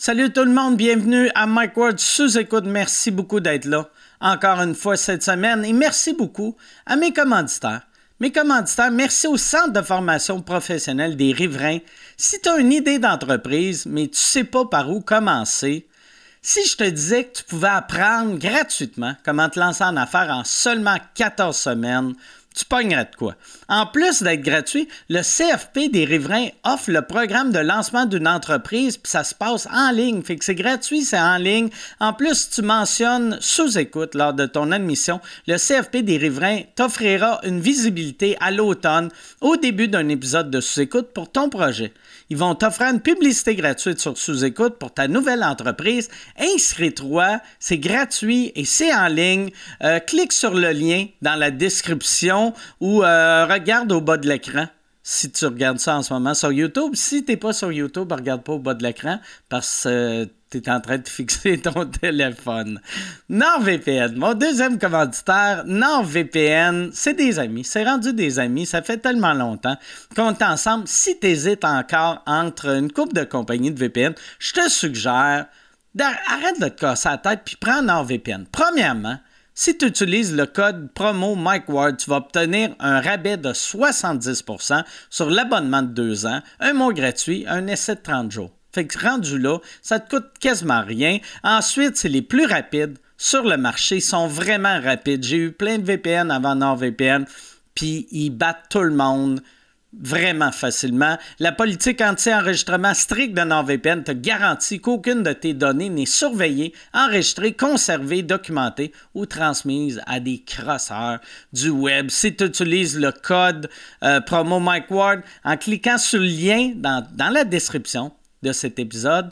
Salut tout le monde, bienvenue à Mike Ward sous-écoute. Merci beaucoup d'être là encore une fois cette semaine et merci beaucoup à mes commanditaires. Mes commanditaires, merci au Centre de formation professionnelle des Riverains. Si tu as une idée d'entreprise, mais tu ne sais pas par où commencer, si je te disais que tu pouvais apprendre gratuitement comment te lancer en affaires en seulement 14 semaines, tu pognerais de quoi? En plus d'être gratuit, le CFP des Riverains offre le programme de lancement d'une entreprise, puis ça se passe en ligne. Fait que c'est gratuit, c'est en ligne. En plus, tu mentionnes sous-écoute lors de ton admission. Le CFP des Riverains t'offrira une visibilité à l'automne au début d'un épisode de sous-écoute pour ton projet. Ils vont t'offrir une publicité gratuite sur sous-écoute pour ta nouvelle entreprise. Inscris-toi, c'est gratuit et c'est en ligne. Clique sur le lien dans la description ou regarde au bas de l'écran si tu regardes ça en ce moment sur YouTube. Si tu n'es pas sur YouTube, regarde pas au bas de l'écran parce que tu es en train de fixer ton téléphone. NordVPN, mon deuxième commanditaire, NordVPN, c'est des amis. C'est rendu des amis. Ça fait tellement longtemps qu'on est ensemble. Si tu hésites encore entre une couple de compagnies de VPN, je te suggère arrête de te casser la tête puis prends NordVPN. Premièrement, si tu utilises le code promo Mike Ward, tu vas obtenir un rabais de 70% sur l'abonnement de 2 ans, un mois gratuit, un essai de 30 jours. Fait que rendu là, ça te coûte quasiment rien. Ensuite, c'est les plus rapides sur le marché. Ils sont vraiment rapides. J'ai eu plein de VPN avant NordVPN, puis ils battent tout le monde vraiment facilement. La politique anti-enregistrement stricte de NordVPN te garantit qu'aucune de tes données n'est surveillée, enregistrée, conservée, documentée ou transmise à des crosseurs du web. Si tu utilises le code promo Mike Ward, en cliquant sur le lien dans la description de cet épisode,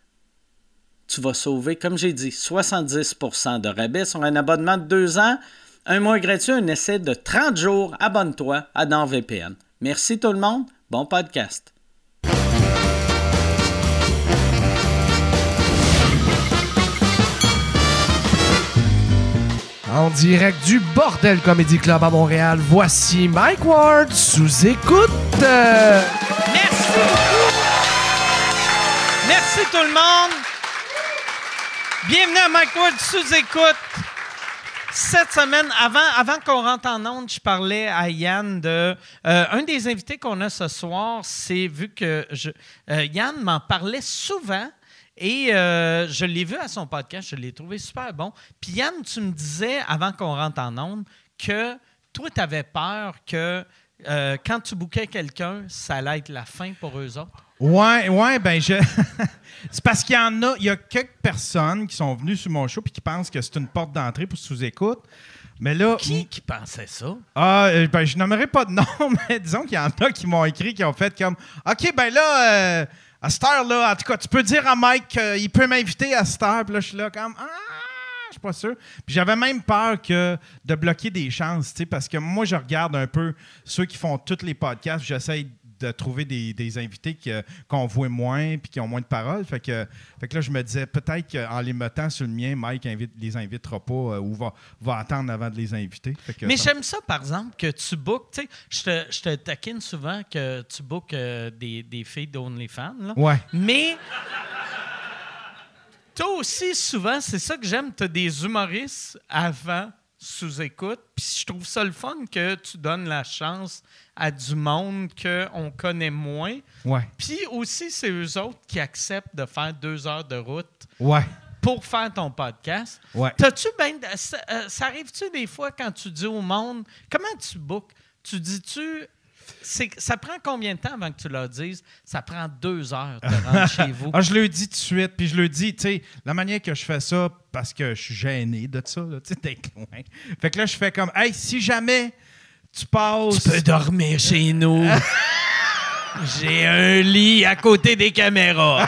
tu vas sauver, comme j'ai dit, 70% de rabais sur un abonnement de 2 ans, un mois gratuit, un essai de 30 jours. Abonne-toi à NordVPN. Merci tout le monde. Bon podcast. En direct du Bordel Comedy Club à Montréal, voici Mike Ward sous écoute. Merci beaucoup. Merci tout le monde. Bienvenue à Mike Ward sous écoute. Cette semaine, avant qu'on rentre en onde, je parlais à Yann de... un des invités qu'on a ce soir, c'est vu que Yann m'en parlait souvent et je l'ai vu à son podcast, je l'ai trouvé super bon. Puis Yann, tu me disais, avant qu'on rentre en onde, que toi, tu avais peur que quand tu bookais quelqu'un, ça allait être la fin pour eux autres. Ouais, ben c'est parce qu'il y a quelques personnes qui sont venues sur mon show et qui pensent que c'est une porte d'entrée pour sous-écoute. Mais là... Qui pensait ça? Ben je nommerai pas de nom, mais disons qu'il y en a qui m'ont écrit, qui ont fait comme « OK, ben là, à cette heure-là, en tout cas, tu peux dire à Mike qu'il peut m'inviter à cette heure. » Puis là, je suis là comme « Ah, je suis pas sûr. » Puis j'avais même peur de bloquer des chances, tu sais, parce que moi, je regarde un peu ceux qui font tous les podcasts, j'essaie de trouver des invités qu'on voit moins puis qui ont moins de paroles. Fait que là, je me disais peut-être qu'en les mettant sur le mien, Mike les invitera pas ou va attendre avant de les inviter. Mais j'aime ça, par exemple, que tu bookes. Tu sais, je te taquine souvent que tu bookes des filles d'OnlyFans. Là. Ouais. Mais toi aussi, souvent, c'est ça que j'aime, tu as des humoristes avant sous-écoute. Puis je trouve ça le fun que tu donnes la chance à du monde qu'on connaît moins. Ouais. Puis aussi, c'est eux autres qui acceptent de faire 2 heures de route ouais. pour faire ton podcast. Ouais. T'as-tu ça arrive-tu des fois quand tu dis au monde, comment tu bookes? Tu dis-tu... ça prend combien de temps avant que tu leur dises? Ça prend 2 heures de rentrer chez vous. Je le dis tout de suite, puis je le dis, tu sais, la manière que je fais ça, parce que je suis gêné de ça, tu sais, d'être loin. Fait que là, je fais comme, hey, si jamais tu passes... Tu peux dormir chez nous. J'ai un lit à côté des caméras.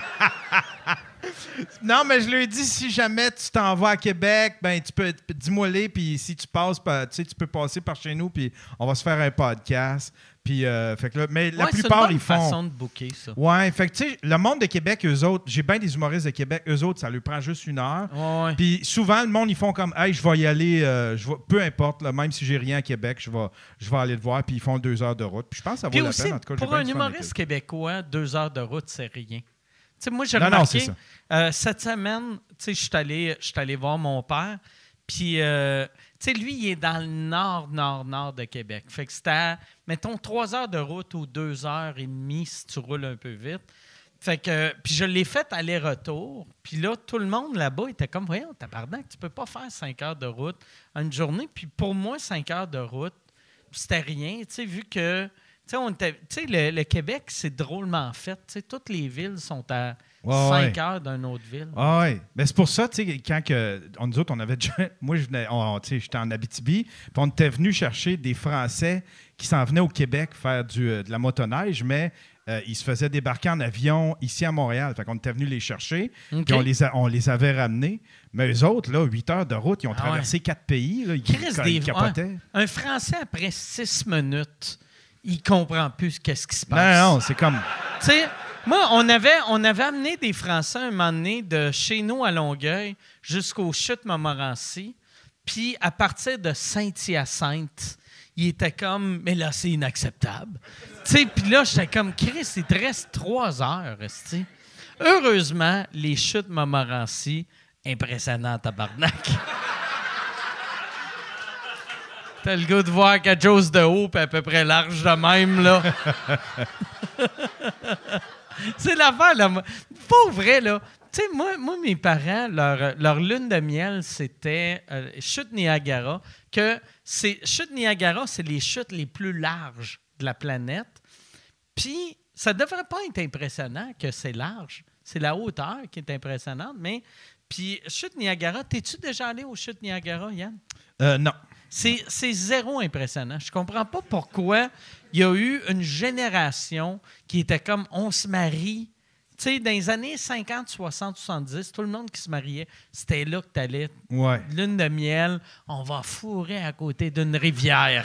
Non, mais je lui dis, si jamais tu t'en vas à Québec, ben tu peux dis-moi-les, puis si tu passes, tu sais, tu peux passer par chez nous, puis on va se faire un podcast. Puis, fait que là, mais la plupart, ils font... C'est une bonne façon de booker, ça. Ouais, fait que tu sais, le monde de Québec, eux autres, j'ai bien des humoristes de Québec, eux autres, ça leur prend juste 1 heure. Ouais. Puis souvent, le monde, ils font comme, hey, je vais y aller, peu importe, là, même si j'ai rien à Québec, je vais aller le voir, puis ils font 2 heures de route. Puis je pense que ça vaut la peine, en tout cas. Pour un humoriste québécois, 2 heures de route, c'est rien. sais, moi, j'ai Non, remarqué, c'est ça. cette semaine, tu sais, je suis allé voir mon père, puis, tu sais, lui, il est dans le nord de Québec. Fait que c'était, mettons, 3 heures de route ou 2h30 si tu roules un peu vite. Fait que, puis je l'ai fait aller-retour. Puis là, tout le monde là-bas était comme, voyons, tabarnak, tu peux pas faire 5 heures de route en une journée. Puis pour moi, 5 heures de route, c'était rien, tu sais, vu que, tu sais, le Québec, c'est drôlement fait. Tu sais, toutes les villes sont à 5 heures d'une autre ville. Ah oui. Ben, c'est pour ça, tu sais, quand nous autres, on avait déjà. Moi, j'étais en Abitibi, puis on était venu chercher des Français qui s'en venaient au Québec faire de la motoneige, mais ils se faisaient débarquer en avion ici à Montréal. Fait qu'on était venu les chercher, puis on les avait ramenés. Mais eux autres, là, 8 heures de route, ils ont traversé 4 pays. Là, ils capotaient. Un Français, après 6 minutes, il comprend plus qu'est-ce qui se passe. Non, c'est comme... Tu sais, moi, on avait amené des Français un moment donné de chez nous à Longueuil jusqu'aux Chutes Montmorency. Puis, à partir de Saint-Hyacinthe, il était comme, mais là, c'est inacceptable. Tu sais, puis là, j'étais comme, Chris, il te reste 3 heures, tu. Heureusement, les Chutes Montmorency, impressionnant, tabarnak. T'as le goût de voir quelque chose de haut puis à peu près large de même, là. C'est l'affaire, là. Pas vrai, là. Tu sais, moi, mes parents, leur lune de miel, c'était Chute Niagara. Chute Niagara, c'est les chutes les plus larges de la planète. Puis, ça devrait pas être impressionnant que c'est large. C'est la hauteur qui est impressionnante, mais... Puis, Chute Niagara, t'es-tu déjà allé aux Chutes Niagara, Yann? Non. C'est zéro impressionnant. Je comprends pas pourquoi il y a eu une génération qui était comme on se marie. Tu sais, dans les années 50, 60, 70, tout le monde qui se mariait, c'était là que tu allais. Ouais. Lune de miel, on va fourrer à côté d'une rivière.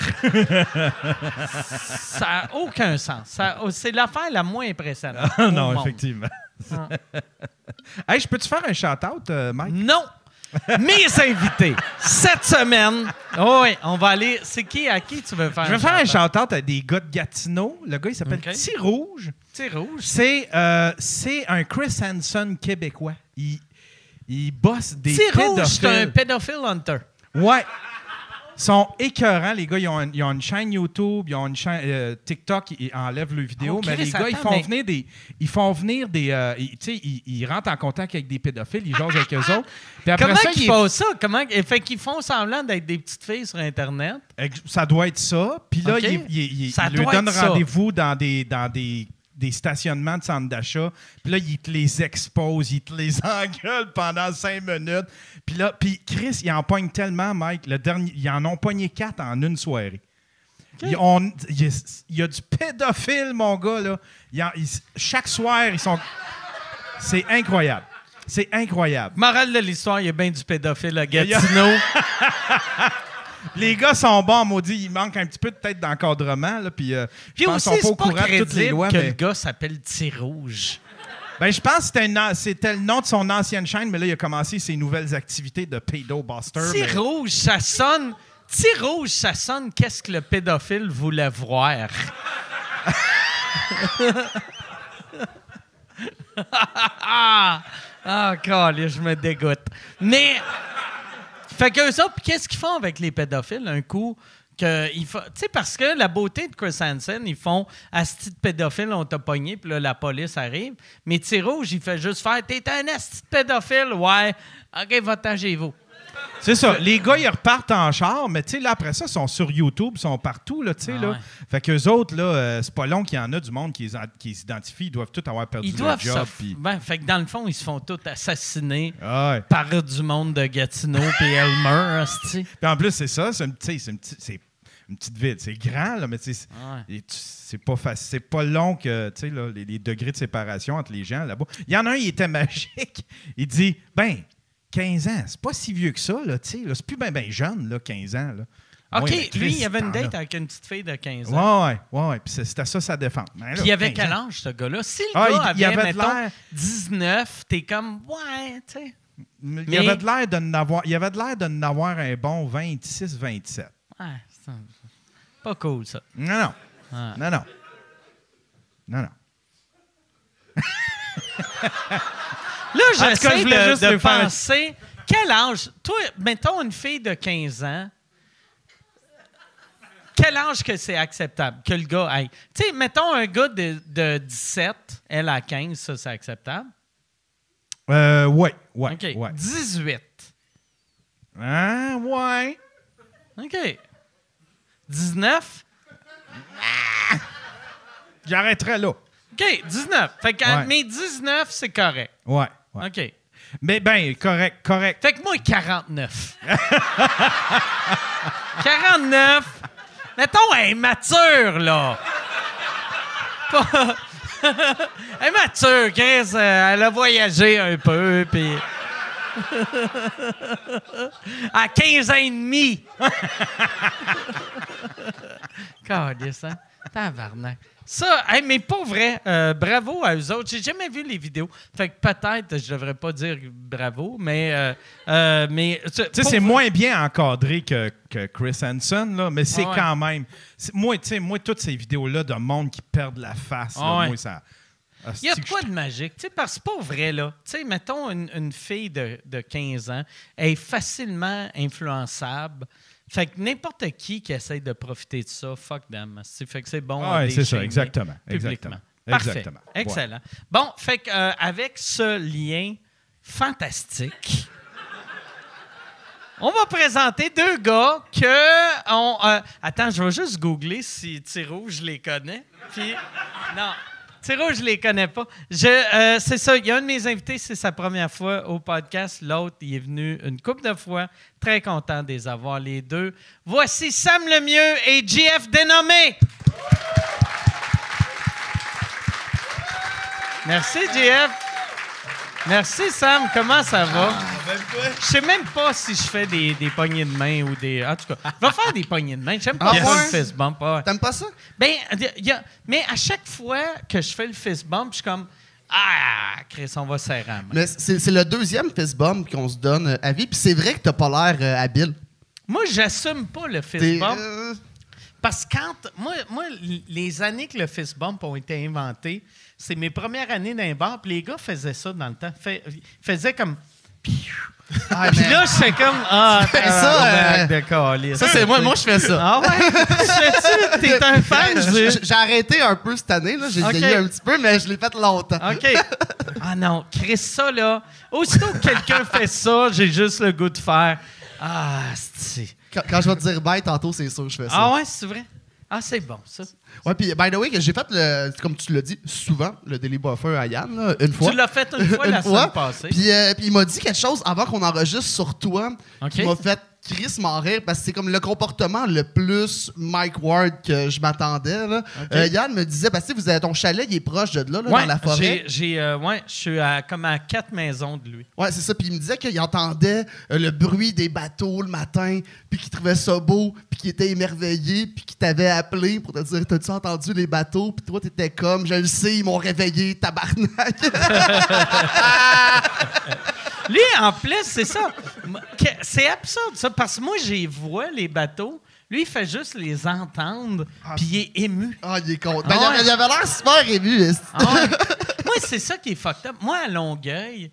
Ça n'a aucun sens. C'est l'affaire la moins impressionnante. Non, effectivement. Hey, je peux-tu faire un shout-out, Mike? Non! Mes invités, cette semaine, oui, on va aller. C'est qui, à qui tu veux faire? Je vais faire un shout-out à des gars de Gatineau. Le gars, il s'appelle Thé Rouge. Thé Rouge. C'est un Chris Hansen québécois. Il bosse des Thé pédophiles. Rouge, c'est un pédophile hunter. Ouais. Ils sont écœurants, les gars. Ils ont une chaîne YouTube, ils ont une chaîne TikTok, ils enlèvent leurs vidéos. Mais les gars, ils font venir des. Ils rentrent en contact avec des pédophiles, ils jasent avec eux autres. Puis après Comment ça, ils font ça? Fait qu'ils font semblant d'être des petites filles sur Internet? Ça doit être ça. Puis là, Okay. ils leur donnent rendez-vous dans des stationnements de centres d'achat. Puis là, ils te les exposent, ils te les engueulent pendant 5 minutes. Puis Chris, il en pogne tellement, Mike. Ils en ont pogné 4 en une soirée. Okay. Il y a du pédophile, mon gars, là. Chaque soir, ils sont... C'est incroyable. C'est incroyable. Morale de l'histoire, il y a bien du pédophile à Gatineau. Les gars sont bons, maudit. Il manque un petit peu de tête d'encadrement. Là, puis je pense qu'ils sont pas au courant de toutes les lois. Que le gars s'appelle Thé Rouge. Ben, je pense que c'était le nom de son ancienne chaîne, mais là, il a commencé ses nouvelles activités de Pédobuster. Thé Rouge, ça sonne... Thé Rouge, ça sonne qu'est-ce que le pédophile voulait voir. Calé, je me dégoûte. Mais... Fait qu'eux autres, qu'est-ce qu'ils font avec les pédophiles? Un coup, tu sais, parce que la beauté de Chris Hansen, ils font « Asti de pédophile, on t'a pogné », puis là, la police arrive. Mais Thé Rouge, il fait juste faire « T'es un asti de pédophile? Ouais. OK, va-t'en chez vous. » C'est ça. Les gars, ils repartent en char, mais tu sais, là, après ça, ils sont sur YouTube, ils sont partout, là, tu sais, là. Ouais. Fait qu'eux autres, là, c'est pas long qu'il y en a du monde qui s'identifient. Ils doivent tous avoir perdu leur job. Fait que dans le fond, ils se font tous assassiner par du monde de Gatineau et Elmer, asti. Puis en plus, c'est ça, c'est une petite ville. C'est grand, là, mais c'est pas facile. C'est pas long que, tu sais, là, les degrés de séparation entre les gens là-bas. Il y en a un, il était magique. Il dit, 15 ans, c'est pas si vieux que ça, là, tu sais. C'est plus ben jeune, là, 15 ans, là. OK, ouais, lui, il avait une date avec une petite fille de 15 ans. Ouais. Puis c'était ça sa défense. Puis il avait quel âge, ce gars-là? Si le gars avait, mettons, 19, t'es comme, ouais, tu sais. Il avait de l'air de n'avoir un bon 26-27. Ouais, c'est pas cool, ça. Non. Là, j'essaie je voulais juste de lui faire- penser, quel âge... Toi, mettons une fille de 15 ans, quel âge que c'est acceptable que le gars aille? Tu sais, mettons un gars de 17, elle à 15, ça, c'est acceptable? Ouais. OK. 18. Hein? Ouais. OK. 19? J'arrêterai là. OK, 19. Fait que Ouais. mes 19, c'est correct. Ouais. OK. Mais ben, correct. Fait que moi, 49. 49. Mettons, elle est mature, là. Elle est mature, Chris. Elle a voyagé un peu, puis... à 15 ans et demi. Câlisse, hein? Tabarnak. Ça, hey, mais pas vrai. Bravo à eux autres. J'ai jamais vu les vidéos. Fait que peut-être, je devrais pas dire bravo, mais Tu sais, c'est moins bien encadré que Chris Hansen, là, mais c'est Ouais. quand même... Moi, toutes ces vidéos-là de monde qui perdent la face, là, Ouais. moi, ça... Il y a quoi de magique? Tu sais, parce que c'est pas vrai, là. Tu sais, mettons une fille de 15 ans, elle est facilement influençable. Fait que n'importe qui essaie de profiter de ça, fuck them. Fait que c'est bon. Ouais, de c'est ça, shamer exactement. publiquement. Exactement. Parfait. Exactement. Excellent. Bon, fait que avec ce lien fantastique, on va présenter deux gars que on. Attends, je vais juste googler si Rouge les connaît. Puis non. Rouge, je les connais pas. C'est ça, il y a un de mes invités, c'est sa première fois au podcast. L'autre, il est venu une couple de fois. Très content de les avoir, les deux. Voici Sam Lemieux et JF Dénommé. Merci, JF. Merci, Sam. Comment ça va? Je sais même pas si je fais des poignées de main ou des... En tout cas, je vais faire des poignées de main. J'aime pas ça, le fist bump. Ouais. T'aimes pas ça? Ben, mais à chaque fois que je fais le fist bump, je suis comme... Ah, Chris, on va serrer la main. Mais c'est le deuxième fist bump qu'on se donne à vie, puis c'est vrai que t'as pas l'air habile. Moi, j'assume pas le fist T'es, bump. Parce que quand... Moi, les années que le fist bump ont été inventés, c'est mes premières années dans les bars, puis les gars faisaient ça dans le temps. Ils faisaient comme... Ah, Puis mais- là, je fais comme... Ah, fais ça, tabarnak de calice. Ça, c'est moi. Moi, je fais ça. Ah ouais? Sais-tu, t'es un fan? J'ai arrêté un peu cette année. Là. J'ai Ok. essayé un petit peu, mais je l'ai fait longtemps. OK. Ah non, Chris, ça, là... Aussitôt que quelqu'un fait ça, j'ai juste le goût de faire... Ah, c'est... Quand je vais te dire bye tantôt, c'est sûr que je fais ça. Ah ouais, c'est vrai? Ah, c'est bon, ça. Ouais, puis by the way, que j'ai fait, comme tu l'as dit, souvent, le Daily Buffer à Yann, là, une fois. Tu l'as fait une fois la semaine passée. Puis il m'a dit quelque chose avant qu'on enregistre sur toi OK. qui m'a fait Chris m'en rire parce que c'est comme le comportement le plus Mike Ward que je m'attendais. Là. OK. Yann me disait, parce que vous avez ton chalet, il est proche de là, dans la forêt. Je suis comme à 4 maisons de lui. Ouais, c'est ça. Puis il me disait qu'il entendait le bruit des bateaux le matin, puis qu'il trouvait ça beau, puis qu'il était émerveillé, puis qu'il t'avait appelé pour te dire, t'as-tu entendu les bateaux? Puis toi, t'étais comme, je le sais, ils m'ont réveillé, tabarnak. Lui, en plus, c'est ça. C'est absurde, ça, parce que moi, j'y vois les bateaux. Lui, il fait juste les entendre, puis il est ému. Ah, il est con. Ah Ben, ouais. il avait l'air super ému. esti. Ah ouais. Moi, c'est ça qui est fucked up. Moi, à Longueuil,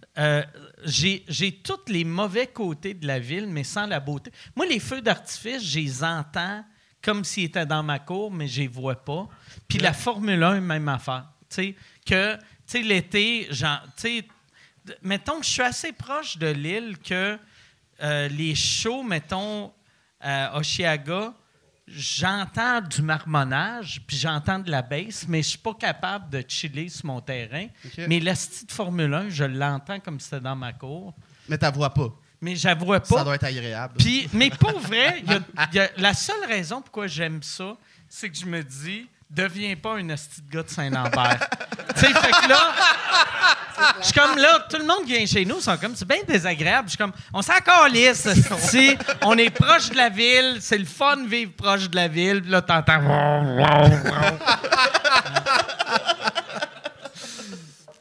j'ai tous les mauvais côtés de la ville, mais sans la beauté. Moi, les feux d'artifice, je les entends comme s'ils étaient dans ma cour, mais je les vois pas. Puis la Formule 1, même affaire. Tu sais, l'été, mettons que je suis assez proche de l'île que les shows, mettons, à Oshiaga, j'entends du marmonnage, puis j'entends de la baisse, mais je suis pas capable de chiller sur mon terrain. OK. Mais la petite Formule 1, je l'entends comme si c'était dans ma cour. Mais t'as vois pas. Mais j'avoue Ça pas. doit être agréable. Mais pour vrai, la seule raison pourquoi j'aime ça, c'est que je me dis, deviens pas un hostie de gars de Saint-Lambert. Tu sais, fait que là, je suis comme là, tout le monde vient chez nous, ils sont comme, c'est bien désagréable. Je suis comme, on s'en calisse, esti. On est proche de la ville, c'est le fun de vivre proche de la ville. Puis là, t'entends. Toi,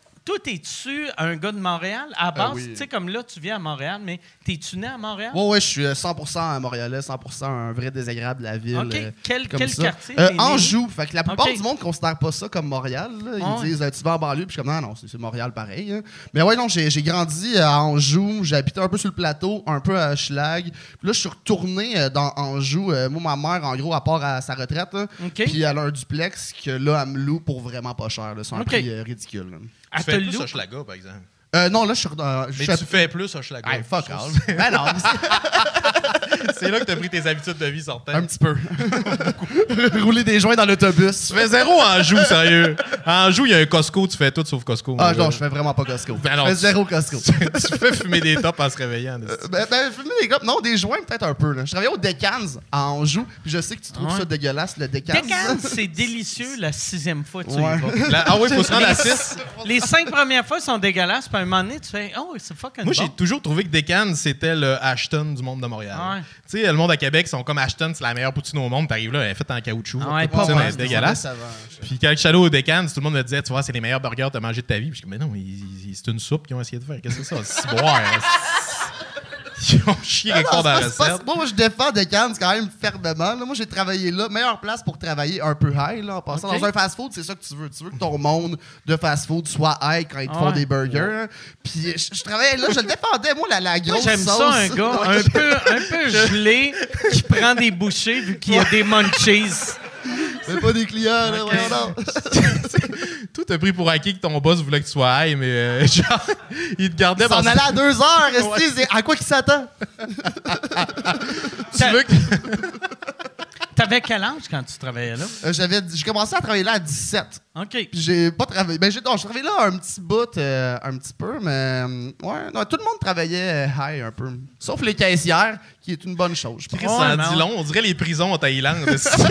t'es-tu un gars de Montréal? À base, oui. tu sais, comme là, tu viens à Montréal, mais t'es-tu né à Montréal? Ouais, je suis 100% montréalais, 100% un vrai désagréable de la ville. OK. Quel ça. quartier? t'es né? Anjou. Fait que la plupart OK. du monde ne considère pas ça comme Montréal. Là. Ils Ouais. disent tu vas en banlieue, puis je suis comme non, c'est Montréal pareil. Hein. Mais ouais, non, j'ai grandi à Anjou. J'ai habité un peu sur le plateau, un peu à Schlag. Puis là, je suis retourné dans Anjou. Moi, ma mère, en gros, à part à sa retraite, là, OK. puis elle a un duplex que là, elle me loue pour vraiment pas cher. là. C'est un OK. prix ridicule. là. À Tu fais plus Toulouse? Hochelaga, par exemple. Non, là, je suis Mais tu fais plus Hochelaga. Hey, fuck off. Ben non, C'est là que t'as pris tes habitudes de vie sortant. un petit peu. Rouler des joints dans l'autobus. Tu fais zéro Anjou, sérieux. Anjou, il y a un Costco, tu fais tout sauf Costco. Ah mon non, gars. je fais vraiment pas Costco. Ben non, je fais tu- zéro Costco. Tu fais fumer des tops en se réveillant. Fumer des clopes, non, des joints peut-être un peu. Là. Je travaillais au Decans à Anjou, puis je sais que tu trouves Ouais. ça dégueulasse, le Decans. Deccan, c'est délicieux la 6e fois que tu Ouais. y vas. Ah oui, il faut se rendre à 6. Les 5 premières fois sont dégueulasses, puis à un moment donné, tu fais « Oh, c'est fucking Moi, bon. j'ai toujours trouvé que Deccan, c'était le Ashton du monde de Montréal. Ouais. Tu sais, le monde à Québec sont comme Ashton, c'est la meilleure poutine au monde. T'arrives là, elle est faite en caoutchouc. Ah ouais, La pas poutine, bon, elle est dégueulasse. Puis quand je suis allé au Deccan, tout le monde me disait, tu vois, c'est les meilleurs burgers que t'as mangé de ta vie. Puis je dis, mais non, c'est une soupe qu'ils ont essayé de faire. Qu'est-ce que c'est ça? C'est boire. Ils ont chié quelque part dans la recette. Moi, je défends Decans quand même fermement. Là. Moi, j'ai travaillé là. Meilleure place pour travailler un peu high. Là, en passant OK. dans un fast-food, c'est ça que tu veux. Tu veux que ton monde de fast-food soit high quand ils te font Ouais. des burgers. hein. Puis je travaillais là, je le défendais, moi, la Moi, grosse j'aime sauce. ça, un gars un peu gelé qui prend des bouchées vu qu'il y a des munchies. C'est pas des clients, là. OK. voyons donc. Toi, t'as pris pour acquis que ton boss voulait que tu sois high, mais genre, il te gardait Il s'en parce allait à 2 heures, esti, c'est à quoi qu'il s'attend? tu veux que. T'avais quel âge quand tu travaillais là? J'ai commencé à travailler là à 17. OK. Puis j'ai pas travaillé. Ben, j'ai travaillé là un petit bout, un petit peu, mais ouais, non, tout le monde travaillait high un peu. Sauf les caissières, qui est une bonne chose. je pense. Chris, Ouais, ça en mais dit on- long. On dirait les prisons en Thaïlande.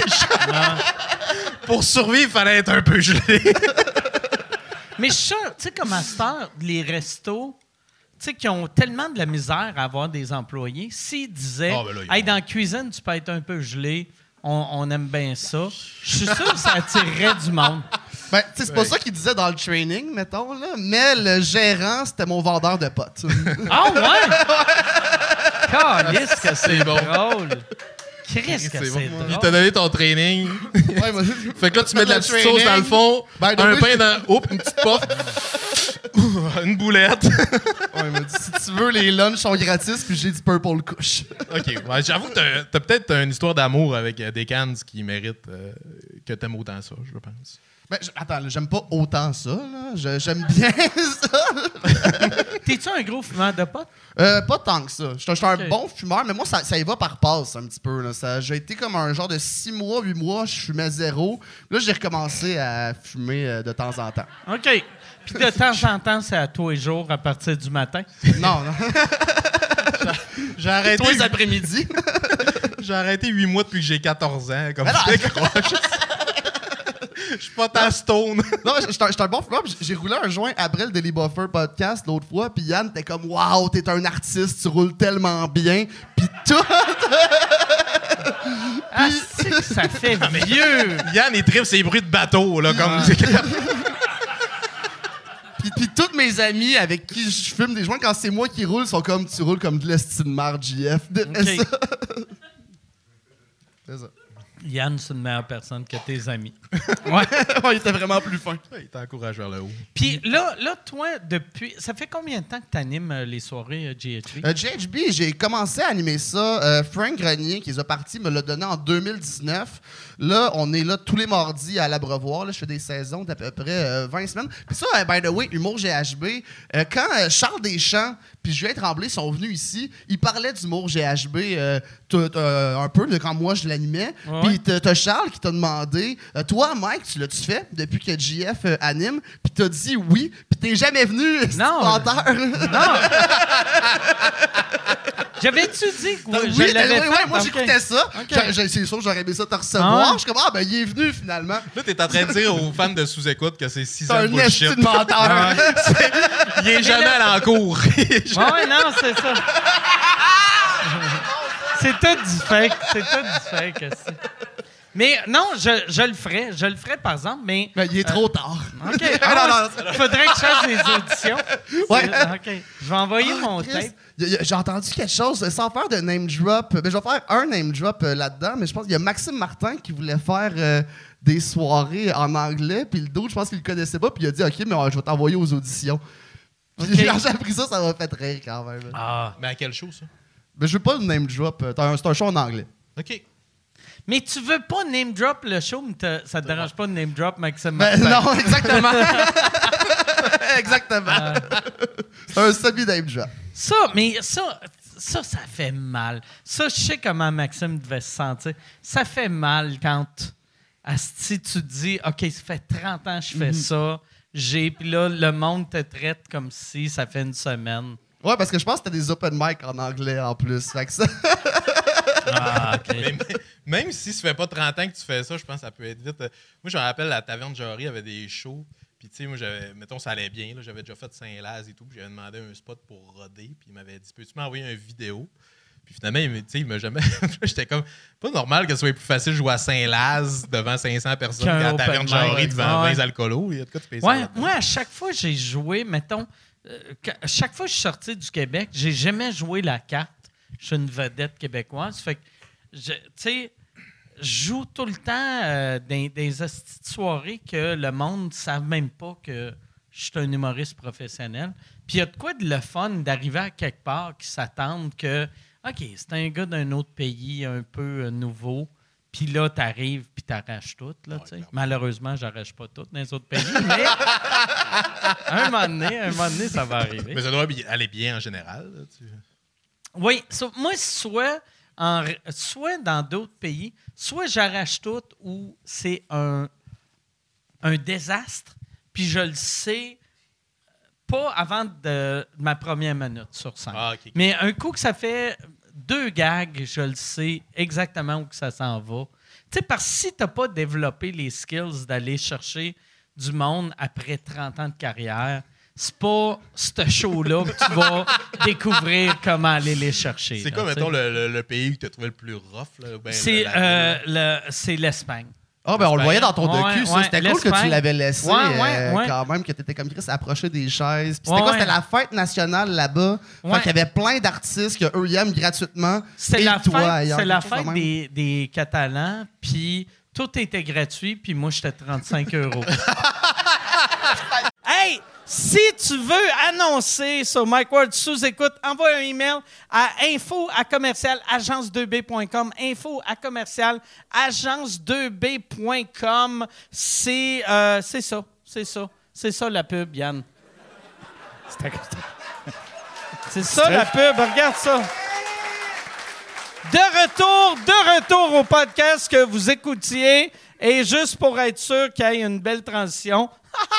Pour survivre, il fallait être un peu gelé. Mais je suis sûr, tu sais, comme à cette heure, les restos, tu sais, qui ont tellement de la misère à avoir des employés, s'ils disaient, Ah, ben là, ils hey, vont- dans la cuisine, tu peux être un peu gelé, on aime bien ça, je suis sûr que ça attirerait du monde. Ben, tu sais, c'est pas ça qu'ils disaient dans le training, mettons, là, mais le gérant, c'était mon vendeur de potes. Ah ouais? Calisse que c'est drôle. Chris que c'est Il drôle. t'a donné ton training. Ouais, moi, Fait que là, tu mets de la Le petite sauce dans le training. fond, Ben, de un plus, pain dans. Oups, une petite puff. Une boulette. ouais, il m'a dit, si tu veux, les lunchs sont gratis, puis j'ai du purple couche. OK. Ouais, j'avoue que t'as peut-être une histoire d'amour avec des Cans qui mérite que t'aimes autant ça, je pense. Ben, attends, là, j'aime pas autant ça, là. J'aime bien ça. T'es-tu un gros fumeur de potes? Pas tant que ça. Je suis Ok. un bon fumeur, mais moi, ça y va par passe un petit peu. Là. J'ai été comme un genre de 6 mois, 8 mois, je fumais zéro. Là, j'ai recommencé à fumer de temps en temps. OK. Puis de temps en temps, c'est à tous les jours à partir du matin. Non, non. J'ai arrêté, Tous les après-midi. j'ai arrêté 8 mois depuis que j'ai 14 ans. Comme Mais non, je croche. Je suis pas tant stone. non, j'étais un bon fumeur. Puis j'ai roulé un joint après le Daily Buffer podcast l'autre fois. Puis Yann, t'es comme, waouh, t'es un artiste, tu roules tellement bien. Puis tout. Ah, c'est que ça fait vieux. Yann, il tripe ses bruits de bateau, là, comme. Puis tous mes amis avec qui je fume des joints, quand c'est moi qui roule, sont comme, tu roules comme de l'estime marre, JF. OK. C'est ça. Yann, c'est une meilleure personne que tes amis. Ouais, il était vraiment plus fin. Il t'encourage vers le haut. Puis là, toi, depuis... Ça fait combien de temps que tu animes les soirées GHB? GHB, j'ai commencé à animer ça. Frank Grenier, qui les a partis, me l'a donné en 2019. Là, on est là tous les mardis à l'Abreuvoir. Là, je fais des saisons d'à peu près 20 semaines. Puis ça, by the way, Humour GHB, quand Charles Deschamps puis Julien Tremblay sont venus ici, ils parlaient d'Humour GHB un peu de quand moi je l'animais. Ouais. Puis t'as Charles qui t'a demandé, toi, Mike, tu l'as-tu fait depuis que JF anime? Puis t'as dit oui, puis t'es jamais venu, ce Non. menteur. Non! J'avais-tu dit que Oui, je l'avais oui, fait? oui, moi Ok. j'éctais ça. Ok. C'est sûr, j'aurais aimé ça te recevoir. Ah. Je suis comme, ah ben il est venu finalement. Là, t'es en train de dire aux fans de sous-écoute que c'est 6 C'est ans de un esti bullshit. de menteur. Il est jamais allé en cours. Ouais, non, c'est ça. C'est tout du fake. C'est tout du fake. aussi. Mais non, je le ferais. Je le ferais, par exemple, mais... Mais il est trop tard. OK. Faudrait que je fasse des auditions. Ouais. OK. Je vais envoyer mon Chris, tape. j'ai entendu quelque chose, sans faire de name drop. Mais je vais faire un name drop là-dedans, mais je pense qu'il y a Maxime Martin qui voulait faire des soirées en anglais, puis le d'autre, je pense qu'il le connaissait pas, puis il a dit « OK, mais je vais t'envoyer aux auditions. » Puis quand j'ai appris ça m'a fait rire quand même. Ah. Mais à quel show, ça? Mais je veux pas le name drop. C'est un show en anglais. OK. Mais tu veux pas name drop le show, mais ça te dérange pas de name drop Maxime Ben, Martin? non, exactement. Exactement. C'est un semi-name drop. Ça fait mal. Ça, je sais comment Maxime devait se sentir. Ça fait mal quand, asti, tu te dis, OK, ça fait 30 ans que je fais ça, puis là, le monde te traite comme si ça fait une semaine. Ouais, parce que je pense que t'as des open mic en anglais en plus. Fait que ça... Ah, OK. Même si ça fait pas 30 ans que tu fais ça, je pense que ça peut être vite. Moi, je me rappelle, la Taverne Jory avait des shows. Puis, tu sais, moi, mettons, ça allait bien. Là, j'avais déjà fait Saint-Laz et tout. Puis, j'avais demandé un spot pour roder. Puis, il m'avait dit, peux-tu m'envoyer une vidéo? Puis, finalement, il m'a jamais. J'étais comme, pas normal que ce soit plus facile de jouer à Saint-Laz devant 500 personnes qu'à la Taverne Jory devant 20 alcoolos. Il y a de quoi de spécial. Ouais, moi, à chaque fois que j'ai joué, mettons, à chaque fois que je suis sorti du Québec, j'ai jamais joué la carte. Je suis une vedette québécoise. Fait que, tu sais, je joue tout le temps des hosties de soirées que le monde ne savent même pas que je suis un humoriste professionnel. Puis il y a de quoi de le fun d'arriver à quelque part qui s'attendent que, OK, c'est un gars d'un autre pays un peu nouveau. Puis là, t'arrives puis t'arraches tout. Là, tu sais. Malheureusement, j'arrache pas tout dans les autres pays, mais un moment donné, ça va arriver. Mais ça doit aller bien en général. Là, Oui, moi, soit dans d'autres pays, soit j'arrache tout ou c'est un désastre, puis je le sais pas avant de ma première minute sur scène. Ah, OK. Mais un coup que ça fait 2 gags, je le sais exactement où que ça s'en va. Tu sais, parce que si tu n'as pas développé les skills d'aller chercher du monde après 30 ans de carrière, c'est pas ce show-là que tu vas découvrir comment aller les chercher. C'est quoi, mettons, le pays que tu as trouvé le plus rough? Là? Ben, C'est l'Espagne. Ah, ben on le voyait dans ton docu, ça. Ouais, C'était cool que tu l'avais laissé Ouais. quand même, que t'étais comme Chris approché des chaises. Puis c'était quoi? Ouais. C'était la fête nationale là-bas. Ouais. Fait qu'il y avait plein d'artistes qu'eux, ils aiment gratuitement. C'est Et la toi, fête, ailleurs, c'est la quelque chose de fête même. des Catalans, puis tout était gratuit, puis moi, j'étais 35 €. Hey! Si tu veux annoncer sur Mike Ward sous-écoute, envoie un email à info@agence2b.com. Info@agence2b.com. C'est ça. C'est ça la pub, Yann. C'est ça la pub. Regarde ça. De retour au podcast que vous écoutiez. Et juste pour être sûr qu'il y ait une belle transition.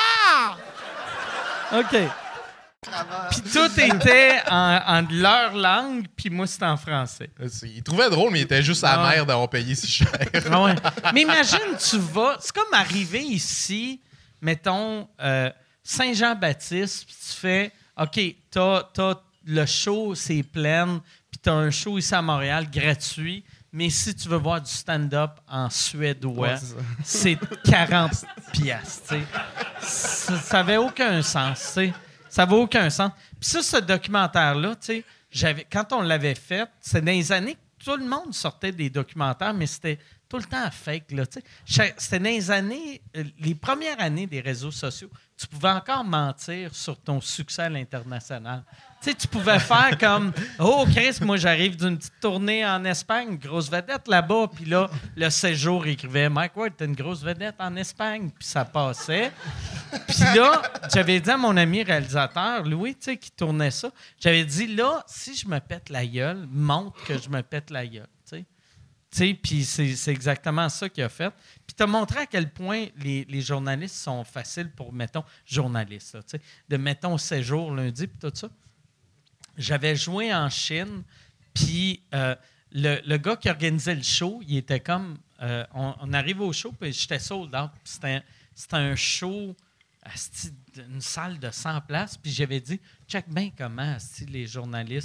OK. Puis tout était en leur langue, puis moi, c'était en français. Il trouvait drôle, mais il était juste amer d'avoir payé si cher. Ah ouais. Mais imagine, tu vas... C'est comme arriver ici, mettons, Saint-Jean-Baptiste, puis tu fais... OK, t'as le show, c'est plein, puis t'as un show ici à Montréal, gratuit, mais si tu veux voir du stand-up en suédois, c'est 40 piastres. Ça n'avait aucun sens. T'sais. Ça n'avait aucun sens. Puis ça, ce documentaire-là, quand on l'avait fait, c'est dans les années que tout le monde sortait des documentaires, mais c'était tout le temps fake. Là, c'était dans les années, les premières années des réseaux sociaux. Tu pouvais encore mentir sur ton succès à l'international. Tu pouvais faire comme « Oh, Chris, moi, j'arrive d'une petite tournée en Espagne, grosse vedette là-bas. » Puis là, le séjour écrivait « Mike Ward, t'es une grosse vedette en Espagne. » Puis ça passait. Puis là, j'avais dit à mon ami réalisateur, Louis, qui tournait ça, j'avais dit « Là, si je me pète la gueule, montre que je me pète la gueule. » Puis c'est exactement ça qu'il a fait. Puis tu as montré à quel point les journalistes sont faciles pour, mettons, journalistes, là, de, mettons, séjour lundi, puis tout ça. J'avais joué en Chine, puis le gars qui organisait le show, il était comme... on arrive au show, puis j'étais sold out. C'était un show, une salle de 100 places, puis j'avais dit, check bien comment les journalistes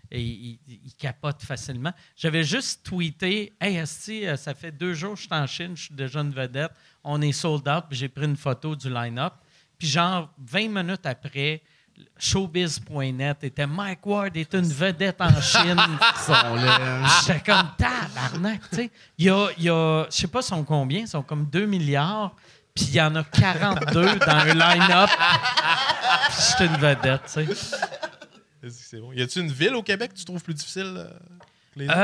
et il capote facilement. J'avais juste tweeté « Hey, asti, ça fait 2 jours que je suis en Chine, je suis déjà une vedette. On est sold out. » Puis j'ai pris une photo du line-up. Puis genre, 20 minutes après, showbiz.net était « Mike Ward est une vedette en Chine. » J'étais comme « Tabarnak! » Tu sais, il y a je sais pas, sont combien? Ils sont comme 2 milliards. Puis il y en a 42 dans un line-up. Puis j'étais une vedette, tu sais. C'est bon. Y a-tu une ville au Québec que tu trouves plus difficile que les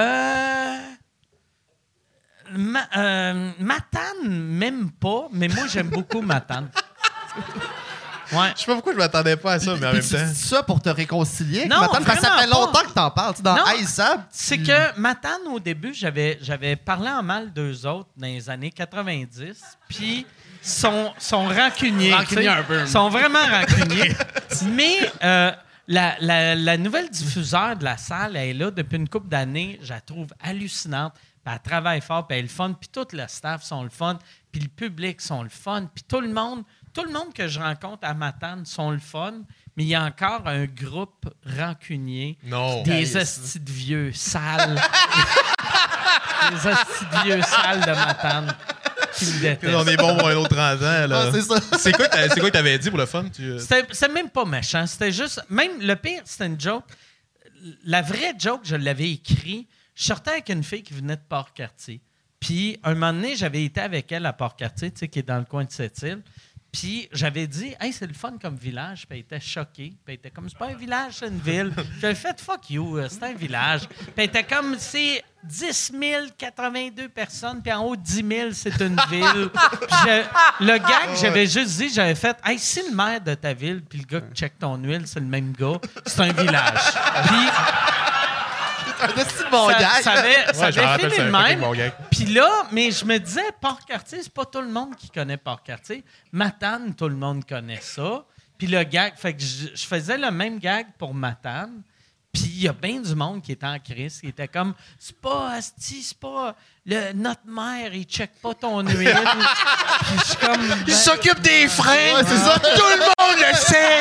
Matane, même pas, mais moi, j'aime beaucoup Matane. Ouais. Je sais pas pourquoi je m'attendais pas à ça, mais en même Tu temps. dis ça pour te réconcilier avec Non, Matane? Parce que ça fait vraiment longtemps que t'en parles. Tu sais, dans Non, ASAP. C'est que Matane, au début, j'avais parlé en mal d'eux autres dans les années 90, puis sont rancuniers. Rancuniers un peu. Sont vraiment rancuniers. Mais la nouvelle diffuseur de la salle, elle est là depuis une couple d'années. Je la trouve hallucinante. Puis elle travaille fort, puis elle est le fun. Puis tout le staff sont le fun. Puis le public sont le fun. Puis tout le monde que je rencontre à Matane sont le fun. Mais il y a encore un groupe rancunier. Non. Des hosties de vieux sales. Des hosties de vieux sales de Matane. Qui me détestent. On est bon pour un autre 30 ans. Là. Ah, c'est ça. C'est quoi que t'avais dit pour le fun? C'était même pas méchant. C'était juste... Même le pire, c'était une joke. La vraie joke, je l'avais écrit. Je sortais avec une fille qui venait de Port-Cartier. Puis, un moment donné, j'avais été avec elle à Port-Cartier, tu sais, qui est dans le coin de Sept-Îles. Puis, j'avais dit, « Hey, c'est le fun comme village. » Puis, elle était choquée. Puis, elle était comme, « C'est pas un village, c'est une ville. » J'avais fait, « Fuck you, c'est un village. » Puis, elle était comme, « C'est 10 082 personnes. Puis, en haut de 10 000, c'est une ville. » Puis, le gag, j'avais juste dit, j'avais fait, « Hey, si le maire de ta ville, puis le gars qui check ton huile, c'est le même gars, c'est un village. » Puis, Un petit bon gag. ça avait fini de même. Bon gag. Puis là, mais je me disais, Port-Cartier, c'est pas tout le monde qui connaît Port-Cartier. Matane, tout le monde connaît ça. Puis le gag, fait que je faisais le même gag pour Matane. Puis il y a bien du monde qui était en crise, qui était comme, c'est pas notre maire, il check pas ton huile. Puis je suis comme, Il s'occupe des freins. Ouais, c'est ça. Tout le monde le sait.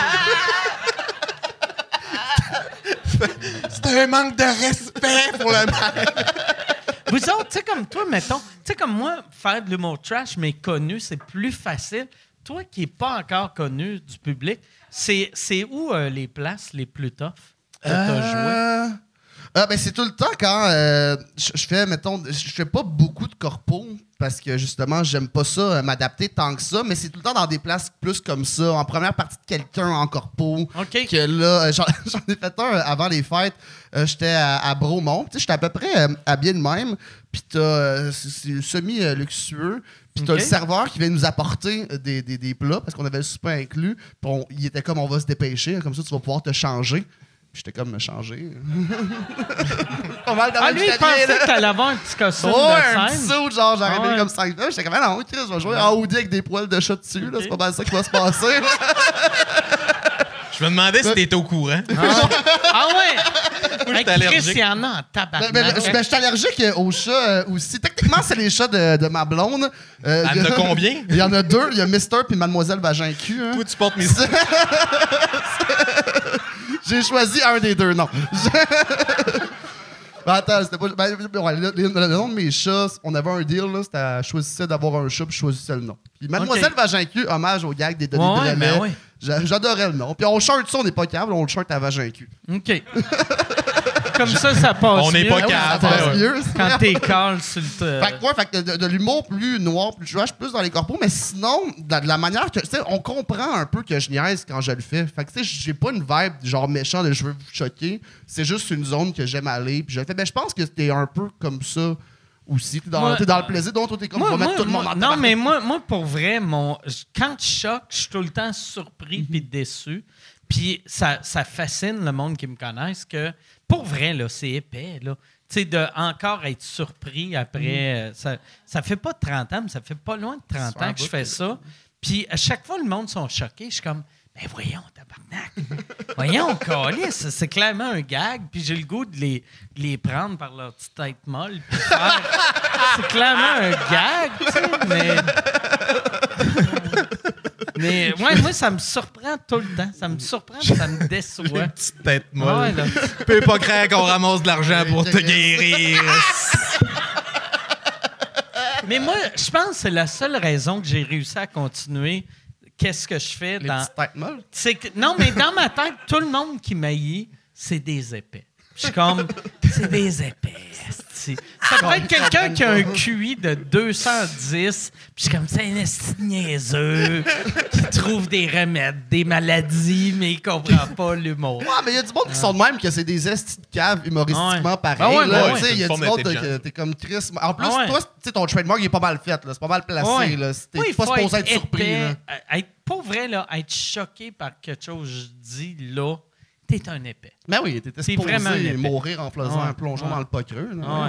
C'est un manque de respect pour le maire. Vous autres, tu sais, comme toi, mettons, tu sais, comme moi, faire de l'humour trash, mais connu, c'est plus facile. Toi qui n'es pas encore connu du public, c'est où les places les plus tough que t'as joué? Ben c'est tout le temps quand je fais, mettons, je fais pas beaucoup de corpos parce que justement, j'aime pas ça, m'adapter tant que ça, mais c'est tout le temps dans des places plus comme ça, en première partie de quelqu'un en corpo. OK. Que là, j'en ai fait un avant les fêtes, j'étais à Bromont, tu sais, j'étais à peu près habillé de même, puis c'est semi-luxueux, puis t'as OK. le serveur qui vient nous apporter des plats parce qu'on avait le souper inclus, puis il était comme, on va se dépêcher, comme ça tu vas pouvoir te changer. J'étais comme me changer. Pas mal de Lui, il pensait que t'allais avoir un petit costume un de petit scène. saut, genre, j'arrivais Ouais. comme 5 minutes. J'étais comme, non, Chris, je vais jouer en Audi avec des poils de chat dessus. Là, c'est pas mal ça qui va se passer. Je me demandais si t'étais au courant. Ah ouais? j'étais Hey, allergique. Chris, il y en a en tabarnak. Je suis allergique aux chats aussi. Techniquement, c'est les chats de ma blonde. Elle en a combien? Il y en a 2. Il y a Mister puis Mademoiselle Vagin Cul. Hein. Toi, tu portes mes... J'ai choisi un des 2, non. Ben, attends, c'était pas. Le nom de mes chats, on avait un deal, là. C'était choisissais d'avoir un chat, puis je choisissais le nom. Puis Mademoiselle Vagin Cul, hommage au gag des Denis Ouais, Brelet. ben oui. J'adorais le nom. Puis on shirt ça, on n'est pas câble, on le shirt à Vagin Cul. OK. Comme ça passe On n'est mieux. pas Ça câble. passe ouais. mieux. Quand t'es calme sur le... Fait que de l'humour plus noir, plus trash, plus dans les corpos, mais sinon, de la manière que, tu sais, on comprend un peu que je niaise quand je le fais. Fait que, tu sais, j'ai pas une vibe genre méchant de je veux vous choquer. C'est juste une zone que j'aime aller. Puis je le fais. Ben, je pense que t'es un peu comme ça aussi. T'es dans le plaisir. Donc, toi, t'es comme, on va mettre tout le monde en Non, tabarnak. mais moi, pour vrai, quand je choque, je suis tout le temps surpris puis déçu. Puis ça fascine le monde qui me connaisse que, pour vrai, là, c'est épais, là. Tu sais, de encore être surpris après... ça fait pas 30 ans, mais ça fait pas loin de 30 ans que je fais ça. Puis à chaque fois, le monde sont choqués. Je suis comme, ben voyons, tabarnak. Voyons, câlisse, c'est clairement un gag. Puis j'ai le goût de les prendre par leur petite tête molle. Puis faire... c'est clairement un gag, tu sais, mais... Mais moi, ça me surprend tout le temps. Ça me surprend, ça me déçoit. Petite tête molle. Ouais, là. Tu peux pas craindre qu'on ramasse de l'argent pour te guérir. Mais moi, je pense que c'est la seule raison que j'ai réussi à continuer. Qu'est-ce que je fais Les dans. petites têtes molles. C'est que, non, mais dans ma tête, tout le monde qui m'haït, c'est des épais. Je suis comme, c'est des épais. esti. Ça peut être quelqu'un qui a un QI de 210, puis je suis comme, c'est un esti de niaiseux, qui trouve des remèdes, des maladies, mais il comprend pas l'humour. Ouais, mais il y a du monde qui sont de même que c'est des estis de cave humoristiquement Ouais. pareil. Ben ouais, là. ouais, Tu sais, il y a c'est du une monde forme que t'es comme Chris. En plus, Ouais. toi, tu sais, ton trademark il est pas mal fait. Là. C'est pas mal placé. Ouais. Là. T'es Oui, il pas faut supposé être surpris. épais, Là. être, pour vrai, là, être choqué par quelque chose que je dis là, t'es un épais. Mais oui, t'étais C'est vraiment un supposé épais. mourir en faisant Ouais. un plongeon Ouais. dans le pas creux. Là. Ouais.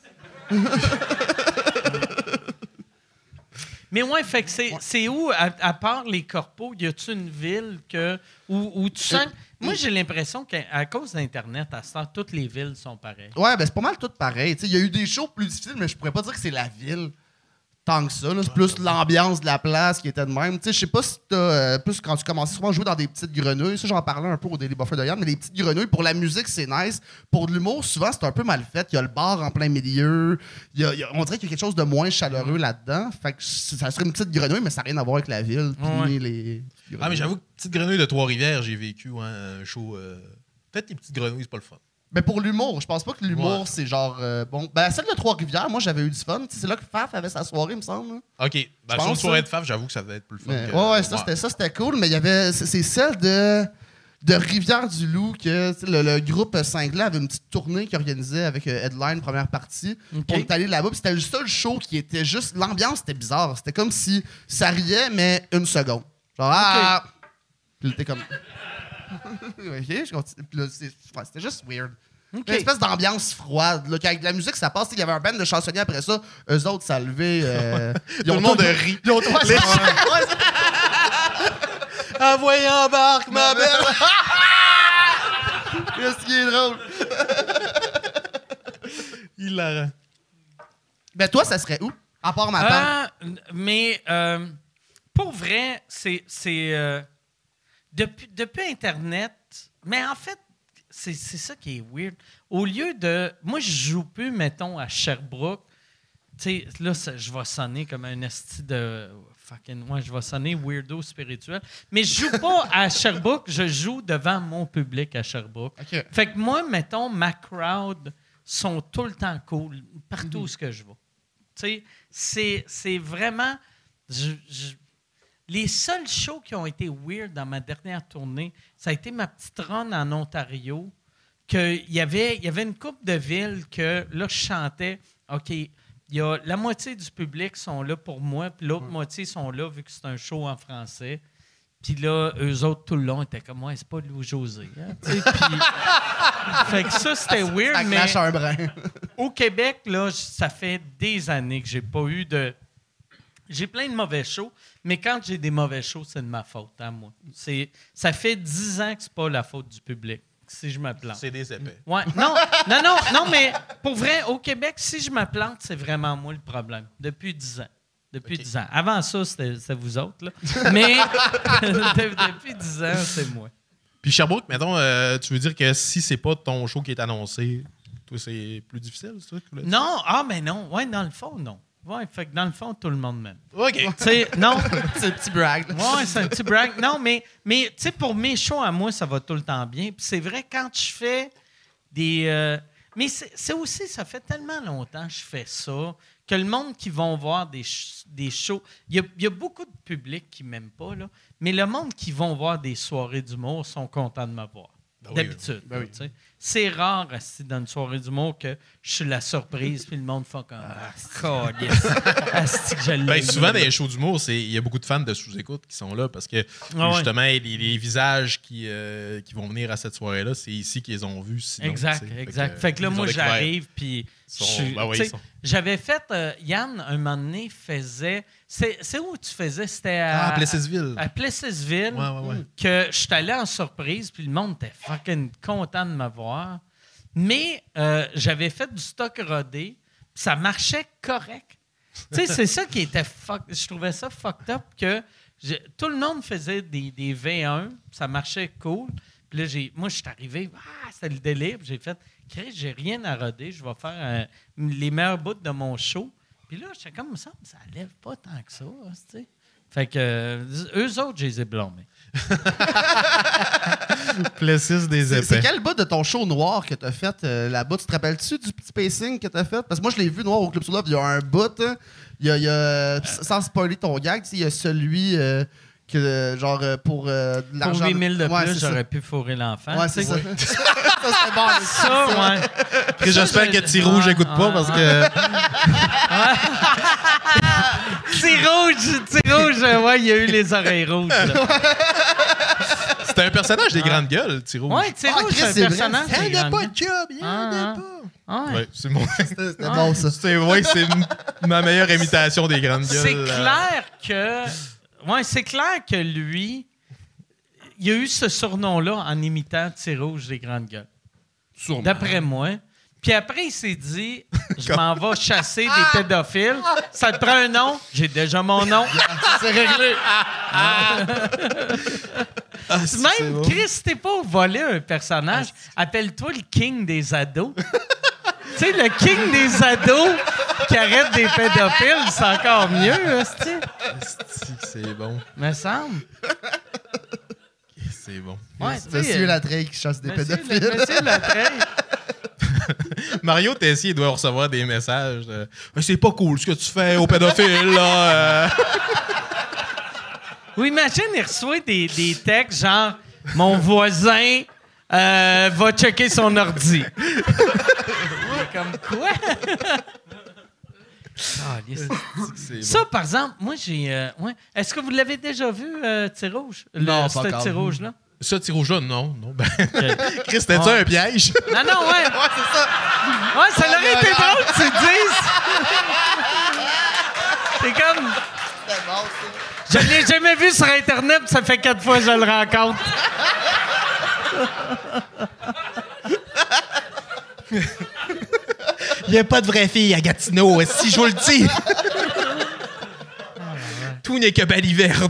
Mais ouais, fait que c'est où, à part les corpos, y a-tu une ville où tu sens... Moi, j'ai l'impression qu'à cause d'Internet, à ce temps, toutes les villes sont pareilles. Ouais, ben c'est pas mal tout pareil. Il y a eu des shows plus difficiles, mais je pourrais pas dire que c'est la ville tant que ça. Là. C'est plus l'ambiance de la place qui était de même. Je sais pas si t'as... plus quand tu commençais souvent à jouer dans des petites grenouilles. Ça, j'en parlais un peu au Daily Buffer de Yann, mais les petites grenouilles, pour la musique, c'est nice. Pour de l'humour, souvent, c'est un peu mal fait. Il y a le bar en plein milieu. On dirait qu'il y a quelque chose de moins chaleureux là-dedans. Fait que ça serait une petite grenouille, mais ça n'a rien à voir avec la ville. Puis Ouais. les Ah, mais j'avoue que Petite Grenouille de Trois-Rivières, j'ai vécu un show. Peut-être les Petites Grenouilles, c'est pas le fun. Mais pour l'humour, je pense pas que l'humour, Ouais. c'est genre... bon, ben celle de Trois-Rivières, moi, j'avais eu du fun. C'est là que Faf avait sa soirée, il me semble. Hein. OK. Ben, Je sur une pense, soirée ça. de faf, j'avoue que ça devait être plus le fun. Mais, que- ouais, c'était cool, mais il y avait. C'est celle de Rivière-du-Loup que tu sais, le groupe Cinglet avait une petite tournée qu'ils organisait avec Headline, première partie. OK. On est allé là-bas, puis c'était le seul show qui était juste. L'ambiance était bizarre. C'était comme si ça riait, mais une seconde. Genre, ah! Puis là, t'es comme. OK, je continue. Puis là, c'était juste weird. OK. Une espèce d'ambiance froide. Là, qu'avec la musique, ça passe. Il y avait un band de chansonniers après ça. Eux autres, ça levait. Tout le monde rit. Ils ont ouais, c'est- Envoyez en barque, ma belle! Qu'est-ce qui est drôle? Hilarant. Ben, toi, ça serait où? À part ma tante. Mais pour vrai, c'est depuis Internet, mais en fait, c'est ça qui est weird. Au lieu de... Moi, je joue plus, mettons, à Sherbrooke. Tu sais, là, je vais sonner comme un esti de... Fucking... Ouais, je vais sonner weirdo spirituel. Mais je joue pas à Sherbrooke, je joue devant mon public à Sherbrooke. OK. Fait que moi, mettons, ma crowd sont tout le temps cool, partout où ce que je vais. Tu sais, c'est vraiment... Les seuls shows qui ont été weird dans ma dernière tournée, ça a été ma petite run en Ontario, qu'il y avait une couple de villes que, là, je chantais, OK, il y a la moitié du public sont là pour moi, puis l'autre moitié sont là vu que c'est un show en français. Puis là, eux autres, tout le long, étaient comme, ouais, c'est pas Louis-José. Hein? Tu sais, puis... fait que ça, c'était weird, Ça mais clash un brin. au Québec, là, ça fait des années que j'ai pas eu de... J'ai plein de mauvais shows, mais quand j'ai des mauvais shows, c'est de ma faute, à moi. Ça fait 10 ans que c'est pas la faute du public, si je me plante. C'est des épais. Ouais, non, mais pour vrai, au Québec, si je me plante, c'est vraiment moi le problème. Depuis 10 ans. Depuis OK. 10 ans. Avant ça, c'était vous autres, là. Mais depuis 10 ans, c'est moi. Puis Sherbrooke, mettons, tu veux dire que si c'est pas ton show qui est annoncé, toi, c'est plus difficile, c'est ça? que tu voulais dire? Non, mais non. Ouais, dans le fond, non. Ouais, fait que dans le fond, tout le monde m'aime. OK. Tu sais, non. C'est un petit brag. là. Ouais, c'est un petit brag. Non, mais tu sais, pour mes shows à moi, ça va tout le temps bien. Puis c'est vrai, quand je fais des... mais c'est aussi, ça fait tellement longtemps que je fais ça, que le monde qui vont voir des shows... Il y a beaucoup de public qui ne m'aiment pas, là, mais le monde qui vont voir des soirées d'humour sont contents de me voir. Ben oui, D'habitude. Tu sais. C'est rare, asti, dans une soirée d'humour, que je suis la surprise, puis le monde fait comme... Ah, câlisse. Asti que je l'ai Ben, souvent, mis. dans les shows d'humour, il y a beaucoup de fans de sous-écoute qui sont là parce que, Ah ouais. justement, les visages qui vont venir à cette soirée-là, c'est ici qu'ils les ont vus. Sinon, Exact, tu sais. exact. Fait que là, ils ont moi, découvert. j'arrive, puis... Ben oui, tu sais, ils sont- j'avais fait... Yann, un moment donné, faisait... C'est où tu faisais? C'était à... Ah, Plessisville. À Plessisville. Ouais. Que je suis allé en surprise, puis le monde était fucking content de me voir. Mais j'avais fait du stock rodé, puis ça marchait correct. Tu sais, c'est ça qui était je trouvais ça fucked up, que tout le monde faisait des V1, ça marchait cool. Puis là, moi, je suis arrivé, c'était le délire. J'ai fait, Chris, j'ai rien à roder, je vais faire les meilleurs bouts de mon show. Puis là, j'étais comme ça lève pas tant que ça, tu sais. Fait que eux autres, je les ai blâmés. Plessis des épais. C'est quel bout de ton show noir que t'as fait là-bas? Tu te rappelles-tu du petit pacing que t'as fait? Parce que moi, je l'ai vu noir au Club Soda, il y a un bout, hein. Il y a sans spoiler ton gag, il y a celui que, genre, pour de l'argent... Pour 8 000 de plus, c'est j'aurais pu fourrer l'enfant. Ouais, c'est ça. Ça, c'est bon. Ça, ouais. Puis j'espère que T-Rouge n'écoute pas parce que... T-Rouge, ouais, il y a eu les oreilles rouges. C'était un personnage des grandes gueules, T-Rouge. Ouais, T-Rouge, Chris, c'est un c'est vrai. personnage. Il des n'y a grandes pas de job, il n'y en a pas. gueules. Ouais, c'est mon... C'était bon, ça. c'est ma meilleure imitation des grandes gueules. C'est clair que... Ouais, c'est clair que lui, il a eu ce surnom-là en imitant T-Rouge des grandes gueules. Sûrement. D'après moi. Puis après, il s'est dit, je m'en vais chasser des pédophiles. Ça te prend un nom? J'ai déjà mon nom. C'est réglé. Même, bon. Chris, si t'es pas volé un personnage, appelle-toi le king des ados. Tu sais, le king des ados qui arrête des pédophiles, c'est encore mieux, c'est bon. Me semble. C'est bon. Ouais, Monsieur Latreille qui chasse des pédophiles. Monsieur Latreille. Mario Tessier doit recevoir des messages. C'est pas cool ce que tu fais aux pédophiles, là. Oui, imagine, il reçoit des textes genre « Mon voisin va checker son ordi. » Comme quoi? Ça, par exemple, moi, j'ai... ouais. Est-ce que vous l'avez déjà vu, T-Rouge? Non, pas encore. T-Rouge-là? Ça, T-Rouge-là, non. Ben... Okay. Chris, c'était-tu un piège? Non, ouais. Ouais, c'est ça. Ouais, ça l'aurait été drôle que tu te dises. C'est comme... C'était bon, ça. Je l'ai jamais vu sur Internet, ça fait 4 fois que je le rencontre. Il n'y a pas de vraie fille à Gatineau, si je vous le dis. Tout n'est que baliverne.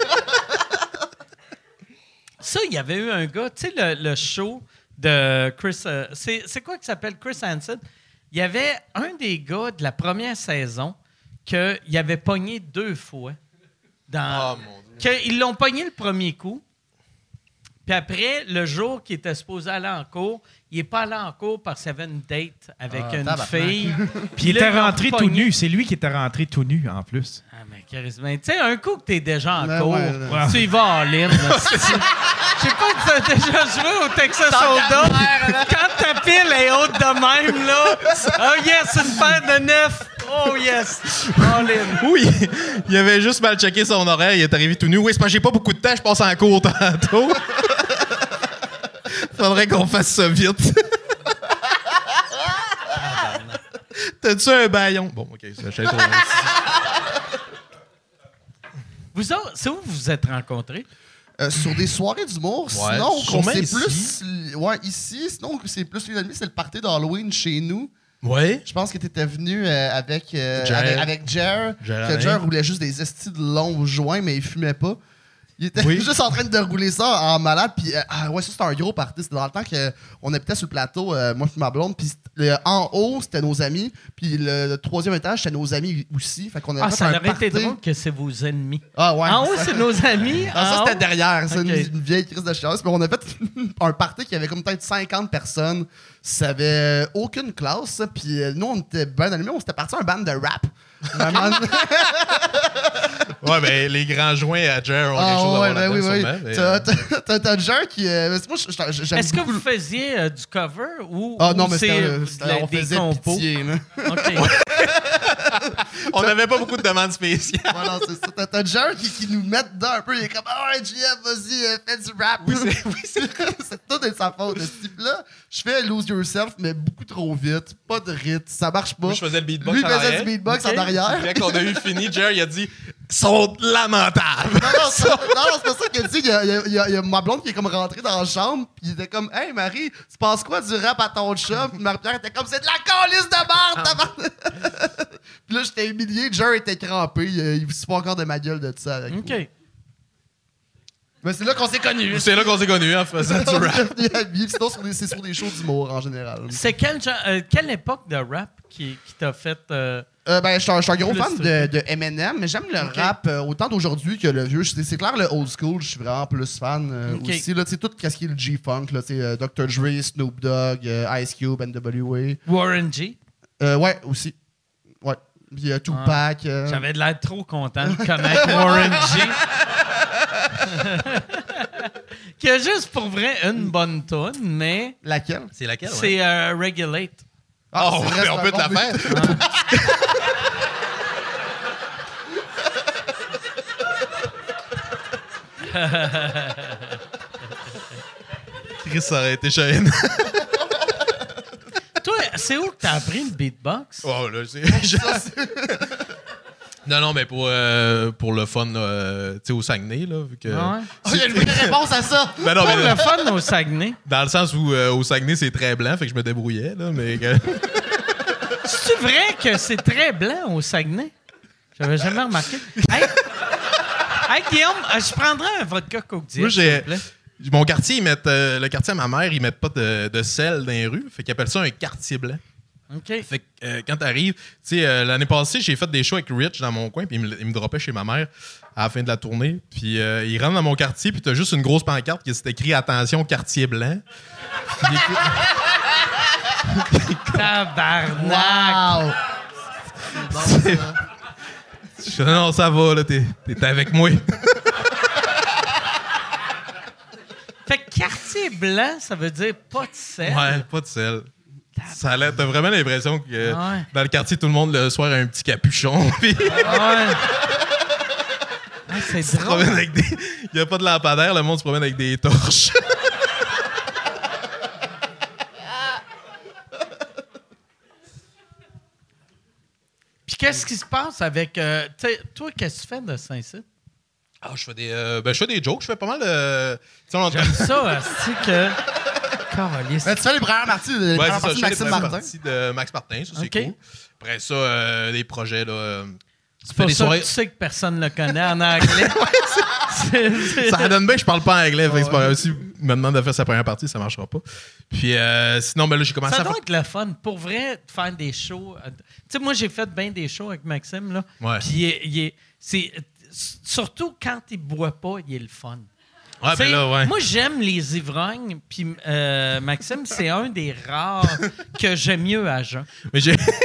Ça, il y avait eu un gars, tu sais, le show de Chris... c'est quoi qui s'appelle Chris Hansen? Il y avait un des gars de la première saison qu'il avait pogné 2 fois. Oh, mon Dieu. Ils l'ont pogné le premier coup. Puis après, le jour qu'il était supposé aller en cours, il n'est pas allé en cours parce qu'il avait une date avec une fille. Puis il était rentré tout nu. C'est lui qui était rentré tout nu, en plus. Ah, mais charisme. Tu sais, un coup que t'es déjà en Ben cours, ouais. tu y vas en ligne. Je sais pas si t'as déjà joué au Texas Hold'em. Quand ta pile est haute de même, là, oh yes, une paire de 9. Oh yes, all in. Oui, il avait juste mal checké son oreille. Il est arrivé tout nu. Oui, c'est parce que j'ai pas beaucoup de temps, je passe en cours tantôt. Faudrait qu'on fasse ça vite. T'as-tu un baillon? Bon, OK, ça achète. Vous autres, c'est où vous vous êtes rencontrés? Sur des soirées d'humour, Ouais, sinon, sûrement c'est ici. plus... Ouais, ici. Sinon, c'est plus les amis, c'est le party d'Halloween chez nous. Ouais. Je pense que tu étais venu avec Jer. Jer Que Jer roulait juste des estis de longs joints, mais il fumait pas. Il était Oui. juste en train de rouler ça en malade. Puis, ouais, ça, c'était un gros party. C'était dans le temps qu'on habitait sur le plateau, moi et ma blonde. Puis, en haut, c'était nos amis. Puis, le 3e étage, c'était nos amis aussi. Fait qu'on avait fait Ça un aurait été party. drôle que c'est vos ennemis. Ah, ouais. En haut, c'est nos amis. Ah, ça, En c'était haut? derrière. C'est Ok. une vieille crise de chiasse. Puis on a fait un party qui avait comme peut-être 50 personnes. Ça avait aucune classe. Ça. Puis nous, on était bien allumés. On s'était parti un band de rap. Vraiment. Ouais, ben les grands joints à Jer ont quelque Ah chose à ouais, voir ben oui, là-dedans, oui. sûrement, mais, T'as Jer qui... moi, j'aime Est-ce que beaucoup... vous faisiez du cover ou Ah non, ou mais c'est on des faisait compos? pitié. Là. OK. on n'avait pas beaucoup de demandes spéciales. Voilà, c'est ça. T'as Jer qui nous met dedans un peu. Il est comme, ah ouais, JF, vas-y, fais du rap. Oui, c'est tout de sa faute. Ce type-là, je fais Lose Yourself, mais beaucoup trop vite. Pas de rythme. Ça marche pas. Moi, je faisais le beatbox Lui, en il faisait arrière. du beatbox Ok. en arrière. Après qu'on a eu fini, Jer, il a dit « sont lamentables ». Non, c'est pas ça qu'il dit. Il y a ma blonde qui est comme rentrée dans la chambre, puis il était comme, hey Marie, tu penses quoi du rap à ton chat? Puis Marie-Pierre était comme, c'est de la calice de merde, tabarnak! Puis là, j'étais humilié, Jer était crampé, il se fout encore de ma gueule de ça avec OK. moi. Mais c'est là qu'on s'est connus. C'est là qu'on s'est connus, en faisant du On est rap. devenus amis. Sinon, c'est sur des shows d'humour en général. C'est quelle époque de rap qui t'a fait... Je suis un gros Plus fan de Eminem, mais j'aime le rap autant d'aujourd'hui que le vieux. C'est clair, le old school, je suis vraiment plus fan aussi. Là, tout ce qui est le G-Funk, Dr. Dre, Snoop Dogg, Ice Cube, NWA. Warren G? Ouais, aussi. Ouais. Puis Tupac. J'avais de l'air trop content de connaître Warren G. Qui a juste pour vrai une bonne tune, mais Laquelle? C'est laquelle, ouais? c'est Regulate. Oh, c'est vrai, on peut te la faire. Chris, ça aurait été Cheyenne. Toi, c'est où que t'as appris le beatbox? Oh, là, Non, mais pour le fun, tu sais, au Saguenay, là, vu que... Ouais. Il y a une vraie réponse à ça! Ben non, Pas mais le fun au Saguenay. dans le sens où au Saguenay, c'est très blanc, fait que je me débrouillais, là, mais... C'est vrai que c'est très blanc au Saguenay? J'avais jamais remarqué. Hey, Guillaume, je prendrais un vodka Coke Diet, Moi, s'il vous plaît. Mon quartier, le quartier à ma mère, ils mettent pas de sel dans les rues, fait qu'ils appellent ça un quartier blanc. OK. Fait que quand t'arrives, tu sais, l'année passée, j'ai fait des shows avec Rich dans mon coin, puis il me droppait chez ma mère à la fin de la tournée. Puis il rentre dans mon quartier, puis t'as juste une grosse pancarte qui s'est écrit « Attention, quartier blanc ». Tabarnak! Wow! Je dis, non, ça va, là, t'es avec moi. Fait que quartier blanc, ça veut dire pas de sel. Ouais, pas de sel. T'as vraiment l'impression que Ouais. dans le quartier, tout le monde, le soir, a un petit capuchon. Puis Ouais. Ah, c'est se drôle. promène avec des... Il n'y a pas de lampadaire, le monde se promène avec des torches. Puis qu'est-ce qui se passe avec... tu sais, toi, qu'est-ce que tu fais de Saint-Cyr? Ah, je fais des jokes, je fais pas mal de... J'aime ça, c'est que... Caliste. Tu fais les premières parties, Ouais, c'est ça, parties je de fais les Maxime premières Martin. parties de Max Martin, ça, c'est OK. cool. Après ça, des projets, là... C'est pour ça que tu sais que personne ne le connaît en anglais. Ça donne bien que je parle pas anglais. Fait que c'est pas grave. Si me demande de faire sa première partie, ça marchera pas. Puis sinon, ben là, j'ai commencé Ça à doit faire... être le fun. Pour vrai, de faire des shows. Tu sais, moi, j'ai fait bien des shows avec Maxime, là. Ouais. Puis surtout quand il boit pas, il est le fun. Ouais, T'sais, ben là, ouais. Moi, j'aime les ivrognes, puis Maxime, c'est un des rares que j'aime mieux à jeun. Mais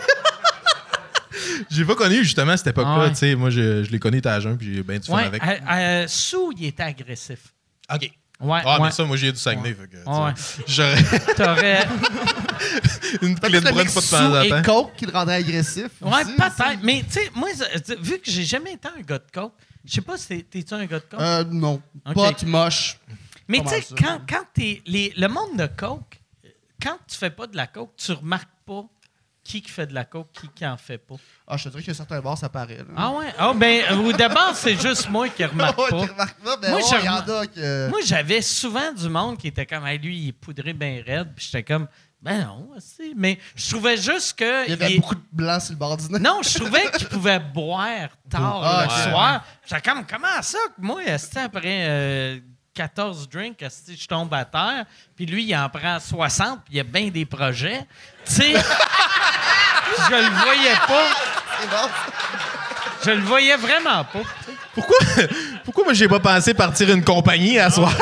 j'ai pas connu justement cette époque-là. Ouais. Tu sais, moi, je l'ai connu à jeun, puis j'ai bien du fun Ouais, avec. Sous, il était agressif. OK. Ouais, Ah, ouais. mais ça, moi, j'ai du Saguenay. Fait que, Ouais. j'aurais T'aurais... une clé de Le brun mix pas de temps en sous et temps. coke qui le rendrait agressif. Ouais, aussi, peut-être. Mais tu sais, moi, vu que j'ai jamais été un gars de coke, je sais pas si t'es-tu un gars de coke? Non. Ok. Pote moche. Mais pas tu sais, mal ça. quand t'es. Le monde de coke, quand tu fais pas de la coke, tu remarques pas qui fait de la coke, qui en fait pas. Ah, je te dirais qu'il y a certains bars, ça paraît. Là. Ah ouais? Ah ben, au départ, c'est juste moi qui remarque Ouais, pas. tu remarques pas, mais Moi, il y en a que... Moi, j'avais souvent du monde qui était comme, hey, lui, il est poudré bien raide, puis j'étais comme, ben non, aussi. Mais je trouvais juste que. Il y avait beaucoup de blancs sur le bord du nez. Non, je trouvais qu'il pouvait boire tard Ah, le ouais. soir. J'étais comme, comment ça que moi, après 14 drinks, je tombe à terre, puis lui, il en prend 60, puis il y a bien des projets. Tu sais, je le voyais pas. C'est bon. Je le voyais vraiment pas. Pourquoi moi, j'ai pas pensé partir une compagnie à soir?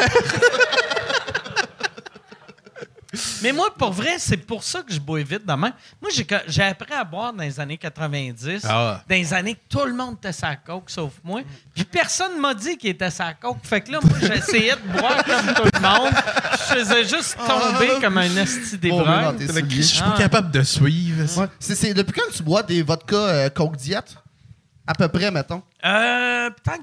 Mais moi, pour vrai, c'est pour ça que je bois vite demain. Moi, j'ai appris à boire dans les années 90, Ah. dans les années que tout le monde était sa coke, sauf moi. Puis personne m'a dit qu'il était sa coke. Fait que là, moi, j'essayais de boire comme tout le monde. Je faisais juste tomber comme un esti d'ivrogne. Oh, Je suis pas Ah. capable de suivre. Ouais. C'est depuis quand tu bois des vodka Coke Diet? À peu près, mettons. Peut-être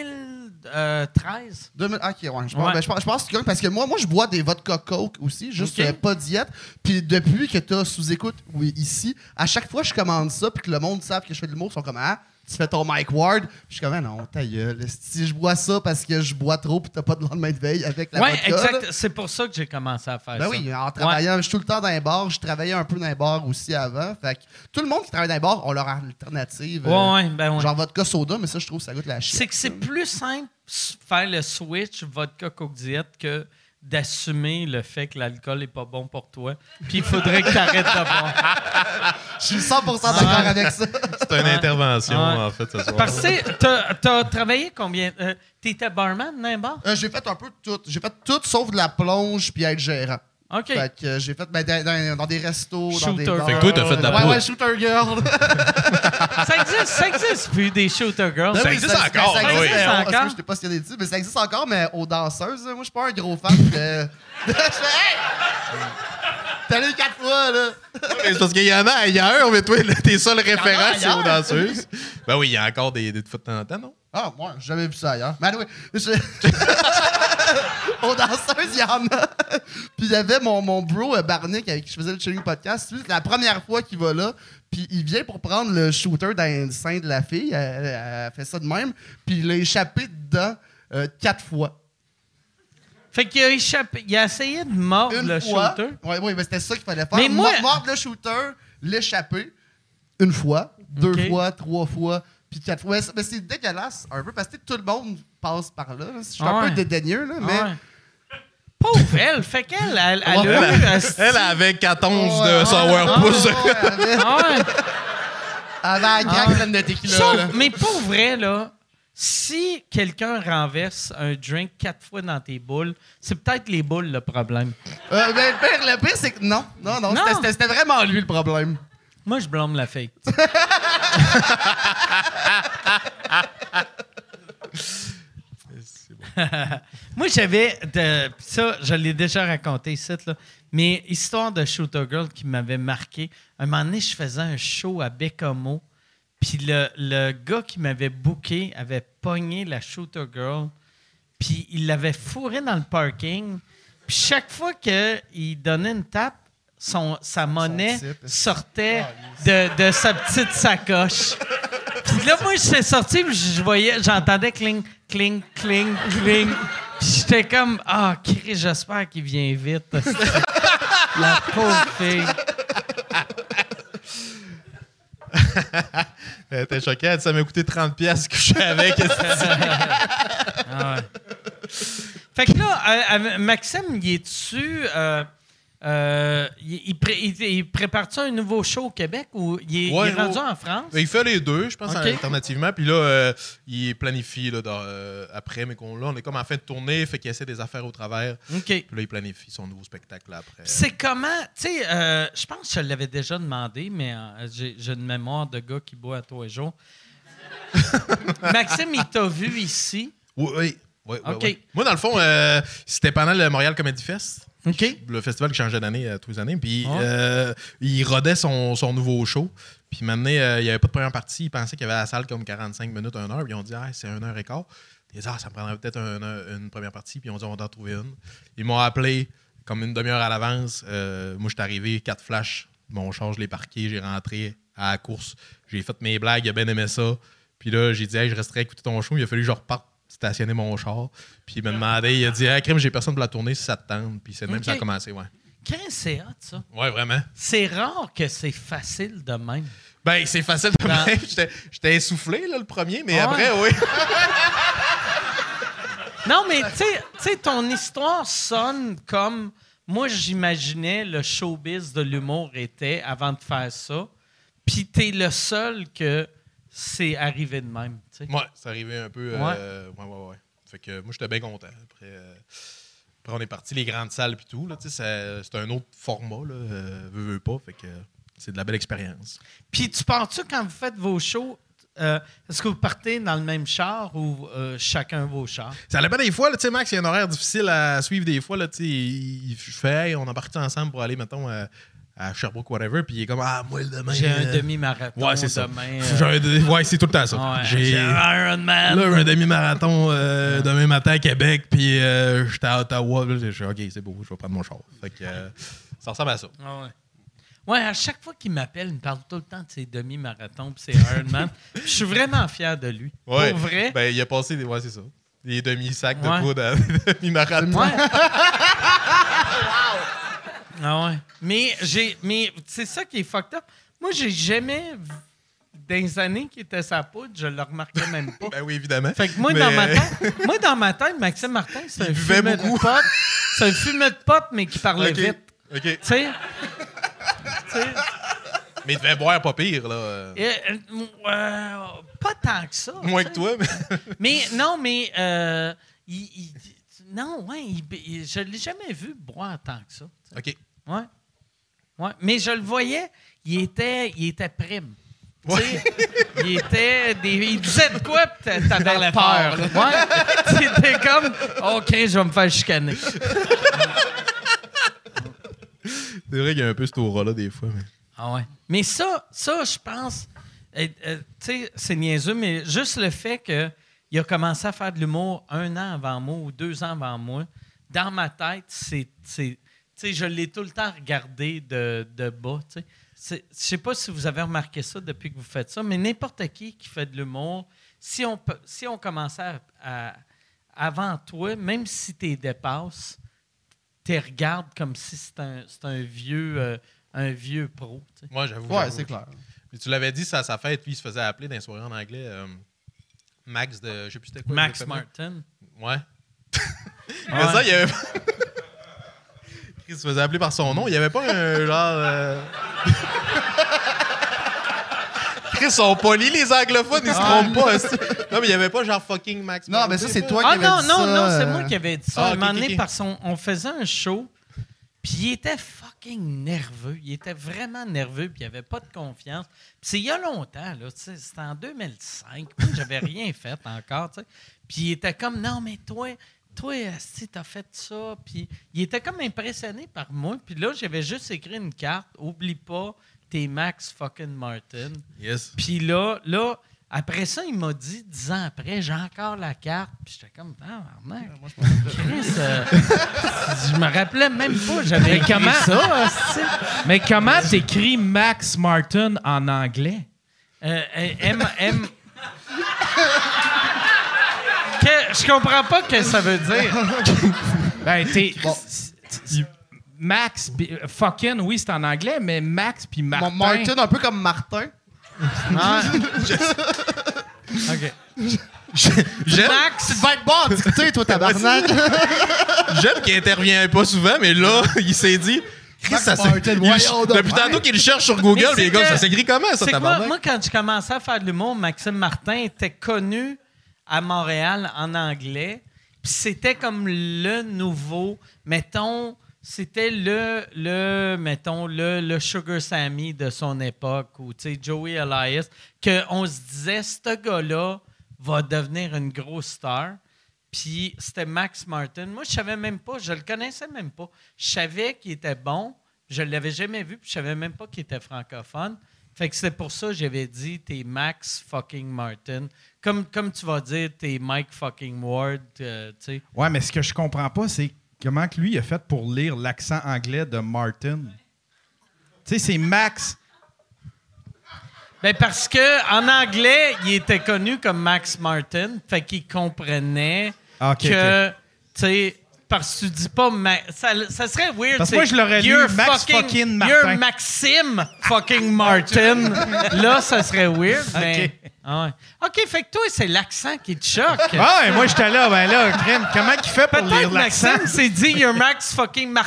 2013. 2000, ok, ouais. Je pense, Ouais. je pense que parce que moi, je bois des vodka Coke aussi, juste Ok. pas diète. Puis depuis que t'as sous-écoute ici, à chaque fois que je commande ça, puis que le monde savent que je fais de l'humour, ils sont comme, ah, tu fais ton Mike Ward. Puis je suis comme, non, ta gueule. Si je bois ça parce que je bois trop puis t'as pas de lendemain de veille avec la vodka. exact. Là. C'est pour ça que j'ai commencé à faire Ben ça. oui, en travaillant, je suis tout le temps dans les bars. Je travaillais un peu dans les bars aussi avant. Fait que tout le monde qui travaille dans les bars a leur alternative. Ouais. Genre vodka soda, mais ça, je trouve que ça goûte la shit. C'est que c'est plus simple faire le switch vodka Coke Diet que d'assumer le fait que l'alcool est pas bon pour toi. Puis il faudrait que tu arrêtes de boire. Je suis 100% d'accord avec ça. C'est une intervention, en fait, ce soir. Parce que t'as travaillé combien? T'étais barman dans un bar? J'ai fait un peu tout. J'ai fait tout sauf de la plonge puis être gérant. OK. Fait que j'ai fait dans des restos, dans des Shooter bars. Fait que toi, t'as fait de la poudre. Ouais, shooter girl. Ça existe plus des shooter girls. Ben Ça oui, existe encore, Ça oui. existe Ça encore. encore? Je sais pas ce qu'il y a des mais ça existe encore, mais aux danseuses, moi, je suis pas un gros fan de... Je fais, hey! T'es allé 4 fois, là. C'est parce qu'il y en a ailleurs, mais toi, là, tes seules références, c'est ailleurs. aux danseuses. Ben oui, il y a encore des fois de temps en temps, non? Ah, moi, j'ai jamais vu ça ailleurs. Mais anyway, aux danseuses, il y en a. Puis il y avait mon bro Barnick avec qui je faisais le Chilling Podcast. C'est la première fois qu'il va là. Puis il vient pour prendre le shooter dans le sein de la fille. Elle fait ça de même. Puis il a échappé dedans 4 fois. Fait qu'il a échappé. Il a essayé de mordre Une le fois. shooter. Oui, mais c'était ça qu'il fallait faire. Mais moi- Mordre le shooter, l'échapper. Une fois, 2 Ok. fois, 3 fois, puis 4 fois. Mais c'est dégueulasse un peu parce que tout le monde passe par là. Je suis un Ouais. peu dédaigneux, là, mais... Ouais. Pauvre elle. Fait qu'elle elle a eu... Elle avait 14 de Ouais, sourpuss. elle avait un grand graine de tequila. Sauf, là. mais pour vrai, là, si quelqu'un renverse un drink 4 fois dans tes boules, c'est peut-être les boules le problème. Ben, le pire, c'est que non. Non. C'était vraiment lui le problème. Moi, je blâme la fake. Moi, j'avais... Ça, je l'ai déjà raconté ici, là. Mais histoire de Shooter Girl qui m'avait marqué. Un moment donné, je faisais un show à Bécamo. Puis le gars qui m'avait booké avait pogné la Shooter Girl. Puis il l'avait fourré dans le parking. Puis chaque fois qu'il donnait une tape, sa monnaie type. sortait de sa petite sacoche. Puis là, moi, j'étais sorti, puis j'entendais cling, cling, cling, cling. Puis j'étais comme, Chris, j'espère qu'il vient vite. La pauvre fille. T'es choquée, ça m'a coûté 30 pièces que je suis avec. Ah ouais. Fait que là, Maxime, il est dessus. Il prépare-tu un nouveau show au Québec ou il est rendu en France? Il fait les deux, je pense, Ok. alternativement. Puis là, il planifie là, après, mais on est comme en fin de tournée, fait qu'il essaie des affaires au travers. OK. Puis là, il planifie son nouveau spectacle là, après. C'est comment, tu sais, je pense que je l'avais déjà demandé, mais j'ai une mémoire de gars qui boit à tous les jours. Maxime, il t'a vu ici. Oui. OK. Oui. Moi, dans le fond, c'était pendant le Montréal Comedy Fest. OK. Le festival qui changeait d'année tous les années. Puis il rodait son nouveau show. Puis maintenant, il n'y avait pas de première partie. Il pensait qu'il y avait la salle comme 45 minutes, 1 heure. Puis ils ont dit, c'est 1 heure et quart. Ils ont dit, ça me prendrait peut-être une première partie. Puis ils ont dit, on va en trouver une. Ils m'ont appelé comme une demi-heure à l'avance. Moi, je suis arrivé, 4 flashs. Mon char, je l'ai parqué. J'ai rentré à la course. J'ai fait mes blagues. Il a bien aimé ça. Puis là, j'ai dit, je resterai à écouter ton show. Il a fallu que je reparte stationner mon char. Puis il m'a demandé, il a dit, crème, j'ai personne pour la tourner si ça te tente. Puis c'est de même que ça a commencé, ouais. C'est hot, ça. Ouais, vraiment. C'est rare que c'est facile de même. Ben, c'est facile de même. J'étais essoufflé, là, le premier, mais Ouais. après, oui. Non, mais tu sais, ton histoire sonne comme moi, j'imaginais le showbiz de l'humour était avant de faire ça. Puis t'es le seul que c'est arrivé de même. T'sais. Ouais, c'est arrivé un peu. Ouais. Ouais. Fait que moi, j'étais bien content. Après, on est parti les grandes salles puis tout. Là, c'est un autre format, là, veux pas. Fait que c'est de la belle expérience. Puis tu penses-tu quand vous faites vos shows, est-ce que vous partez dans le même char ou chacun vos chars? Ça dépend des fois, tu sais, Max, il y a un horaire difficile à suivre des fois. Là, je fais, hey, on est parti ensemble pour aller, mettons, à Sherbrooke, whatever. Puis il est comme, moi, demain. J'ai un demi-marathon ouais, c'est ça. demain. Ouais, c'est tout le temps ça. Ouais, j'ai un Ironman. là, un demi-marathon demain matin à Québec, puis j'étais à Ottawa. Là, OK, c'est beau, je vais prendre mon char. Fait que ça ressemble à ça. Ah ouais. Ouais, à chaque fois qu'il m'appelle, il me parle tout le temps de ses demi-marathons et ses Ironman. Je suis vraiment fier de lui. Ouais. Pour vrai. Ben, il a passé des. Ouais, c'est ça. Des demi-sacs Ouais. de poudre à demi-marathon. Ouais. Ah ouais. Mais c'est ça qui est fucked up. Moi, j'ai jamais, dans les années qu'il était sa poudre, je le remarquais même pas. Ben oui, évidemment. Fait que moi, Mais- dans ma tête, Maxime Martin, c'est un buvait fumeur beaucoup. de pote. C'est un fumeur de pote, mais qui parlait OK. vite. OK. Tu sais? Mais il devait boire pas pire, là. Pas tant que ça. Moins tu que sais. toi, mais. Non, mais je l'ai jamais vu boire tant que ça. Tu sais. OK. Ouais. Ouais. Mais je le voyais, il était prime. Tu sais, il disait de quoi, pis t'avais peur. Ouais. T'étais comme, OK, je vais me faire chicaner. C'est vrai qu'il y a un peu cette aura-là, des fois. Mais... Ah ouais. Mais ça je pense, tu sais, c'est niaiseux, mais juste le fait qu'il a commencé à faire de l'humour 1 an avant moi ou 2 ans avant moi, dans ma tête, tu sais, je l'ai tout le temps regardé de bas, tu sais. Je sais pas si vous avez remarqué ça depuis que vous faites ça, mais n'importe qui fait de l'humour, si on commençait avant toi, même si tu les dépasses, tu les regardes comme si c'est un vieux pro. Tu sais. Moi, j'avoue. Ouais, j'avoue. c'est clair. Puis tu l'avais dit, ça à sa fête, lui, il se faisait appeler dans les soirées en anglais Max de. Je sais plus c'était quoi. Max exactement. Martin. Ouais. Mais ça, il y avait. Il se faisait appeler par son nom. Il n'y avait pas un genre. Chris, ils sont polis, les anglophones, ils se trompent pas. Non, mais il n'y avait pas genre fucking Max. Non, mais ça, c'est toi qui Ah avais non, dit non, ça. non, c'est moi qui avais dit ça. Ah, À un moment ok, donné, ok. parce qu'on faisait un show, puis il était fucking nerveux. Il était vraiment nerveux, puis il avait pas de confiance. Puis c'est il y a longtemps, là, tu sais, c'était en 2005. Moi, j'avais rien fait encore, tu sais. Puis il était comme, non, mais toi, si t'as fait ça. Puis il était comme impressionné par moi. Puis là, j'avais juste écrit une carte. Oublie pas, t'es Max fucking Martin. Yes. Puis là, après ça, il m'a dit, 10 ans après, j'ai encore la carte. Puis j'étais comme, mec, Chris, je me rappelais même pas, j'avais écrit comment- ça. hostie. Mais comment t'écris Max Martin en anglais? M. Je comprends pas ce que ça veut dire. Ben, Max, pis- fucking, oui, c'est en anglais, mais Max puis Martin. Martin, un peu comme Martin. OK. J'aime Max, Tu vas être bon à discuter, toi, tabarnak. j'aime qu'il intervient pas souvent, mais là, il s'est dit. Chris, Max ça Martin, il- voyons donc. depuis tantôt qu'il le cherche sur Google, Mais les gars, c'est ça que- s'écrit comment, ça, c'est que tabarnak? moi, quand je commençais à faire de l'humour, Maxime Martin était connu à Montréal en anglais. Puis c'était comme le nouveau, mettons, c'était le Sugar Sammy de son époque, ou tu sais, Joey Elias, qu'on se disait, ce gars-là va devenir une grosse star. Puis c'était Max Martin. Moi, je savais même pas, je le connaissais même pas. Je savais qu'il était bon, je l'avais jamais vu, puis je savais même pas qu'il était francophone. Fait que c'est pour ça que j'avais dit, t'es Max fucking Martin. Comme tu vas dire, t'es Mike fucking Ward, tu sais. Ouais, mais ce que je comprends pas, c'est comment que lui il a fait pour lire l'accent anglais de Martin. Tu sais, c'est Max. Ben parce que en anglais, il était connu comme Max Martin, fait qu'il comprenait Ok, que, tu sais, parce que tu dis pas ça serait weird. Parce que c'est moi, je l'aurais lu You're Max fucking Martin. You're Maxime fucking Martin. Là, ça serait weird, mais... Ok. Ah ouais. OK, fait que toi, c'est l'accent qui te choque. Ah, ouais, moi, j'étais là, ben là, crème, comment il fait pour lire Peut-être l'accent? Maxime s'est dit « You're Max fucking Martin ».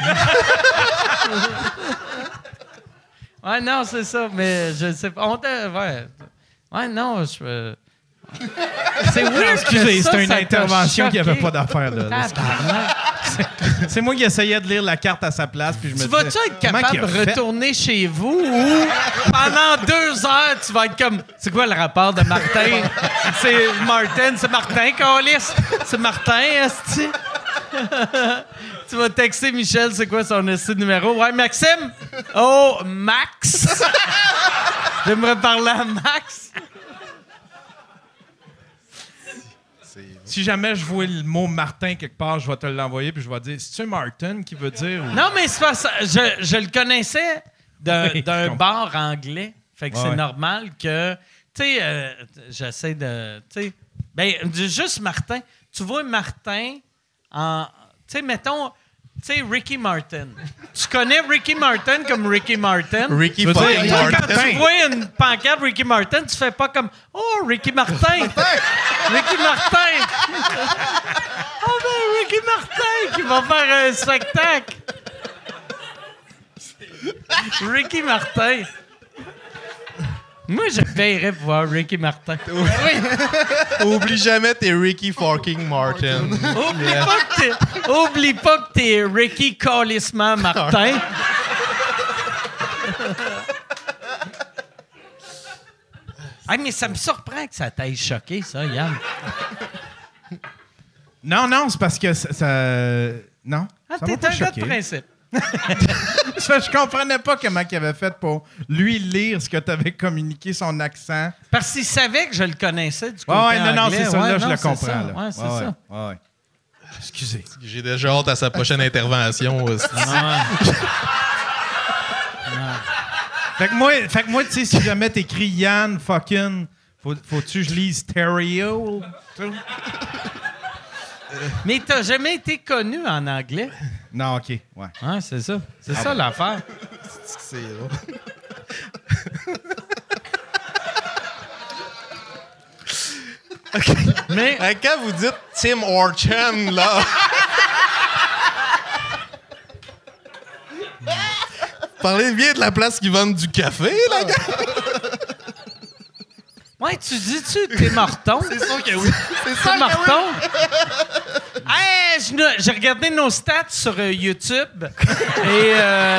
Ouais, non, c'est ça, mais je sais pas. Ouais, non, je... C'est weird. Excusez, que ça, c'était une ça t'a intervention qui avait choqué. pas d'affaire, là. Tabarnak. C'est moi qui essayais de lire la carte à sa place, puis je me Tu disais... vas-tu être comment capable qu'il a de fait? retourner chez vous ou pendant 2 heures, tu vas être comme... C'est quoi le rapport de Martin? C'est Martin, c'est Martin, câlisse. C'est Martin, esti. Tu vas texter Michel, c'est quoi son esti numéro? Ouais, Maxime? Oh, Max? J'aimerais parler à Max. Si jamais je vois le mot Martin quelque part, je vais te l'envoyer, puis je vais dire, c'est-tu Martin qui veut dire... ou- Non, mais c'est pas ça. Je le connaissais d'un bar anglais. Fait que Ouais, c'est ouais. normal que... Tu sais, j'essaie de... Tu sais, ben, juste Martin. Tu vois Martin en... Tu sais, mettons... Tu sais, Ricky Martin. Tu connais Ricky Martin comme Ricky Martin? Ricky veux dire, fucking Martin. Martin. Quand tu vois une pancarte Ricky Martin, tu fais pas comme « Oh, Ricky Martin! Ricky Martin! Oh ben, Ricky Martin qui va faire un spectacle! Ricky Martin! Moi, je paierais pour voir Ricky Martin. Oublie jamais t'es Ricky fucking Martin. Oublie pas que t'es Ricky Calissement Martin. Ah, mais ça me surprend que ça t'aille choqué, ça, Yann. Non, c'est parce que non. Ah, ça t'es m'a pas un gars de choqué. principe. Je comprenais pas comment il avait fait pour lui lire ce que tu avais communiqué, son accent. Parce qu'il savait que je le connaissais du côté Ouais, non, anglais. c'est ça, Ouais, là, je non, le c'est comprends. ça. Là. Ouais, c'est ça. Ouais. Excusez. J'ai déjà hâte à sa prochaine intervention. Fait que moi, tu sais, si jamais t'écris Yann fucking, faut-tu que je lise stereo? Mais t'as jamais été connu en anglais. Non, OK, ouais. Ouais, c'est ça. C'est ça l'affaire. C'est drôle. Mais Quand vous dites Tim Horton, là. Parlez bien de la place qui vendent du café, là, gars. ouais, tu dis-tu t'es Morton? C'est sûr que oui. C'est sûr T'es que Morton? Hey, j'ai regardé nos stats sur YouTube et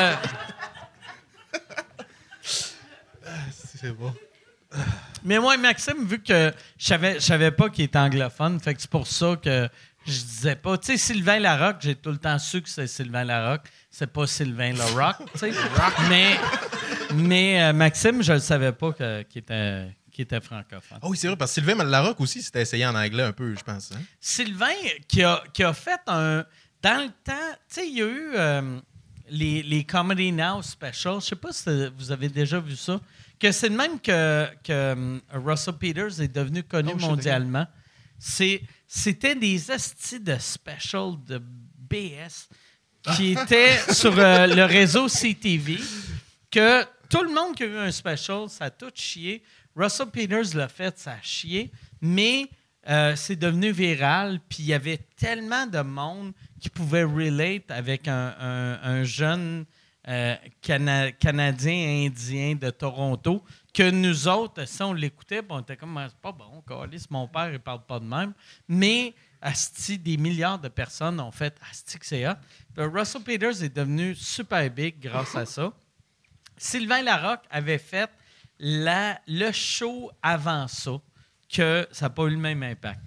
C'est bon. mais moi, Maxime, vu que je savais pas qu'il était anglophone, fait que c'est pour ça que je disais pas. Tu sais, Sylvain Larocque, j'ai tout le temps su que c'est Sylvain Larocque. C'est pas Sylvain Larocque, tu sais. Mais Maxime, je le savais pas qu'il était francophone. Ah oui, c'est vrai, parce que Sylvain Larocque aussi s'était essayé en anglais un peu, je pense. Hein? Sylvain, qui a fait un... Dans le temps, tu sais, il y a eu les Comedy Now Specials. Je sais pas si vous avez déjà vu ça. Que c'est le même que Russell Peters est devenu connu mondialement. C'était des hosties de special de BS qui étaient sur le réseau CTV, que tout le monde qui a eu un special, ça a tout chié. Russell Peters l'a fait, ça a chié, mais c'est devenu viral, puis il y avait tellement de monde qui pouvait relate avec un jeune Canadien, Indien de Toronto, que nous autres, si on l'écoutait, on était comme, c'est pas bon, câlisse, mon père, il parle pas de même. Mais, asti, des milliards de personnes ont fait, asti que c'est hot. Puis Russell Peters est devenu super big grâce à ça. Sylvain Larocque avait fait le show avant ça, que ça n'a pas eu le même impact.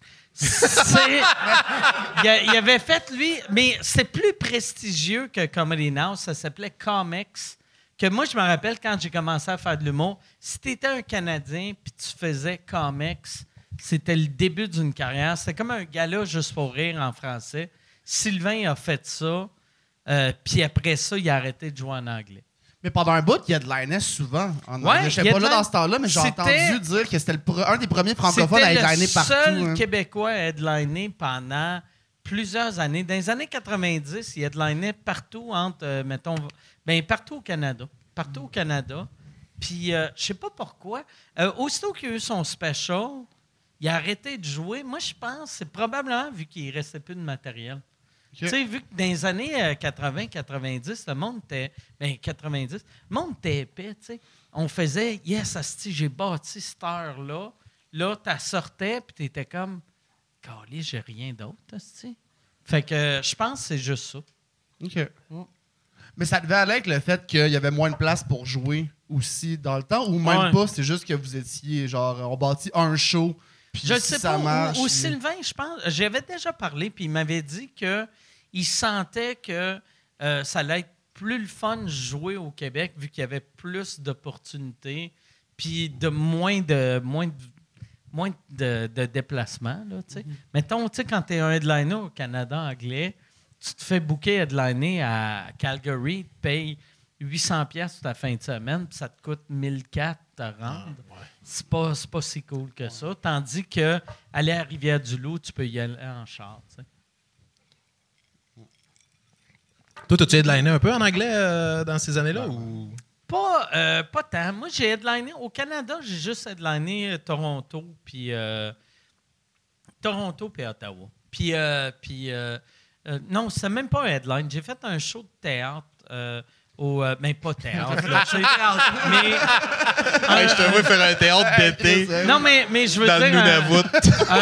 Il avait fait, lui, mais c'est plus prestigieux que Comedy Now. Ça s'appelait Comics. Que moi, je me rappelle quand j'ai commencé à faire de l'humour, si tu étais un Canadien puis tu faisais Comics, c'était le début d'une carrière. C'était comme un gala juste pour rire en français. Sylvain a fait ça, puis après ça, il a arrêté de jouer en anglais. Mais pendant un bout, il headlinait souvent en Ouais, anglais. Je n'étais pas là dans ce temps-là, mais j'ai C'était- entendu dire que c'était un des premiers francophones à C'était headliner le partout. seul hein. Québécois à headliner pendant plusieurs années. Dans les années 90, il headlinait partout entre, partout au Canada. Partout au Canada. Puis, je sais pas pourquoi. Aussitôt qu'il a eu son special, il a arrêté de jouer. Moi, je pense c'est probablement vu qu'il ne restait plus de matériel. Tu sais, vu que dans les années 80-90, le monde était... 90, le monde était épais, tu sais. On faisait « Yes, asti, j'ai bâti cette heure-là. » Là, tu sortais, puis tu étais comme « Calé, j'ai rien d'autre, asti. » Fait que je pense que c'est juste ça. OK. Mais ça devait aller avec le fait qu'il y avait moins de place pour jouer aussi dans le temps, ou même Ouais. pas, c'est juste que vous étiez genre, on bâtit un show, puis Je ne si sais ça pas. marche... Ou Sylvain, je pense, j'avais déjà parlé, puis il m'avait dit qu'il sentait que ça allait être plus le fun de jouer au Québec, vu qu'il y avait plus d'opportunités, puis de moins de déplacements. Là, tu sais. Mettons, tu sais, quand tu es un headliner au Canada anglais, tu te fais booker headliner à Calgary, tu payes $800 ta fin de semaine, puis ça te coûte 1,400 te rendre. C'est pas si cool que ça. Tandis que aller à Rivière-du-Loup, tu peux y aller en char. T'sais. Toi, t'as-tu headliné un peu en anglais dans ces années-là? Ou... Pas tant. Moi, j'ai headliné. Au Canada, j'ai juste headliné Toronto puis Ottawa. Puis non, c'est même pas un headline. J'ai fait un show de théâtre mais pas théâtre. Là, mais je te vois faire un théâtre d'été. Non, mais je veux dans dire... le Nunavut.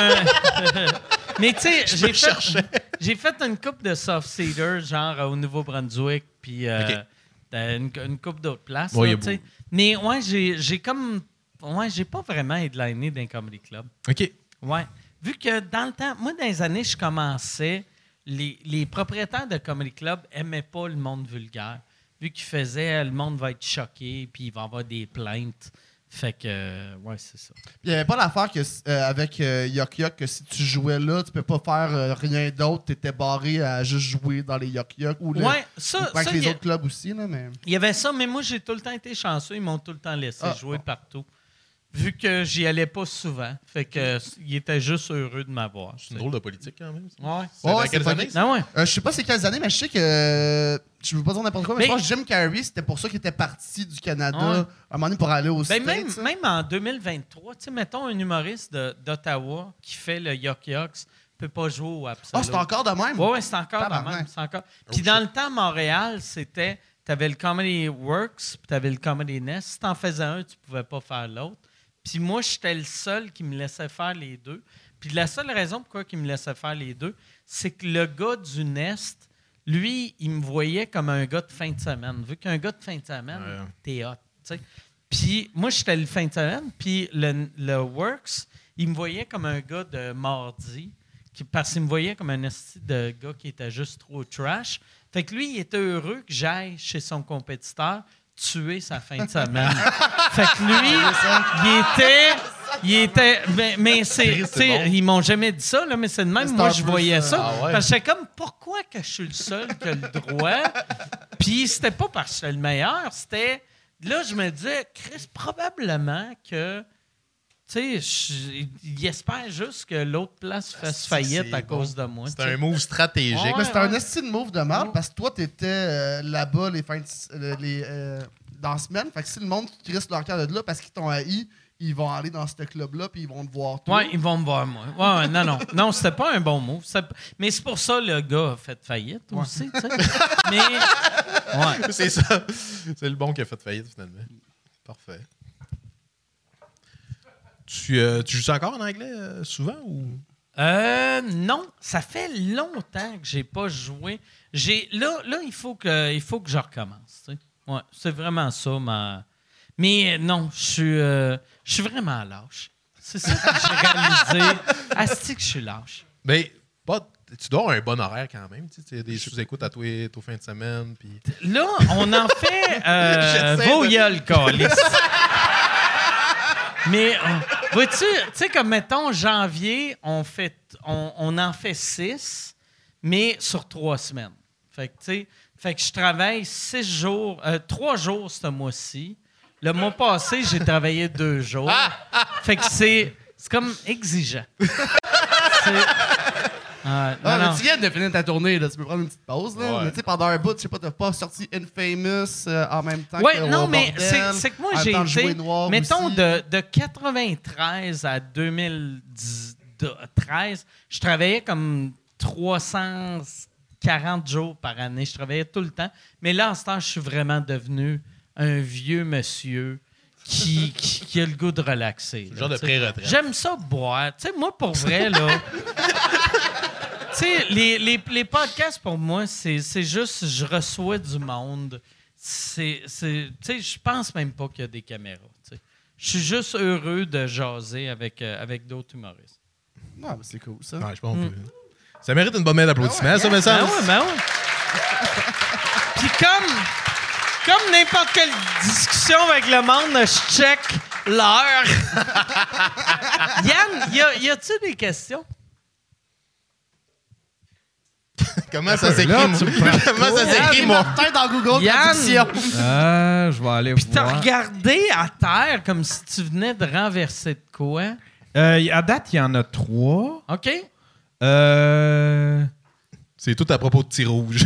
Mais tu sais, j'ai fait une coupe de soft-seeder, genre au Nouveau-Brunswick, puis une coupe d'autres places. Ouais, là, mais ouais, j'ai comme... Ouais, j'ai pas vraiment headliné d'un comedy club. OK. Ouais. Vu que dans le temps... Moi, dans les années, je commençais... Les propriétaires de comedy club aimaient pas le monde vulgaire. Vu qu'ils faisaient, le monde va être choqué, puis il va y avoir des plaintes. Fait que, ouais, c'est ça. Il n'y avait pas l'affaire avec Yuck Yuck que si tu jouais là, tu peux pas faire rien d'autre, tu étais barré à juste jouer dans les Yuck Yuck ou avec les autres clubs aussi. Là, mais... Il y avait ça, mais moi, j'ai tout le temps été chanceux. Ils m'ont tout le temps laissé jouer partout. Vu que j'y allais pas souvent. Fait que il était juste heureux de m'avoir. C'est une drôle de politique quand même. Ouais. C'est quelles années? Ah ouais. Je sais pas c'est quelles années, mais je sais que je veux pas dire n'importe quoi, mais je pense que Jim Carrey, c'était pour ça qu'il était parti du Canada à un moment donné pour aller aux States. Même en 2023, tu sais, mettons un humoriste d'Ottawa qui fait le Yuck Yucks peut pas jouer au Absolute. C'est encore de même? Oui, c'est encore de même. Puis dans le temps, Montréal, c'était... Tu avais le Comedy Works, puis tu avais le Comedy Nest. Si tu en faisais un, tu pouvais pas faire l'autre. Puis moi, j'étais le seul qui me laissait faire les deux. Puis la seule raison pourquoi il me laissait faire les deux, c'est que le gars du Nest, lui, il me voyait comme un gars de fin de semaine. Vu qu'un gars de fin de semaine, t'es hot. T'sais. Puis moi, j'étais le fin de semaine. Puis le Works, il me voyait comme un gars de mardi. Parce qu'il me voyait comme un esti de gars qui était juste trop trash. Fait que lui, il était heureux que j'aille chez son compétiteur tuer sa fin de semaine. Fait que lui, il était mais c'est bon. Ils m'ont jamais dit ça, là, mais c'est de même. Moi, je voyais ça. Parce que j'étais comme, pourquoi que je suis le seul qui a le droit? Puis c'était pas parce que j'étais le meilleur, c'était... Là, je me disais, Chris, probablement que... Tu sais, il espère juste que l'autre place fasse faillite à cause de moi. C'est un move stratégique. Mais c'était un estime move de merde parce que toi, t'étais là-bas dans la semaine. Fait que si le monde qui crisse leur cœur de là parce qu'ils t'ont haï, ils vont aller dans ce club-là puis ils vont te voir toi. Ouais, ils vont me voir moi. Ouais, non. Non, c'était pas un bon move. Mais c'est pour ça que le gars a fait faillite aussi, tu sais. Mais, ouais. C'est ça. C'est le bon qui a fait faillite, finalement. Parfait. Tu joues encore en anglais souvent ou? Non, ça fait longtemps que j'ai pas joué. Là, il faut que je recommence. Tu sais. Ouais, c'est vraiment ça. Mais non, je suis vraiment lâche. C'est ça que j'ai réalisé. Asti que je suis lâche. Mais tu dois avoir un bon horaire quand même. Tu sais, des sous-écoutes à tous fins de semaine. Puis... Là, on en fait vos gueules, câlisse. Mais, vois-tu, sais, comme mettons, janvier, on en fait 6, mais sur 3 semaines. Fait que je travaille 3 jours ce mois-ci. Le mois passé, j'ai travaillé 2 jours. Fait que c'est comme exigeant. Mais tu viens de finir ta tournée, là, tu peux prendre une petite pause. Là. Ouais. Mais tu sais, pendant un bout, je sais pas, t'as pas sorti Infamous en même temps que non, mais Bordel, c'est que moi, j'ai été, mettons, aussi. de 93 à 2013, je travaillais comme 340 jours par année. Je travaillais tout le temps. Mais là, en ce temps, je suis vraiment devenu un vieux monsieur qui a le goût de relaxer. Le genre de pré-retraite. J'aime ça boire. Tu sais, moi, pour vrai, là... Tu sais, les podcasts, pour moi, c'est juste, je reçois du monde. Tu sais, je pense même pas qu'il y a des caméras. Je suis juste heureux de jaser avec d'autres humoristes. Non, mais c'est cool, ça. Ouais, je pense que ça mérite une bonne main d'applaudissement, ça, mais ça. Ben ouais. Puis comme n'importe quelle discussion avec le monde, je check l'heure. Yann, y a-tu des questions? Comment ça s'écrit? Comment ça s'écrit, moi? Martin dans Google Yann! Traduction. Je vais aller Puis t'as voir. regardé à terre comme si tu venais de renverser de quoi? À date, il y en a 3. OK? C'est tout à propos de Tir Rouge.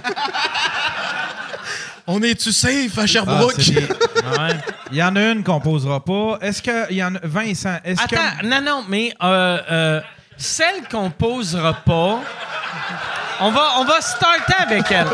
On est-tu safe à Sherbrooke? Ouais. Il y en a une qu'on posera pas. Est-ce qu'il y en a... Vincent, est-ce que... Attends, non, mais celle qu'on posera pas, on va starter avec elle.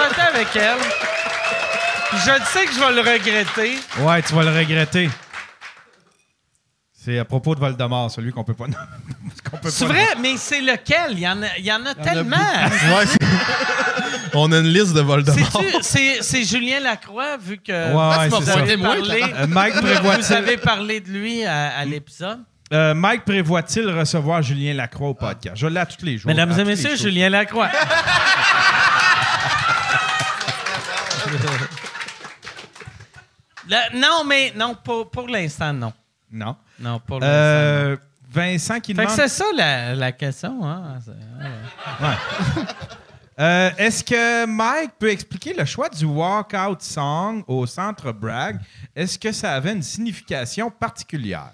Je sais que je vais le regretter. Ouais, tu vas le regretter. C'est à propos de Voldemort, celui qu'on peut pas... C'est vrai, mais c'est lequel? Il y en a tellement. Ouais, on a une liste de Voldemort. C'est Julien Lacroix, vu que Ouais, vous c'est ça. avez parlé, Mike vous avez parlé de lui à l'épisode. Mike prévoit-il recevoir Julien Lacroix au podcast? Je l'ai à tous les jours. Mesdames À et tous les messieurs, shows. Julien Lacroix. Non, mais non, pour l'instant, non. Non. Non, pour l'instant, non. Vincent qui Fait que demande... c'est ça la question. Hein? Est-ce que Mike peut expliquer le choix du walkout song au Centre Bragg? Est-ce que ça avait une signification particulière?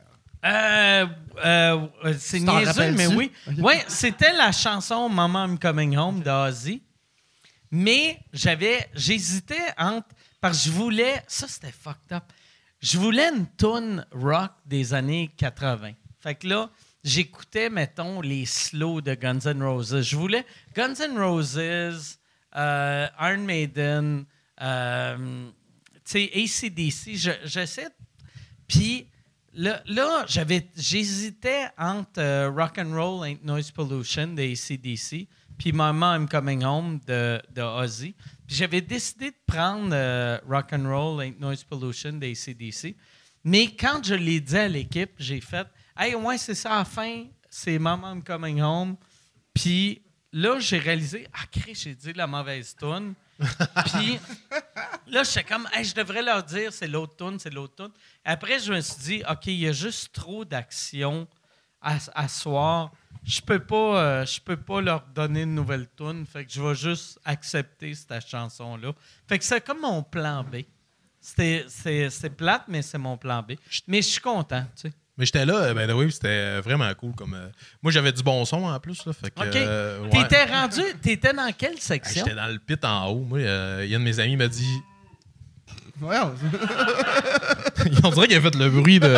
C'est Tu t'en niaiseux, mais rappelles-tu? oui. Oui, c'était la chanson Mama I'm Coming Home d'Ozzy. Mais j'hésitais entre... Parce que je voulais... Ça, c'était fucked up. Je voulais une toune rock des années 80. Fait que là, j'écoutais, mettons, les slows de Guns N' Roses. Je voulais Guns N' Roses, Iron Maiden, tu sais, AC/DC. J'essaie... Puis là j'hésitais entre Rock and Roll Ain't Noise Pollution de AC/DC puis Mama I'm Coming Home de Ozzy. Puis j'avais décidé de prendre Rock and Roll Ain't Noise Pollution de AC/DC. Mais quand je l'ai dit à l'équipe, j'ai fait « Hey, ouais, c'est ça, à la fin, c'est Mama I'm Coming Home. » Puis là, j'ai réalisé « Ah, Chris, j'ai dit la mauvaise toune. » Puis là, j'étais comme hey, je devrais leur dire c'est l'autre toune. Après, je me suis dit OK, il y a juste trop d'action à soir. Je peux pas leur donner une nouvelle toune. Fait que je vais juste accepter cette chanson-là. Fait que c'est comme mon plan B. C'est plate, mais c'est mon plan B. Mais je suis content, tu sais. Mais j'étais là, ben oui, c'était vraiment cool. Moi, j'avais du bon son en plus. Là, fait que, OK. ouais. T'étais dans quelle section? J'étais dans le pit en haut. Moi, il y a un de mes amis m'a dit... Ouais, On dirait qu'il a fait le bruit de...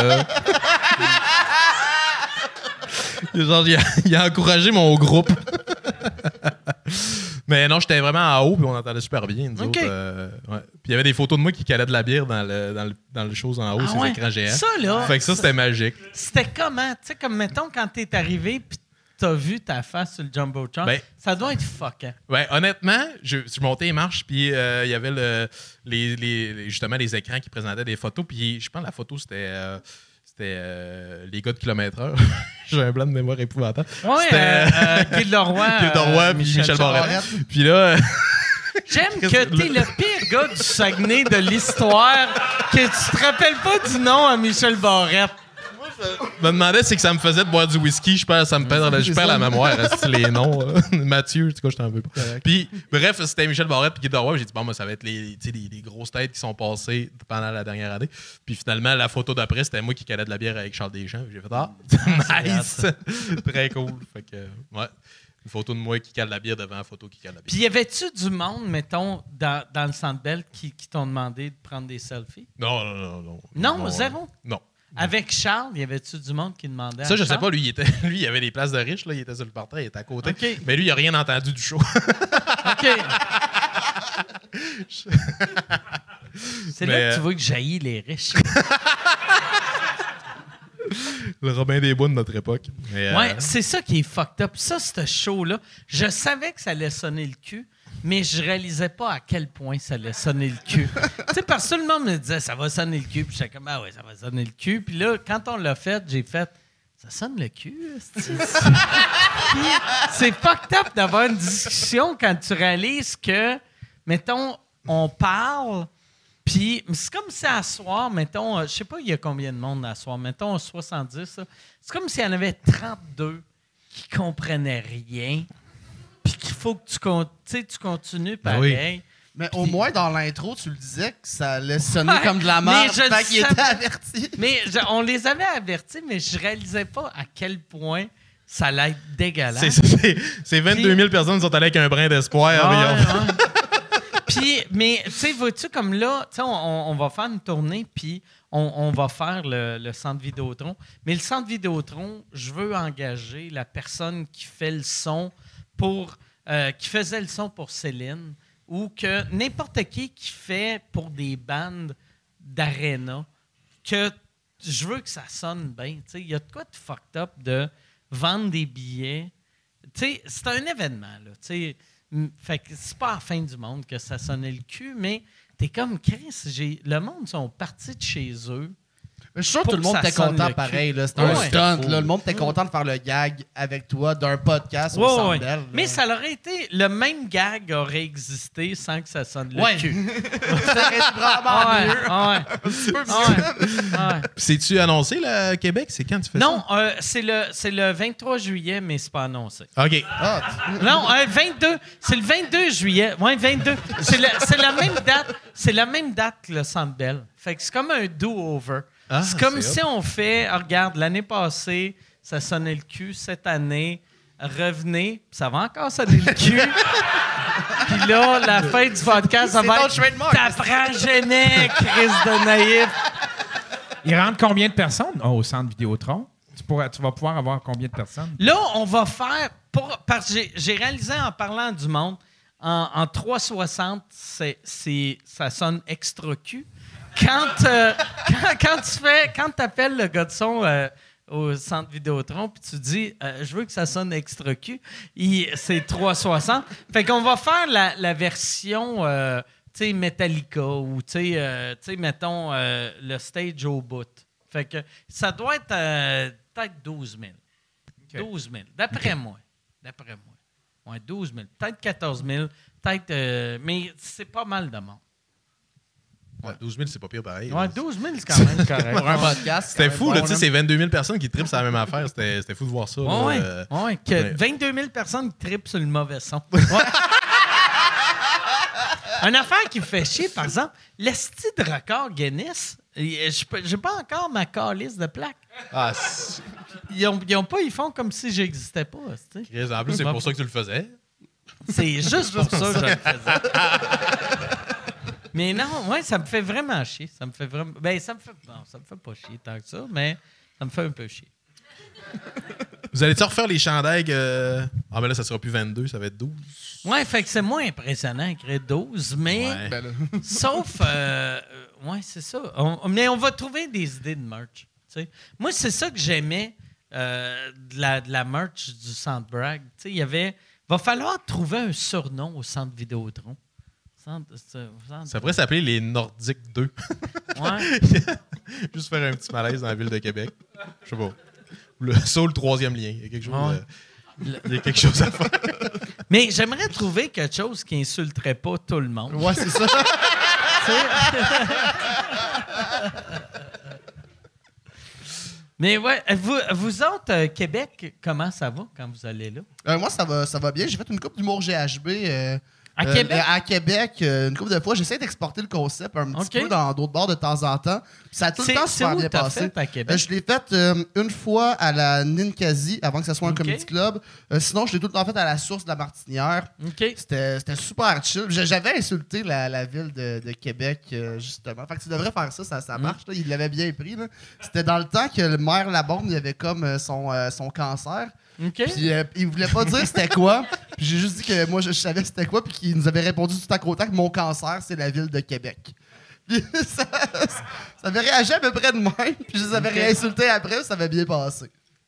Genre, il a encouragé mon groupe. Mais non, j'étais vraiment en haut, puis on entendait super bien, nous OK. autres. Ouais. Puis il y avait des photos de moi qui calaient de la bière dans le show en haut, ces écrans géants. Ça, là... Fait que ça, c'était magique. C'était comment? Tu sais, comme mettons, quand t'es arrivé puis t'as vu ta face sur le Jumbotron, Ben, ça doit être fuckant. Ouais, honnêtement, je montais les marches, puis il y avait justement les écrans qui présentaient des photos, puis je pense que la photo, c'était les gars de kilomètre-heure. J'ai un blanc de mémoire épouvantable. Oui, Guy Leroy. Guy Leroy, puis Michel Barrette. Puis là... J'aime que t'es le pire gars du Saguenay de l'histoire, que tu te rappelles pas du nom à Michel Barrette. Je me demandais c'est que ça me faisait de boire du whisky. Je perds la mémoire. C'est les noms. Mathieu, en tout cas, je t'en veux pas. Puis, bref, c'était Michel Barrette puis Guy Leroy. J'ai dit, bon, moi, ça va être les grosses têtes qui sont passées pendant la dernière année. Puis finalement, la photo d'après, c'était moi qui calais de la bière avec Charles Deschamps. J'ai fait, nice! Très cool. Fait que, ouais. Une photo de moi qui cale la bière devant la photo qui cale la bière. Puis y avait-tu du monde, mettons, dans le Centre Bell qui t'ont demandé de prendre des selfies? Non. Non, zéro? Non. Avec Charles, y avait-tu du monde qui demandait à Ça, je sais Charles? pas. Lui, il avait des places de riches. Là, il était sur le portrait, il était à côté. OK. Mais lui, il a rien entendu du show. OK. C'est là Mais, que tu vois que jaillit les riches. Le Robin des Bois de notre époque. Mais, Ouais, c'est ça qui est fucked up. Ça, ce show-là, je savais que ça allait sonner le cul, mais je réalisais pas à quel point ça allait sonner le cul. Tu sais, parce que tout le monde me disait, ça va sonner le cul. Puis j'étais comme, ah ouais, ça va sonner le cul. Puis là, quand on l'a fait, j'ai fait, ça sonne le cul. Puis c'est fucked up d'avoir une discussion quand tu réalises que, mettons, on parle, puis c'est comme si à soir, mettons, je sais pas il y a combien de monde à soir, mettons 70, là. C'est comme s'il y en avait 32 qui comprenaient rien, puis qui faut que tu continues Ben oui. pareil. Mais au moins, dans l'intro, tu le disais que ça allait sonner comme de la merde. Mais je Fait qu'il le était savais. averti. Mais on les avait avertis, mais je réalisais pas à quel point ça allait être dégueulasse. C'est 22 000 personnes qui sont allées avec un brin d'espoir. Ouais. Puis, mais tu sais, vois-tu, comme là, tu sais, on va faire une tournée, puis on va faire le centre Vidéotron. Mais le centre Vidéotron, je veux engager la personne qui fait le son qui faisait le son pour Céline, ou que n'importe qui fait pour des bandes d'aréna, que je veux que ça sonne bien. Tu sais, il y a de quoi de fucked up de vendre des billets. Tu sais, c'est un événement, là. Tu sais, fait que c'est pas à la fin du monde que ça sonnait le cul, mais t'es comme Chris, le monde sont partis de chez eux. Je suis sûr que Pour tout le monde que ça était sonne content le cul. pareil. Là. C'était Ouais. un stunt. Là. Le monde était content de faire le gag avec toi d'un podcast au Ouais, Centre ouais. Bell, là. Mais ça aurait été... Le même gag aurait existé sans que ça sonne le Ouais. cul. Ça aurait été vraiment mieux. Ouais. Un petit peu mieux. Ouais. C'est-tu annoncé, le Québec? C'est quand tu fais Non, c'est le 23 juillet, mais c'est pas annoncé. ça? OK. Ah, Non, 22. C'est le 22 juillet. Oui, 22. C'est la même date. C'est la même date que le Centre Bell. Fait que c'est comme un do-over. Ah, c'est comme c'est si on fait, regarde, l'année passée, ça sonnait le cul. Cette année, revenez, ça va encore sonner le cul. Puis là, la fin du podcast, ça C'est va ton être trademark. t'apprends gêné, Chris de naïf. Il rentre combien de personnes au centre Vidéotron? Tu vas pouvoir avoir combien de personnes? Là, on va faire... parce que j'ai réalisé en parlant du monde, en 360, ça sonne extra cul. Quand tu appelles le gars de son au centre Vidéotron puis tu dis je veux que ça sonne extra cul, c'est 360. Fait qu'on va faire la version tu sais Metallica ou tu sais mettons le stage au bout. Fait que ça doit être peut-être 12 000. OK. 12 000. D'après moi. Ouais, 12 000. Peut-être 14 000. Peut-être. Mais c'est pas mal de monde. Ouais, 12 000, c'est pas pire pareil. Ouais, 12 000, c'est quand même correct. pour un podcast. C'était fou, là. Tu sais, c'est c'est 22 000 personnes qui trippent sur la même affaire. C'était fou de voir ça. là. Ouais. Que 22 000 personnes qui trippent sur le mauvais son. Une affaire qui me fait chier, par exemple, l'esti de record Guinness, j'ai pas encore ma calice de plaque. Ah, Ils font comme si j'existais pas. Tu sais. Chris, en plus, c'est pour ça que tu le faisais. C'est juste pour ça que je le faisais. Mais non, ouais, ça me fait vraiment chier. Ça me fait vraiment. Ben, ça me fait pas chier tant que ça, mais ça me fait un peu chier. Vous allez-tu refaire les chandails? Ah, mais là, ça sera plus 22, ça va être 12. Ouais, fait que c'est moins impressionnant écrire 12, mais. Ouais. Ben là. Sauf. Ouais, c'est ça. Mais on va trouver des idées de merch. T'sais. Moi, c'est ça que j'aimais de la merch du Centre Bragg. Il y avait. Va falloir trouver un surnom au Centre Vidéotron. Ça pourrait s'appeler les Nordiques 2. Ouais. Juste faire un petit malaise dans la ville de Québec. Je sais pas. Ou le troisième lien. Il y a quelque chose, Ouais. il y a quelque chose à faire. Mais j'aimerais trouver quelque chose qui insulterait pas tout le monde. Ouais, c'est ça. Mais ouais, vous autres, Québec, comment ça va quand vous allez là? Moi, ça va bien. J'ai fait une coupe d'humour GHB. À Québec? À Québec, une couple de fois. J'essaie d'exporter le concept un petit peu dans d'autres bars de temps en temps. Puis ça a tout le temps super où bien t'as passé. fait à Québec? Je l'ai fait une fois à la Ninkasi, avant que ça soit un comedy club. Sinon, je l'ai tout le temps fait à la Source de la Martinière. OK. C'était super chill. J'avais insulté la ville de Québec, justement. Fait que tu devrais faire ça, ça marche. Là. Il l'avait bien pris. là. C'était dans le temps que le maire Labombe, il avait comme son cancer. OK. Puis il voulait pas dire c'était quoi. Puis j'ai juste dit que moi, je savais c'était quoi. Puis qu'il nous avait répondu tout à côté que mon cancer, c'est la ville de Québec. Puis ça avait réagi à peu près de même. Puis je les avais réinsultés après, ça avait bien passé.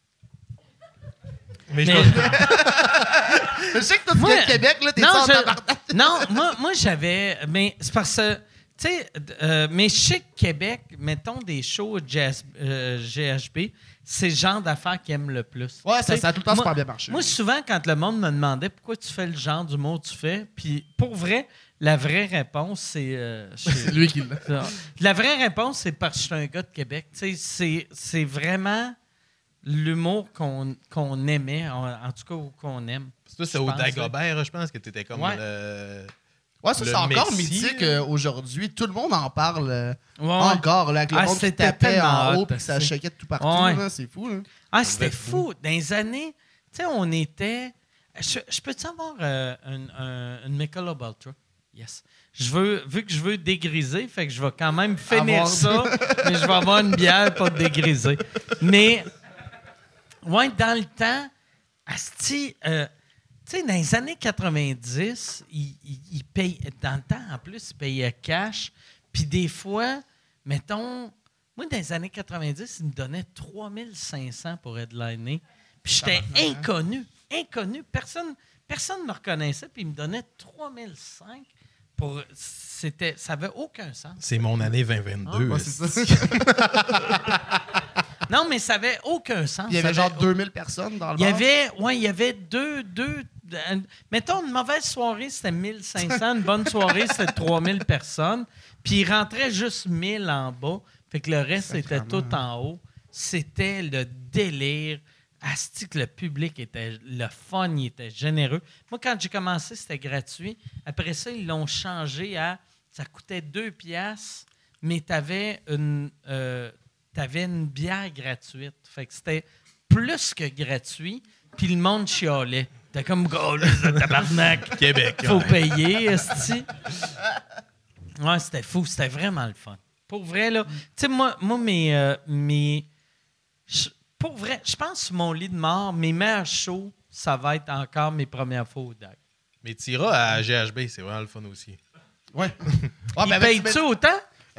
Mais Mais- Je sais que toi, tu Moi- viens de Québec, là, t'es Non, en tabarnak. non, moi j'avais. Mais c'est parce que. Tu sais, mais je sais que Québec, mettons des shows GHB, c'est le genre d'affaires qu'ils aiment le plus. Ouais, Tu sais, ça a tout le temps moi- super bien marché. Moi, souvent, quand le monde me demandait pourquoi tu fais le genre d'humour que tu fais, puis pour vrai, la vraie réponse, c'est. C'est lui qui l'a. La vraie réponse, c'est parce que je suis un gars de Québec. Tu sais, c'est vraiment l'humour qu'on aimait, en tout cas, ou qu'on aime. Parce que c'est au Dagobert, je pense que tu étais comme le... Ouais, ça, le c'est encore Messie, mythique aujourd'hui. Tout le monde en parle Ouais. encore, là, avec le monde qui c'était tapait tellement en hot, haut puis que ça c'est- shakeait de tout partout. Ouais. Là, c'est fou. Là. Ah, c'était fou. Dans les années, tu sais, on était... Je peux-tu avoir une Michelob Ultra? Yes. Vu que je veux dégriser, fait que je vais quand même finir Avoir- ça, mais je vais avoir une bière pour dégriser. Mais, ouais, dans le temps, asti, tu sais, dans les années 90, ils payaient, dans le temps, en plus, ils payaient cash. Puis des fois, mettons, moi, dans les années 90, ils me donnaient 3500 pour headliner. Puis j'étais inconnu. Personne ne me reconnaissait, puis ils me donnaient 3005 pour... Ça n'avait aucun sens. C'est mon année 2022. Ouais, c'est ça. Non, mais ça n'avait aucun sens. Il y avait Ça genre avait 2000 personnes dans le Il y bar. avait deux mettons, une mauvaise soirée, c'était 1500. Une bonne soirée, c'était 3000 personnes. Puis il rentrait juste 1000 en bas. Fait que le reste, c'était tout en haut. C'était le délire. Asti que le public était... Le fun, il était généreux. Moi, quand j'ai commencé, c'était gratuit. Après ça, ils l'ont changé à... Ça coûtait 2 piastres, mais t'avais une bière gratuite. Fait que c'était plus que gratuit. Puis le monde chialait. T'es comme, gars, là, tabarnak. Québec. Faut ouais. payer, esti. Ouais, c'était fou. C'était vraiment le fun. Pour vrai, là. Tu sais, moi pour vrai, je pense sur mon lit de mort, mes meilleurs shows, ça va être encore mes premières fois au DAG. Mais t'iras à GHB, c'est vraiment le fun aussi. Ouais. Ils payent-tu autant?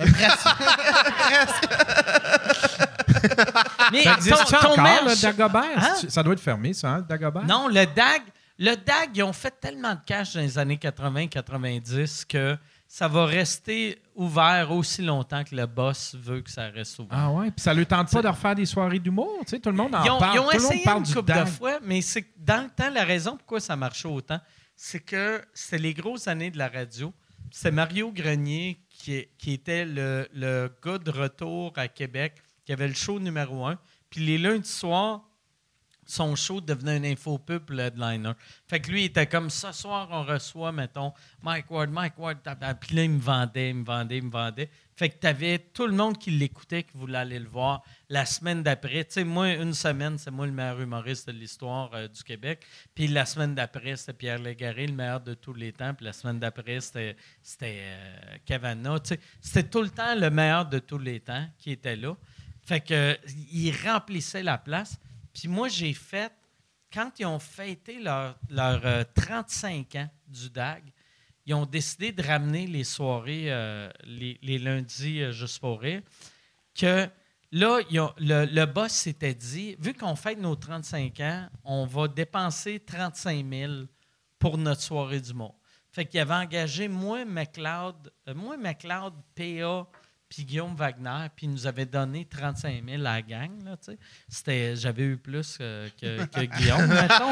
Mais Ça existe ton encore, meilleur le show- Dagobert? Hein? Ça doit être fermé, ça, hein, le Dagobert? Non, le DAG, ils ont fait tellement de cash dans les années 80-90 que ça va rester ouvert aussi longtemps que le boss veut que ça reste ouvert. Ah ouais? Puis ça ne lui tente pas de refaire des soirées d'humour? Tu sais, tout le monde en Ils ont parle. Tout le monde essayé parle une du couple de DAG. fois, mais c'est que dans le temps, la raison pourquoi ça marchait autant, c'est que c'était les grosses années de la radio. C'est Mario Grenier qui était le gars de retour à Québec, qui avait le show numéro 1. Puis les lundis soirs, son show devenait un infopub pour le headliner. Fait que lui, il était comme, ce soir, on reçoit, mettons, Mike Ward. Puis là, il me vendait. Fait que t'avais tout le monde qui l'écoutait, qui voulait aller le voir. La semaine d'après, tu sais, moi, une semaine, c'est moi le meilleur humoriste de l'histoire du Québec. Puis la semaine d'après, c'était Pierre Légaré, le meilleur de tous les temps. Puis la semaine d'après, c'était Cavana. Tu sais, c'était tout le temps le meilleur de tous les temps qui était là. Fait que il remplissait la place. Puis moi, j'ai fait, quand ils ont fêté leur 35 ans du DAG, ils ont décidé de ramener les soirées, les lundis juste pour rire, que là, le boss s'était dit, vu qu'on fête nos 35 ans, on va dépenser 35 000 pour notre soirée d'humour. Fait qu'il avait engagé moi, McLeod, PA, puis Guillaume Wagner, puis il nous avait donné 35 000 à la gang. Là, j'avais eu plus que Guillaume, mettons.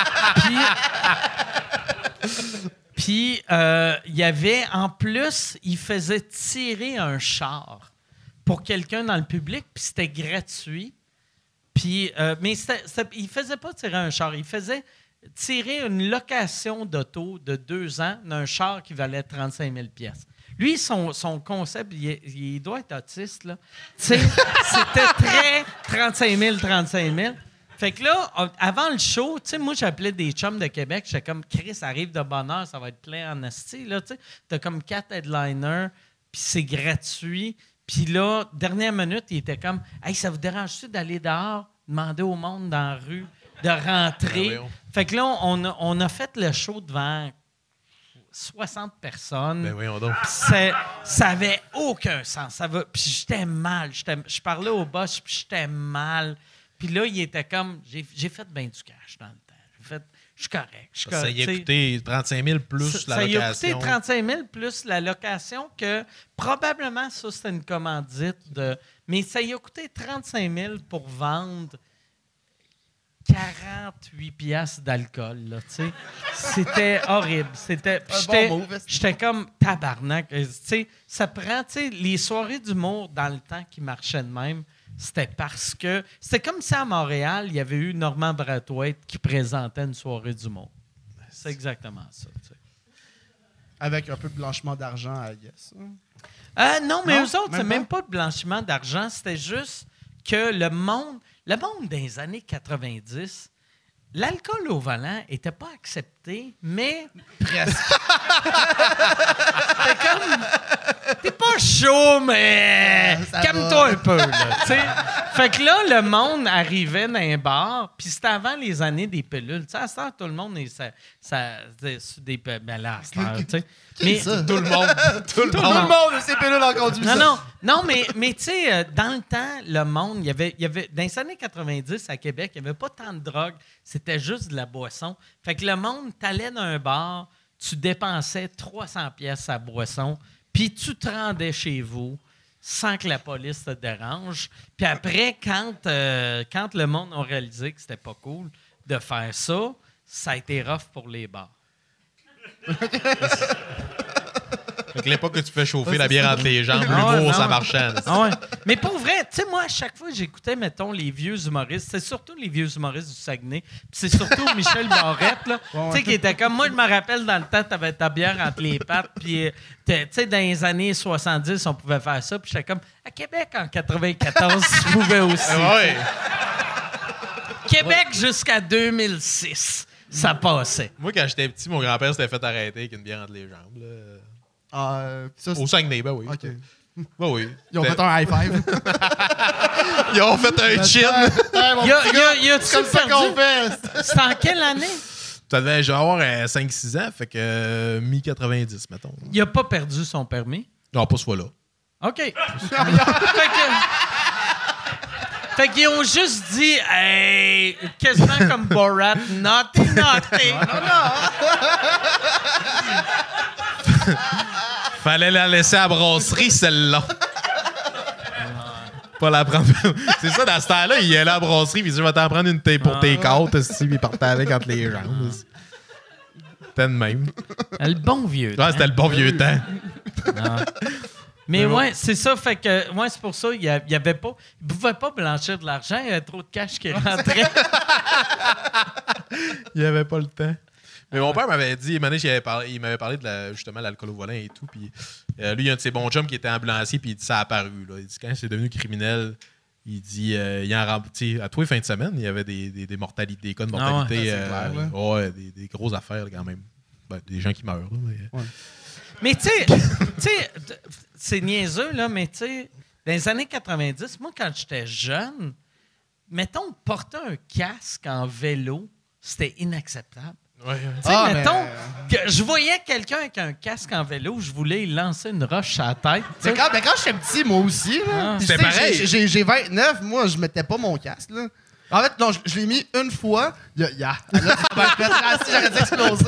Puis, il y avait, en plus, il faisait tirer un char pour quelqu'un dans le public, puis c'était gratuit. Puis, mais il faisait pas tirer un char, il faisait tirer une location d'auto de 2 ans d'un char qui valait 35 000 pièces. Lui, son concept, il doit être autiste, là. Tu sais, c'était très 35 000. Fait que là, avant le show, tu sais, moi, j'appelais des chums de Québec. J'étais comme, Chris, arrive de bonne heure, ça va être plein en asti, là, tu sais. T'as comme 4 headliners, puis c'est gratuit. Puis là, dernière minute, il était comme, hey, ça vous dérange-tu d'aller dehors, demander au monde dans la rue de rentrer? Fait que là, on a fait le show devant 60 personnes. Ben voyons donc. Ça avait aucun sens. Puis j'étais mal. Je parlais au boss, puis j'étais mal. Puis là, il était comme... J'ai fait bien du cash dans le temps. Je suis correct. Ça y a coûté 35 000 plus la location. Ça y a coûté 35 000 plus la location que probablement, ça, c'était une commandite. Mais ça y a coûté 35 000 pour vendre 48 piastres d'alcool, là, tu sais. C'était horrible. J'étais comme tabarnak. Tu sais, ça prend, tu sais, les soirées d'humour dans le temps qui marchaient de même, c'était parce que... C'était comme si à Montréal, il y avait eu Normand Brathwaite qui présentait une soirée d'humour. C'est exactement ça, tu sais. Avec un peu de blanchiment d'argent, I guess. Non, mais Non, eux autres, c'est même même pas de blanchiment d'argent. C'était juste que le monde des années 90, l'alcool au volant était pas accepté, mais... Presque. C'était comme... T'es pas chaud, mais... Ça Calme-toi va. un peu, là, tu sais. Fait que là, le monde arrivait dans un bar, puis c'était avant les années des pilules. Tu sais, à cette heure, tout le monde est sur des... Ben là, à cette heure, tu sais. Mais ça? Tout le monde. Tout le monde a ses pilules en conduisant. Non, mais tu sais, dans le temps, le monde, il y avait dans les années 90 à Québec, il n'y avait pas tant de drogue, c'était juste de la boisson. Fait que le monde, t'allais dans un bar, tu dépensais 300 pièces à boisson, puis tu te rendais chez vous sans que la police te dérange. Puis après, quand le monde a réalisé que c'était pas cool de faire ça, ça a été rough pour les bars. Fait que l'époque que tu fais chauffer la bière entre les jambes, Ah ouais, l'humour, non. ça marchait. Ah ouais. Mais pour vrai, tu sais, moi, à chaque fois que j'écoutais, mettons, les vieux humoristes, c'est surtout les vieux humoristes du Saguenay, puis c'est surtout Michel Barrette, là, tu sais, qui était comme... Moi, je me rappelle, dans le temps, t'avais ta bière entre les pattes, puis, tu sais, dans les années 70, on pouvait faire ça, puis j'étais comme... À Québec, en 94, tu pouvais aussi. Ouais. Québec jusqu'à 2006, ça passait. Moi, quand j'étais petit, mon grand-père s'était fait arrêter avec une bière entre les jambes. Là. Ça, Au Saguenay, ben oui. OK. Ben oui. Ils ont fait un high five. Ils ont fait un chin. Y a-tu Comme ça qu'on perdu? fait. C'était en quelle année? Ça devait genre avoir 5-6 ans, fait que mi-90, mettons. Il a pas perdu son permis. Non, pas ce fois-là. OK. Fait qu'ils ont juste dit, hey, quasiment comme Borat, naughty. Fallait la laisser à la brasserie, celle-là. Pas la prendre. C'est ça, dans ce temps-là, il est allé à la brasserie, puis il dit, je vais t'en prendre une pour tes côtes, puis il partait avec entre les jambes. C'était de même. Le bon vieux. Ouais, c'était le bon vieux temps. Mais ouais, c'est ça. Fait que, ouais, c'est pour ça, il y avait pas. Il pouvait pas blanchir de l'argent, il y avait trop de cash qui rentrait. Il n'y avait pas le temps. Mais mon père m'avait dit, il m'avait parlé de justement l'alcool au volant et tout. Puis lui, il y a un de ses bons chums qui était ambulancier, puis il dit ça a apparu. Là. Il dit quand c'est devenu criminel, il dit il en remplit. À tous les fins de semaine, il y avait des mortalités, des cas de mortalité. c'est clair, là. Ouais, des grosses affaires là, quand même. Ben, des gens qui meurent. Là, mais... Ouais. Mais tu sais, c'est niaiseux, là, mais tu sais, dans les années 90, moi, quand j'étais jeune, mettons, porter un casque en vélo, c'était inacceptable. Ouais. Tu sais, mettons, que je voyais quelqu'un avec un casque en vélo, je voulais lui lancer une roche à la tête. Mais quand j'étais petit, moi aussi, là, C'était tu sais, pareil. J'ai 29, moi, je mettais pas mon casque, là. En fait, non, je l'ai mis une fois. Là, j'aurais dû exploser.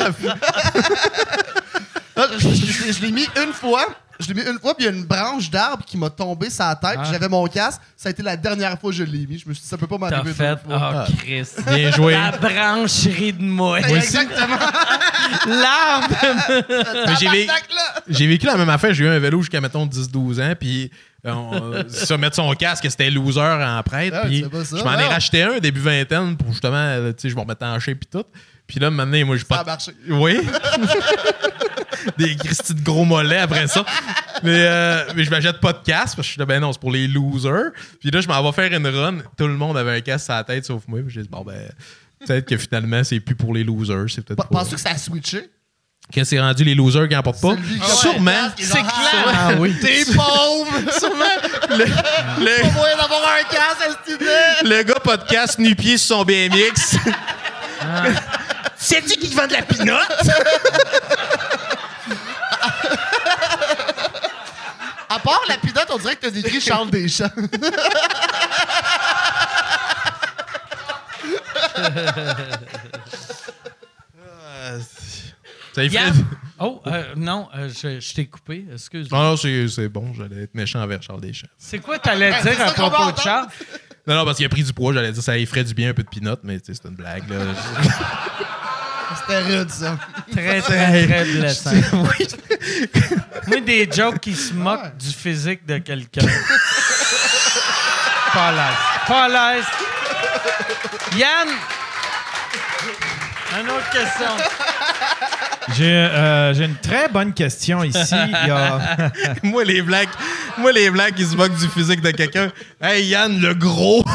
Là, je l'ai mis une fois. Puis il y a une branche d'arbre qui m'a tombé sur la tête. Puis j'avais mon casque. Ça a été la dernière fois que je l'ai mis. Je me suis dit, ça peut pas T'as m'arriver fait, deux fois. oh, Christ. Bien joué. La branche rit de moi. Exactement. L'arbre. J'ai vécu la même affaire. J'ai eu un vélo jusqu'à, mettons, 10-12 ans. Puis, se mettre son casque, c'était loser en prêtre. Ah, Puis, c'est pas ça, je m'en ai non. racheté un début vingtaine pour justement, tu sais, je me remettais en shape et tout. Puis là, maintenant, moi, je Ça a marché. Oui. Des Christy de gros mollets après ça. Mais je m'achète pas de casque parce que je suis là, ben non, c'est pour les losers. Puis là, je m'en vais faire une run. Tout le monde avait un casque sur la tête sauf moi. Puis j'ai dit, bon, ben, peut-être que finalement, c'est plus pour les losers. C'est peut-être pas. Penses-tu que ça a switché? Qu'est-ce que c'est rendu les losers qui en portent pas? Celui qui a Sûrement. pas de casque, C'est genre, clair. Ah oui. T'es pauvre! Sûrement. Pas moyen d'avoir un casque à cette idée! Le gars podcast nu-pied sur son BMX. Sais-tu qui te vend de la pinotte? À part la pinotte, on dirait que t'as décrit Charles Deschamps. Ça y ferait... Yann. Oh, non, je t'ai coupé. Excuse-moi. Non, c'est bon. J'allais être méchant envers Charles Deschamps. C'est quoi t'allais dire à ça qu'on va propos de entendre. Charles? Non, parce qu'il a pris du poids. J'allais dire ça lui ferait du bien un peu de peanut, mais tu sais, c'est une blague. Là. C'était rude, ça. Très, très, très blessant. Moi, des jokes qui se moquent du physique de quelqu'un. Pas à l'aise. Pas à l'aise. Yann, une autre question. J'ai une très bonne question ici. Il y a... Moi, les blagues qui se moquent du physique de quelqu'un. Hey, Yann, le gros!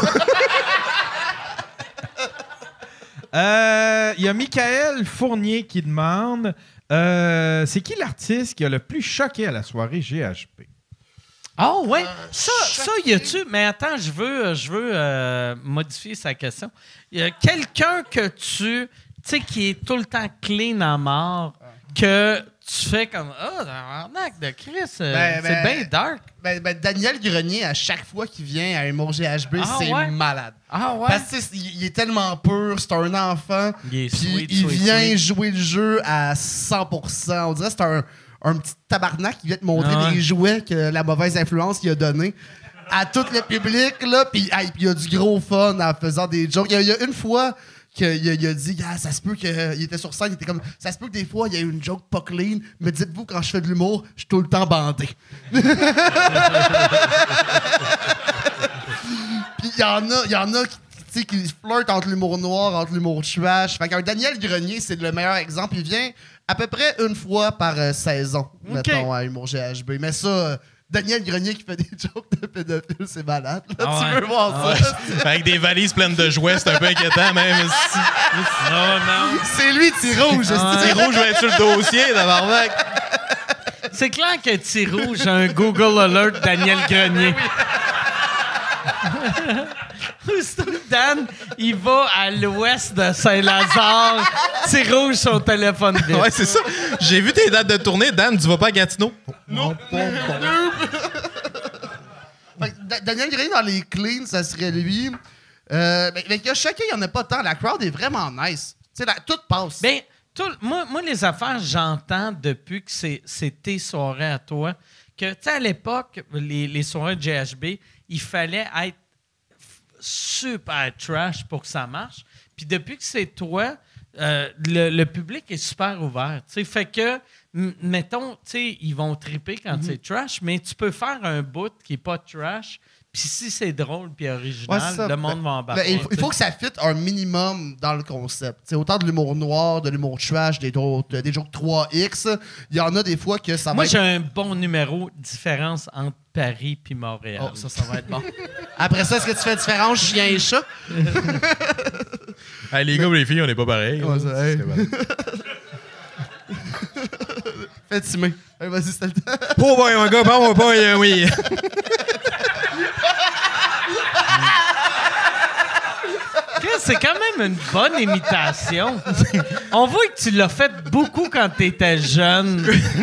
Il y a Michael Fournier qui demande c'est qui l'artiste qui a le plus choqué à la soirée GHB? Oh, ouais. Ça, y a-tu... Mais attends, je veux modifier sa question. Il y a quelqu'un que tu sais, qui est tout le temps clean à mort, que tu fais comme « Ah, arnaque de Chris, c'est bien dark. » Daniel Grenier, à chaque fois qu'il vient à Humour GHB, c'est malade. Ah ouais? Parce qu'il est tellement pur, c'est un enfant. Il est puis sweet, il vient sweet. jouer le jeu à 100%. On dirait que c'est un petit tabarnak qui vient te montrer des jouets que la mauvaise influence qu'il a donné à tout le public, là. Puis il a du gros fun en faisant des jokes. Il y a une fois qu'il a dit, ça se peut qu'il était sur scène, il était comme, ça se peut que des fois, il y a une joke pas clean, mais dites-vous, quand je fais de l'humour, je suis tout le temps bandé. Puis il y en a qui flirtent entre l'humour noir, entre l'humour trash. Fait qu'un Daniel Grenier, c'est le meilleur exemple. Il vient à peu près une fois par saison, mettons, à Humour GHB. Mais ça... Daniel Grenier qui fait des jokes de pédophiles, c'est malade. Là, tu veux voir ça? Avec des valises pleines de jouets, c'est un peu inquiétant, même. Non. C'est lui, T-Rouge. T-Rouge va être sur le dossier, tabarnak. C'est clair que T-Rouge a un Google Alert Daniel Grenier. Dan, il va à l'ouest de Saint-Lazare. T-Rouge, son téléphone vite. Ouais, c'est ça. J'ai vu tes dates de tournée. Dan, tu vas pas à Gatineau? Non. Daniel Grenier dans les cleans, ça serait lui. Mais que chacun, il n'y en a pas tant. La crowd est vraiment nice. Tout passe. Ben, moi, les affaires, j'entends depuis que c'est tes soirées à toi, que, tu sais, à l'époque, les soirées de GHB, il fallait être super trash pour que ça marche. Puis depuis que c'est toi, le public est super ouvert. T'sais. Fait que, mettons, ils vont triper quand c'est trash, mais tu peux faire un bout qui n'est pas trash. Puis si c'est drôle puis original, le monde va embarquer. Il faut que ça fitte un minimum dans le concept. T'sais, autant de l'humour noir, de l'humour trash, des jokes 3X, il y en a des fois que ça va Moi, j'ai un bon numéro, différence entre Paris puis Montréal. Oh, ça va être bon. Après ça, est-ce que tu fais différence chien et chat? Hey, les gars ou les filles, on n'est pas pareil. Ouais, ça, hey. Fais timer. Hey, vas-y, c'est le temps. Oh, ouais, mon gars, bon, oui. C'est quand même une bonne imitation. On voit que tu l'as fait beaucoup quand tu étais jeune.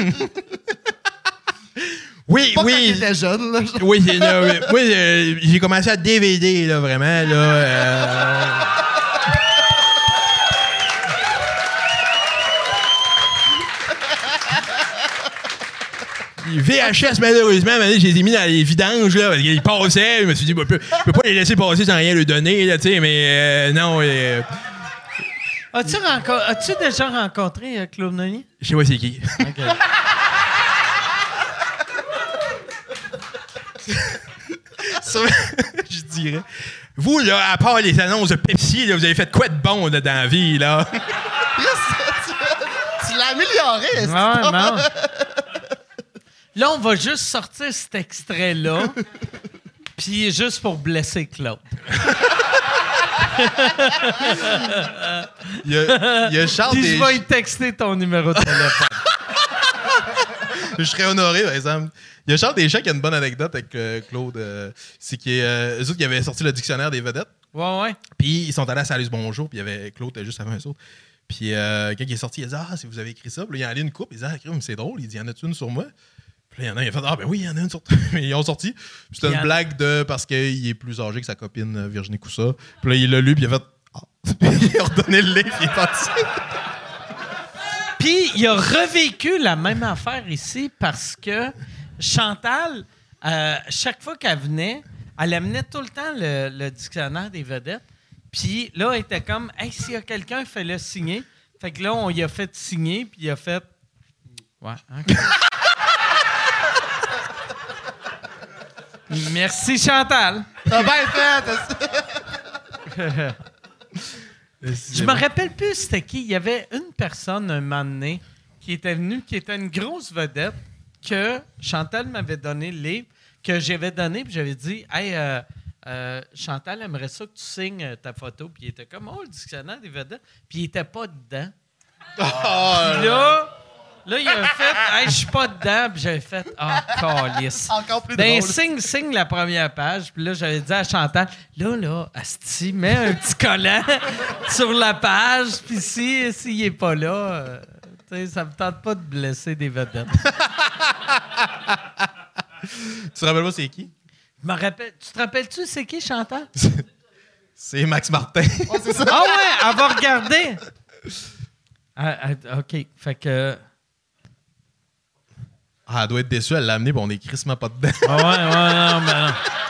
Oui. Quand t'étais jeune, là. Oui, j'ai commencé à DVD, là, vraiment, là. VHS, malheureusement, je les ai mis dans les vidanges, là, parce qu'ils passaient. Je me suis dit, je peux pas les laisser passer sans rien leur donner, là, tu sais, mais non. As-tu déjà rencontré Claude Meunier? Je sais pas c'est qui. OK. Je dirais. Vous, là, à part les annonces de Pepsi, là, vous avez fait quoi de bon là, dans la vie, là? Tu l'as amélioré, Ouais, non. Là, on va juste sortir cet extrait-là, puis juste pour blesser Claude. Il y a Charles Puis je des... vais lui texter ton numéro de téléphone. Je serais honoré, par exemple. Il y a Charles Deschamps qui a une bonne anecdote avec Claude. C'est qu'eux autres qui avaient sorti le dictionnaire des vedettes. Ouais. Puis ils sont allés à Salut Bonjour, puis il y avait Claude juste avant eux autres. Puis quand il est sorti, il a dit « Ah, si vous avez écrit ça. » Puis là, il a allé une coupe. Il dit « Ah, c'est drôle. » Il dit « Y en a-tu une sur moi? » Puis là, il y en a, il a fait « Ah, ben oui, il y en a une sur toi. » Mais ils ont sorti. Puis c'était une blague de parce qu'il est plus âgé que sa copine Virginie Coussa. Puis là, il l'a lu, puis il a fait « Ah. » Il a redonné le livre, il est parti. Puis il a revécu la même affaire ici parce que Chantal, chaque fois qu'elle venait, elle amenait tout le temps le dictionnaire des vedettes. Puis là, elle était comme « Hey, s'il y a quelqu'un, fais-le signer. » Fait que là, on y a fait signer, puis il a fait « Ouais, OK. » Merci, Chantal. T'as bien fait! Je me rappelle plus c'était qui. Il y avait une personne un moment donné qui était venue, qui était une grosse vedette, que Chantal m'avait donné le livre, que j'avais donné, puis j'avais dit « Hey, Chantal aimerait ça que tu signes ta photo. » Puis il était comme « Oh, le dictionnaire des vedettes. » Puis il était pas dedans. Puis là, il a fait « Hey, je suis pas dedans. » Puis j'avais fait « Ah, câlisse. » Encore plus Ben, drôle. signe la première page. Puis là, j'avais dit à Chantal, là, asti, mets un petit collant sur la page. Puis s'il est pas là, tu sais, ça me tente pas de blesser des vedettes. Tu te rappelles pas c'est qui? Je me rappelle. Tu te rappelles-tu c'est qui, Chantal? C'est Max Martin. Oh, c'est ça. Ah ouais, elle va regarder. OK, fait que... Ah, elle doit être déçue, elle l'a amené, puis on est crissement pas dedans. Ah ouais, non, mais non.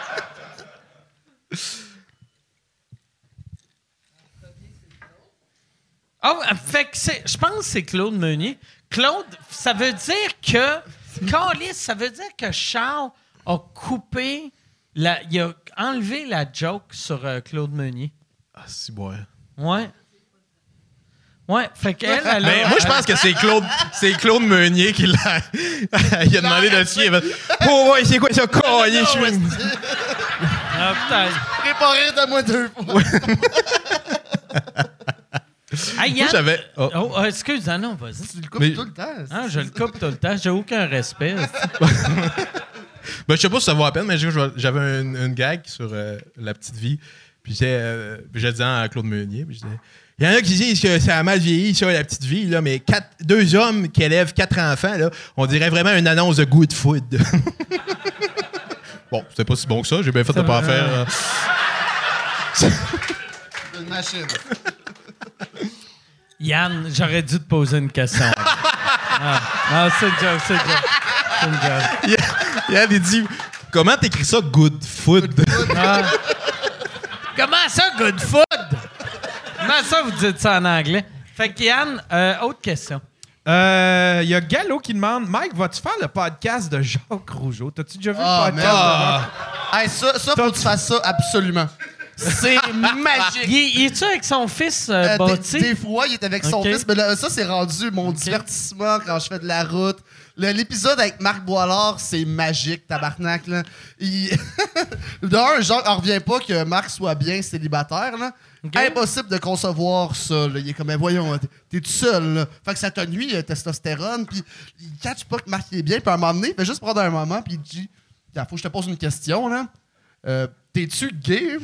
Ah, fait que je pense que c'est Claude Meunier. Claude, ça veut dire que... Calisse, ça veut dire que Charles a coupé... il a enlevé la joke sur Claude Meunier. Ah, si, ouais. Ouais. Ouais, fait qu'elle, elle Mais a... moi, je pense que c'est Claude Meunier qui l'a. Il a demandé dessus. Il a fait oh, ouais, c'est quoi ça? Collier, je suis. Ah, putain. Préparé de moi 2 fois. Ah, Yann... j'avais. Oh. Oh, excuse, non, vas-y. Tu le coupes Mais- tout le temps. Ah, je le coupe tout le temps. J'ai aucun respect. Ben, je sais pas si ça vaut la peine, mais j'avais une gag sur la petite vie. Puis je disais à Claude Meunier, puis je disais il y en a qui disent que ça a mal vieilli, ça, la petite vie, là, mais 2 hommes qui élèvent 4 enfants, là, on dirait vraiment une annonce de Good Food. Bon, c'était pas si bon que ça, j'ai bien fait de pas en faire. Une machine. Yann, j'aurais dû te poser une question. Non, c'est une joke, c'est une joke. Yann, il dit comment t'écris ça, Good Food? Ah. Comment ça, good food? Comment ça, vous dites ça en anglais? Fait que Yann, autre question. Il y a Gallo qui demande Mike, vas-tu faire le podcast de Jacques Rougeau? T'as-tu déjà vu le podcast de Jacques? Hey, ça, faut que tu fasses ça absolument. C'est magique. Il est-tu avec son fils Des Bâti? fois, il est avec son Ok. fils, mais là, ça, c'est rendu mon divertissement quand je fais de la route. L'épisode avec Marc Boilard, c'est magique, tabarnak. Là. D'un, genre, on revient pas que Marc soit bien célibataire. Là. Ok. Impossible de concevoir ça. Là. Il est comme, voyons, t'es tout seul. Là. Fait que ça te nuit, testostérone. Puis il catch pas que Marc est bien. Puis à un moment donné, il fait juste prendre un moment. Puis il dit, il faut que je te pose une question. Là. T'es-tu gay?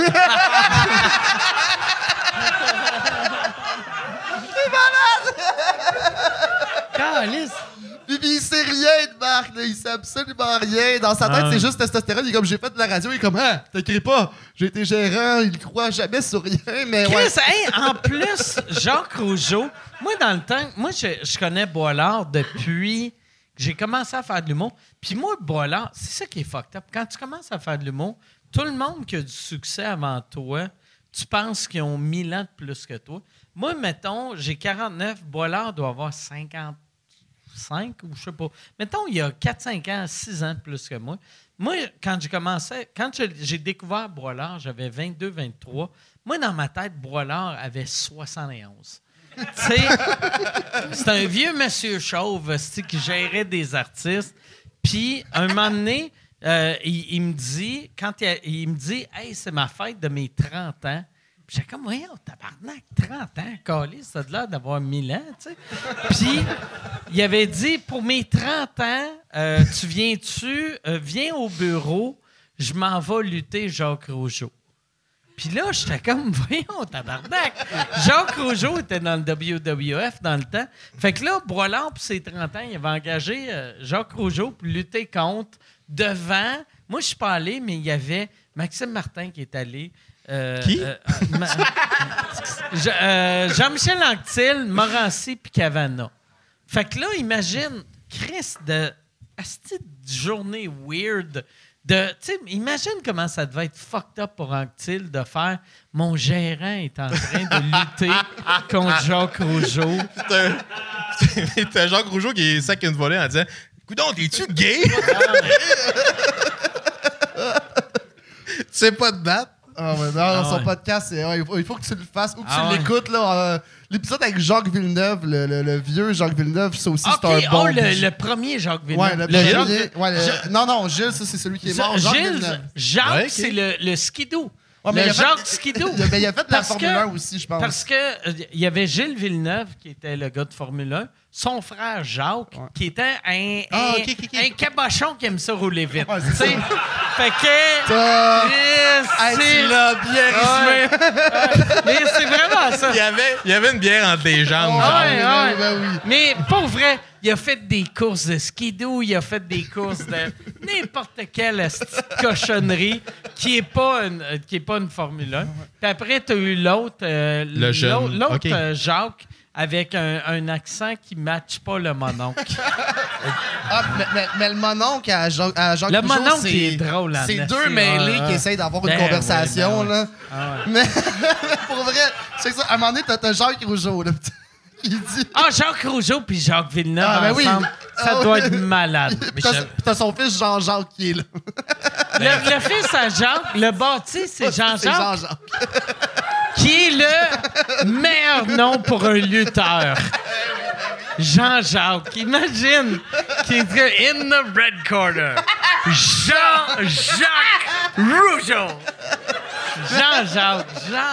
Calice. Puis il sait rien de Marc, là. Il sait absolument rien. Dans sa tête, Ah. c'est juste testostérone. Il est comme, j'ai fait de la radio. Il est comme, ah, t'inquiète pas, j'ai été gérant. Il croit jamais sur rien. Mais ouais. Chris, hey, en plus, Jacques Rougeau, moi, dans le temps, moi, je connais Boilard depuis que j'ai commencé à faire de l'humour. Puis moi, Boilard, c'est ça qui est fucked up. Quand tu commences à faire de l'humour, tout le monde qui a du succès avant toi, tu penses qu'ils ont 1000 ans de plus que toi. Moi, mettons, j'ai 49, Boilard doit avoir 55 ou je sais pas. Mettons, il y a 4-5 ans, 6 ans de plus que moi. Moi, quand j'ai commencé, j'ai découvert Boilard, j'avais 22, 23. Moi, dans ma tête, Boilard avait 71. Tu sais, c'est un vieux monsieur chauve qui gérait des artistes. Puis, un moment donné, il me dit, il me dit, hey, c'est ma fête de mes 30 ans. Puis j'ai comme, voyons, tabarnak, 30 ans, câlisse, ça a l'air d'avoir 1000 ans, tu sais. Puis, il avait dit, pour mes 30 ans, tu viens au bureau, je m'en vais lutter Jacques Rougeau. Puis là, j'étais comme, voyons, tabarnak. Jacques Rougeau était dans le WWF dans le temps. Fait que là, Boilard, pour ses 30 ans, il avait engagé Jacques Rougeau pour lutter contre, devant. Moi, je suis pas allé, mais il y avait Maxime Martin qui est allé. Qui? Jean-Michel Anctil, Morancy puis Cavana. Fait que là, imagine, Chris, de journée weird. Imagine comment ça devait être fucked up pour Anctil de faire « Mon gérant est en train de lutter contre Jacques Rougeau. » T'as Jacques Rougeau qui sac une volée en disant coudonc, t'es-tu gay? Tu sais pas de date. Ah ouais, non, son ouais. podcast, il faut que tu le fasses ou que Ah tu l'écoutes. Là, l'épisode avec Jacques Villeneuve, le vieux Jacques Villeneuve, ça aussi, OK, c'est un bon... le premier Jacques Villeneuve. Ouais, le Gilles? premier. Ouais, non, Gilles, ça, c'est celui qui est mort. Jacques Gilles, Villeneuve. Jacques, Ouais, ok. c'est le skidoo. Ouais, mais le il a fait- Jacques Skidoo. Il a fait la Parce Formule que- 1 aussi, je pense. Parce que il y avait Gilles Villeneuve, qui était le gars de Formule 1, son frère Jacques, qui était un cabochon qui aime ça rouler vite. Ouais, c'est tu sais. ça. Fait que... Hey, tu l'as bien résumé. Mais c'est vraiment ça. Il y avait une bière entre les jambes. genre. Ouais, ouais. Ben oui. Mais pour vrai, il a fait des courses de skidoo, il a fait des courses de n'importe quelle petite cochonnerie qui est pas une Formule 1. Puis après, tu as eu l'autre, Le jeune. l'autre OK. Jacques avec un accent qui ne matche pas le mononcle. Ah, mais le mononcle à Jacques Le Rougeau, mononcle, c'est- il est drôle, C'est en deux esti. mêlés Ah, qui essayent d'avoir une ben conversation. oui, ben là. Ah ouais. Mais pour vrai, c'est que ça. À un moment donné, t'as Jacques Rougeau, là. Il dit... Ah, Jacques Rougeau puis Jacques Villeneuve Ah, ben oui. ensemble, ça Ah, doit oui. être malade. Puis t'as son fils Jean-Jacques qui est là. Le fils à Jacques, le bâti, c'est C'est Jean-Jacques, Jean-Jacques. qui est le meilleur nom pour un lutteur. Jean-Jacques, imagine, qui est in the red corner. Jean-Jacques Rougeau. Jean-Jacques.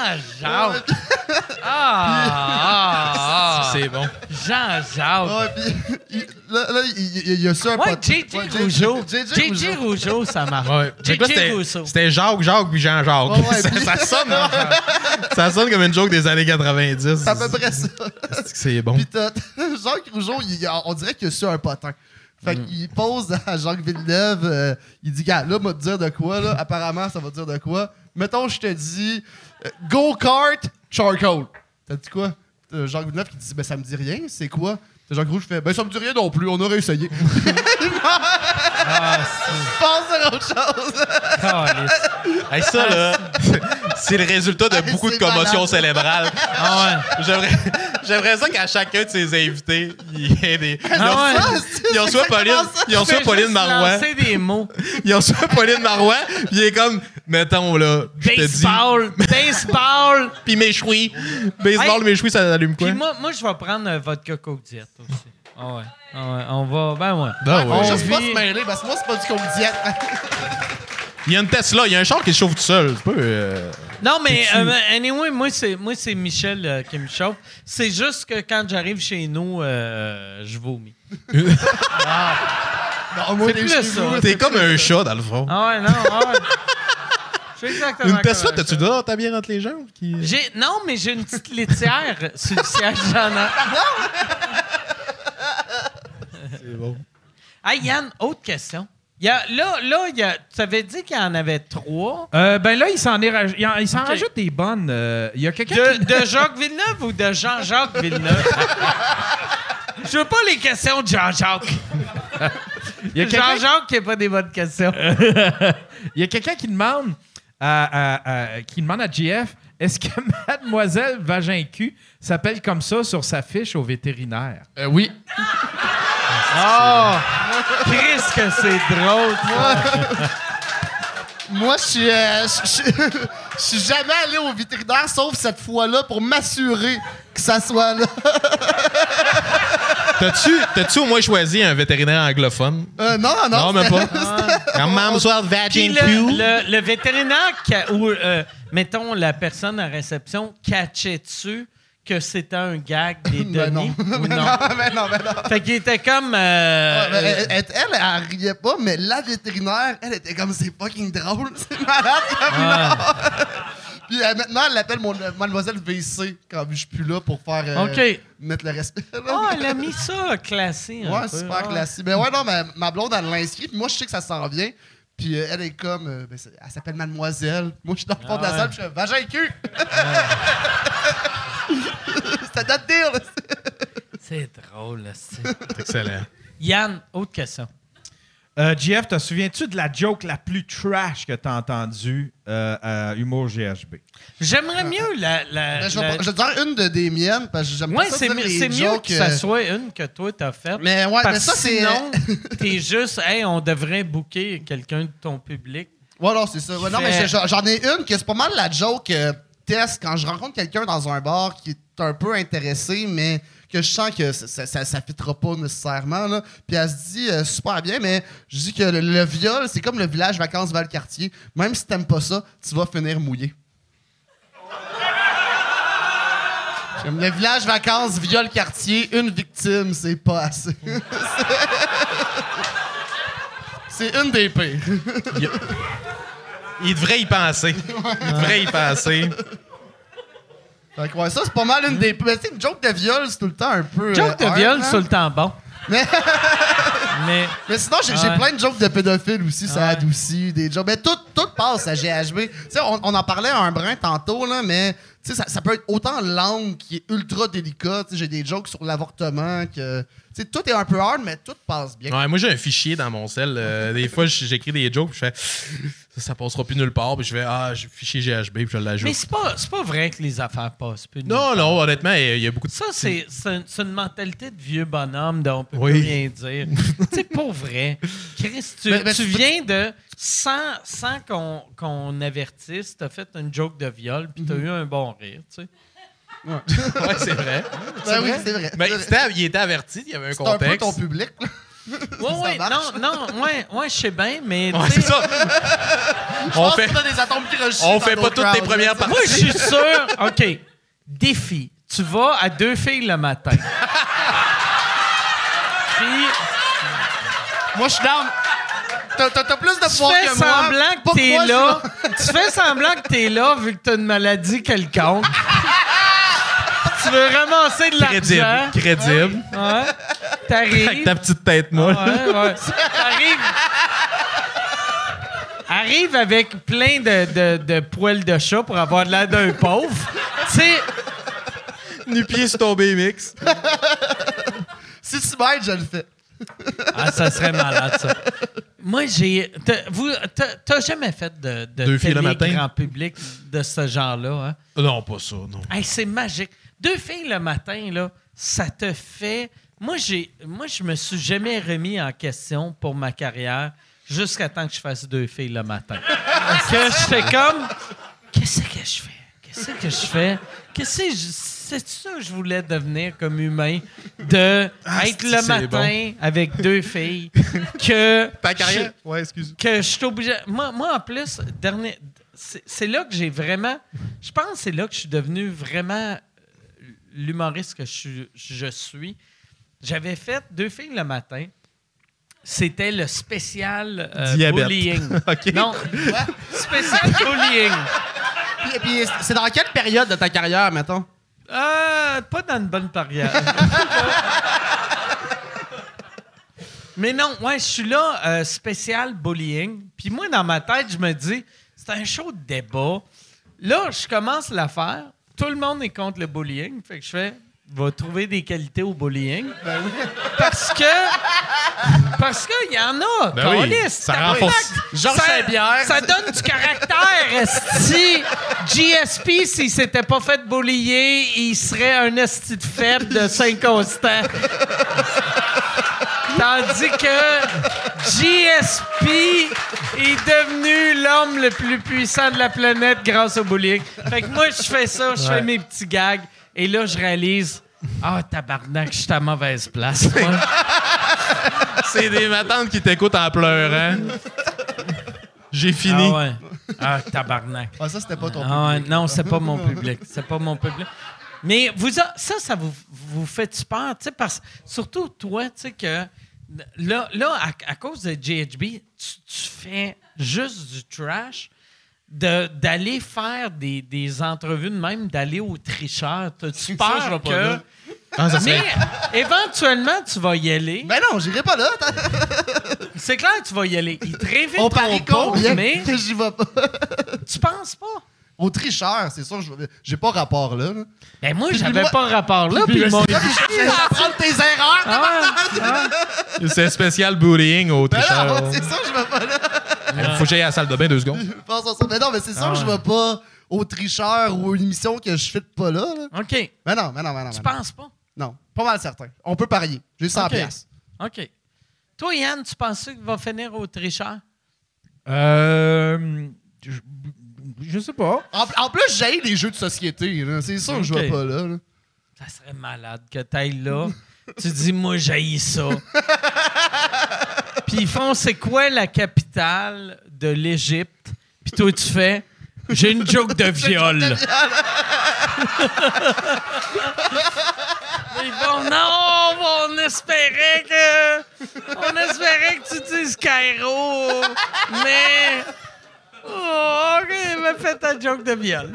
Ah. C'est bon. Jean-Jacques. Ouais, puis là, il y a ça un Ouais, pote. JJ Ouais, Rougeau. JJ JJ Rougeau, ça marche. Ouais. Fait que là, JJ Rousseau. c'était Jacques puis Jean-Jacques. Ouais, ouais, ça, puis- ça sonne. Ça sonne comme une joke des années 90. C'est à peu près ça. C'est bon. Puis t'as Jacques Rougeau, on dirait qu'il a su un potin. Fait qu'il pose à Jacques Villeneuve, il dit, gars, là, m'a te dire de quoi, là. Apparemment, ça va te dire de quoi. Mettons, je te dis, go-kart, charcoal. T'as dit quoi? T'as Jacques Villeneuve qui dit, ben, ça me dit rien, c'est quoi? T'as Jacques Rougeau qui fait, ben, ça me dit rien non plus, on aurait essayé. Pense à autre chose. Hey, ça, là, c'est le résultat de beaucoup de c'est commotions malade. cérébrales. Ah ouais. J'aimerais ça qu'à chacun de ses invités, il y ait des. Ah ouais. Ils ont soit Pauline Marois. Lancer des mots. Ils ont soit Pauline Marois, puis il est comme, mettons, là, je te dis. Baseball. Puis mes chouis. Baseball, Hey. mes chouis, ça allume quoi? Puis moi, je vais prendre vodka Coke Diet aussi. Ah ouais. On va... Ben ouais. Ben ouais. Faut juste pas vit- se mêler, parce que moi, c'est pas du coke-diète. Il y a une Tesla, il y a un char qui se chauffe tout seul. C'est pas. Non, mais anyway, moi, c'est Michel qui me chauffe. C'est juste que quand j'arrive chez nous, je vomis. Non, moi, C'est les plus chez ça. vous, T'es c'est comme plus un ça. chat, dans le fond. Ah ouais, non, ah ouais. Je suis exactement Une comme Tesla, un t'as-tu chat. dehors ta bière entre les jambes? Non, mais j'ai une petite laitière sur le siège j'en ai. C'est bon. Hey, Yann, autre question. Tu avais dit qu'il y en avait 3. Ben là, il s'en Ok. rajoute des bonnes. Il y a quelqu'un qui... De Jacques Villeneuve ou de Jean-Jacques Villeneuve? Je veux pas les questions de Jean-Jacques. Il y a quelqu'un Jean-Jacques qui n'a pas des bonnes questions. il y a quelqu'un qui demande à JF, est-ce que Mademoiselle Vagin-Cul s'appelle comme ça sur sa fiche au vétérinaire? Oui. Oh! Chris, que c'est drôle. Moi, je suis jamais allé au vétérinaire, sauf cette fois-là, pour m'assurer que ça soit là. T'as-tu au moins choisi un vétérinaire anglophone? Non, même c'était- pas. Quand même, soit Puis vagin Q. le vétérinaire, ou mettons la personne à réception, catchait-tu que c'était un gag des Ben données? non. Ou non? Ben non. Fait qu'il était comme... Elle riait pas, mais la vétérinaire, elle était comme, c'est fucking drôle, c'est malade. Puis maintenant, elle l'appelle Mademoiselle VC quand je suis plus là pour faire OK. mettre le respect. Là. Oh, elle a mis ça classé. Ouais, super classique. Ben ouais, non, mais ma blonde, elle l'a inscrit, puis moi, je sais que ça s'en vient. Puis elle est comme, elle s'appelle Mademoiselle. Moi, je suis dans le fond de la salle, puis je fais vagin cul. C'était notre deal. Là. C'est drôle, là, c'est... Excellent. Yann, autre question. JF, te souviens-tu de la joke la plus trash que t'as entendue à Humour GHB? J'aimerais mieux Je vais te dire une des miennes, parce que j'aime Ouais, pas ça c'est dire les mieux jokes, que ça soit une que toi t'as faite. Mais ouais, Parce mais ça, que c'est... sinon, t'es juste, hey, on devrait booker quelqu'un de ton public. Ouais, non, c'est ça. Ouais, non, mais j'en ai une que c'est pas mal la joke test quand je rencontre quelqu'un dans un bar qui est un peu intéressé, mais que je sens que ça fitera pas nécessairement. Là. Puis elle se dit super bien, mais je dis que le viol, c'est comme le village vacances Valcartier. Même si t'aimes pas ça, tu vas finir mouillé. J'aime le village vacances, viol quartier, une victime, c'est pas assez. C'est une des pires. Il devrait y penser. Fait que ouais, ça, c'est pas mal une des... Mais tu sais, une joke de viol, c'est tout le temps un peu... Joke de viol, c'est tout le temps bon. Mais sinon, j'ai Ouais. plein de jokes de pédophiles aussi, ça adoucit des jokes. Mais tout passe à GHB. Tu sais, on en parlait un brin tantôt, là, mais tu sais, ça peut être autant langue qui est ultra délicat. Tu sais, j'ai des jokes sur l'avortement que... Tu sais, tout est un peu hard, mais tout passe bien. Ouais, moi, j'ai un fichier dans mon cell. Des fois, j'écris des jokes, puis je fais ça passera plus nulle part, puis je fais j'ai fichier GHB, puis je l'ajoute. Mais c'est pas vrai que les affaires passent plus. Non, honnêtement, il y a beaucoup de. Ça, c'est une mentalité de vieux bonhomme dont on peut Oui. plus rien dire. C'est pas vrai. Chris, tu viens de... Sans qu'on avertisse, t'as fait une joke de viol, puis t'as eu un bon rire, tu sais. Ouais, c'est vrai. Ben oui, c'est vrai. Mais il était averti, il y avait un C'est un peu contexte. ton public. Là. Ouais, je sais bien, mais... Ouais, tu sais, c'est ça. On fait, Tu as des atomes crochus on dans fait nos pas toutes crowds, les premières là, parties. moi, je suis sûr... OK, défi. Tu vas à 2 filles le matin. Puis... Moi, je suis down. T'as plus de Tu pouvoir fais que moi. semblant que t'es Pourquoi là. Tu fais semblant que t'es là vu que t'as une maladie quelconque. Tu veux ramasser de l'argent. Crédible. Ouais. Avec T'arrives. ta petite tête molle. Ouais. Arrive avec plein de poils de chat pour avoir de l'air d'un pauvre. Tu sais, Nu-pied sur ton BMX. Si tu m'aides, je le fais. ça serait malade, ça. Moi, t'as jamais fait de 2 filles le télé matin? grand public de ce genre-là, hein? Non, pas ça, non. Hey, c'est magique. 2 filles le matin, là, ça te fait... Moi, je me suis jamais remis en question pour ma carrière jusqu'à temps que je fasse 2 filles le matin. Que je fais comme... Qu'est-ce que je fais? C'est ça que je voulais devenir comme humain, de être le c'est matin avec 2 filles, que... Ta carrière? Ouais, excuse. Que je suis obligé... Moi, en plus, c'est là que j'ai vraiment... Je pense que c'est là que je suis devenu vraiment l'humoriste que je suis. J'avais fait 2 filles le matin. C'était le spécial Diabète. bullying. OK. Non, spécial bullying. Puis c'est dans quelle période de ta carrière, mettons? Pas dans une bonne période. Mais non, ouais, je suis là, spécial bullying. Puis moi, dans ma tête, je me dis, c'est un show de débat. Là, je commence l'affaire. Tout le monde est contre le bullying. Fait que je fais, va trouver des qualités au bullying. Ben oui. Parce qu'il y en a. Ben oui, câlisse, ça tabarnak. renforce. Georges Saint-Pierre. Ça donne du caractère. Esti. GSP, s'il s'était pas fait bullier, il serait un esti de faible de Saint-Constant. Tandis que GSP est devenu l'homme le plus puissant de la planète grâce au bullying. Fait que moi, je fais ça, je fais mes petits gags, et là, je réalise, tabarnak, je suis à mauvaise place, moi. C'est des matantes qui t'écoutent en pleurant. J'ai fini. Tabarnak. Ah, ça, c'était pas ton public. Non, c'est pas mon public. C'est pas mon public. Mais ça vous fait peur, tu sais, parce surtout toi, tu sais que là à cause de GHB, tu fais juste du trash, d'aller faire des entrevues de même, d'aller au tricheur. T'as-tu peur que... Mais éventuellement, tu vas y aller. Ben non, j'irai pas là. C'est clair que tu vas y aller. Ils te réinviteront On parie pas, combien mais que j'y vais pas? tu penses pas? Au tricheur, c'est sûr, j'ai pas rapport là. Ben moi, Puis j'avais moi- pas rapport là, Puis puis ils m'ont apprendre tes erreurs. C'est spécial bullying au Ben tricheur. non, c'est sûr, je vais pas là. Faut que j'aille à la salle de bain 2 secondes. Pense à ça. Mais non, mais c'est sûr, je vais pas au tricheur ou à une émission que je fais pas là. OK. Mais non. Tu penses pas? Non, pas mal certain. On peut parier. J'ai 100 OK. piastres. OK. Toi, Yann, tu penses qu'il va finir au tricheur? je sais pas. En plus, j'ai les jeux de société. Là. C'est sûr que je vais pas là. Ça serait malade que t'ailles là. Tu dis, moi, j'haïs ça. Puis ils font, c'est quoi la capitale de l'Égypte? Puis toi, tu fais, j'ai une joke de viol. Ils vont, non, on espérait que tu dises Cairo. Mais, OK, mais fais ta joke de viol.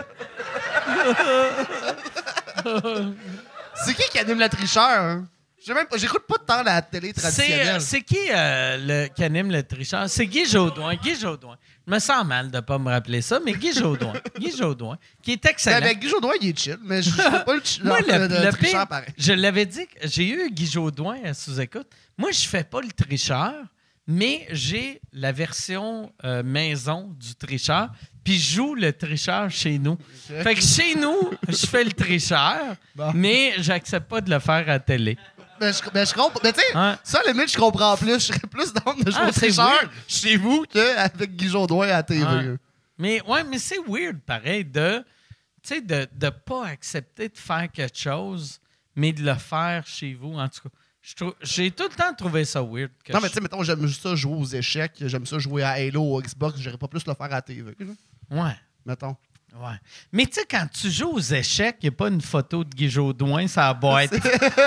C'est qui anime le tricheur? Hein? J'écoute pas tant la télé traditionnelle. C'est qui qui anime le tricheur? C'est Guy Jodoin. Guy Jodoin. Je me sens mal de pas me rappeler ça, mais Guy Jodoin. Guy Jodoin, qui est excellent. Ben, Guy Jodoin, il est chill, mais je sais pas le Moi, le tricheur pire, pareil. je l'avais dit, j'ai eu Guy Jodoin à sous-écoute. Moi, je fais pas le tricheur, mais j'ai la version maison du tricheur, puis je joue le tricheur chez nous. Okay. Fait que chez nous, je fais le tricheur, mais j'accepte pas de le faire à la télé. Je comprends. Mais tu sais, ça, à la limite, je comprends plus. Je serais plus dans de jouer au tricheur chez vous qu'avec Guy Jodoin à la TV. Mais c'est weird, pareil, de pas accepter de faire quelque chose, mais de le faire chez vous, en tout cas. J'ai tout le temps trouvé ça weird. Non, mais tu sais, mettons, j'aime ça jouer aux échecs, j'aime ça jouer à Halo ou Xbox, j'aurais pas plus le faire à la TV. Ouais. Mettons. Ouais. Mais tu sais, quand tu joues aux échecs, il n'y a pas une photo de Guy Jodoin, ça va être.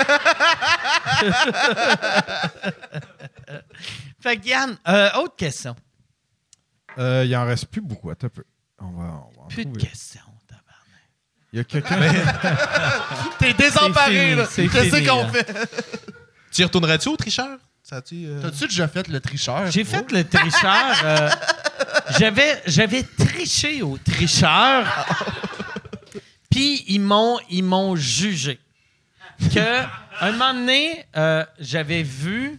Fait que Yann, autre question. Il en reste plus beaucoup, attends un peu. On va plus de questions, tabarnak. Il y a quelqu'un... T'es désemparé, là. Qu'est-ce qu'on fait? Tu y retournerais-tu au tricheur? T'as-tu déjà fait le tricheur? J'ai fait le tricheur. J'avais triché au tricheur. Puis ils m'ont jugé. Un moment donné, j'avais vu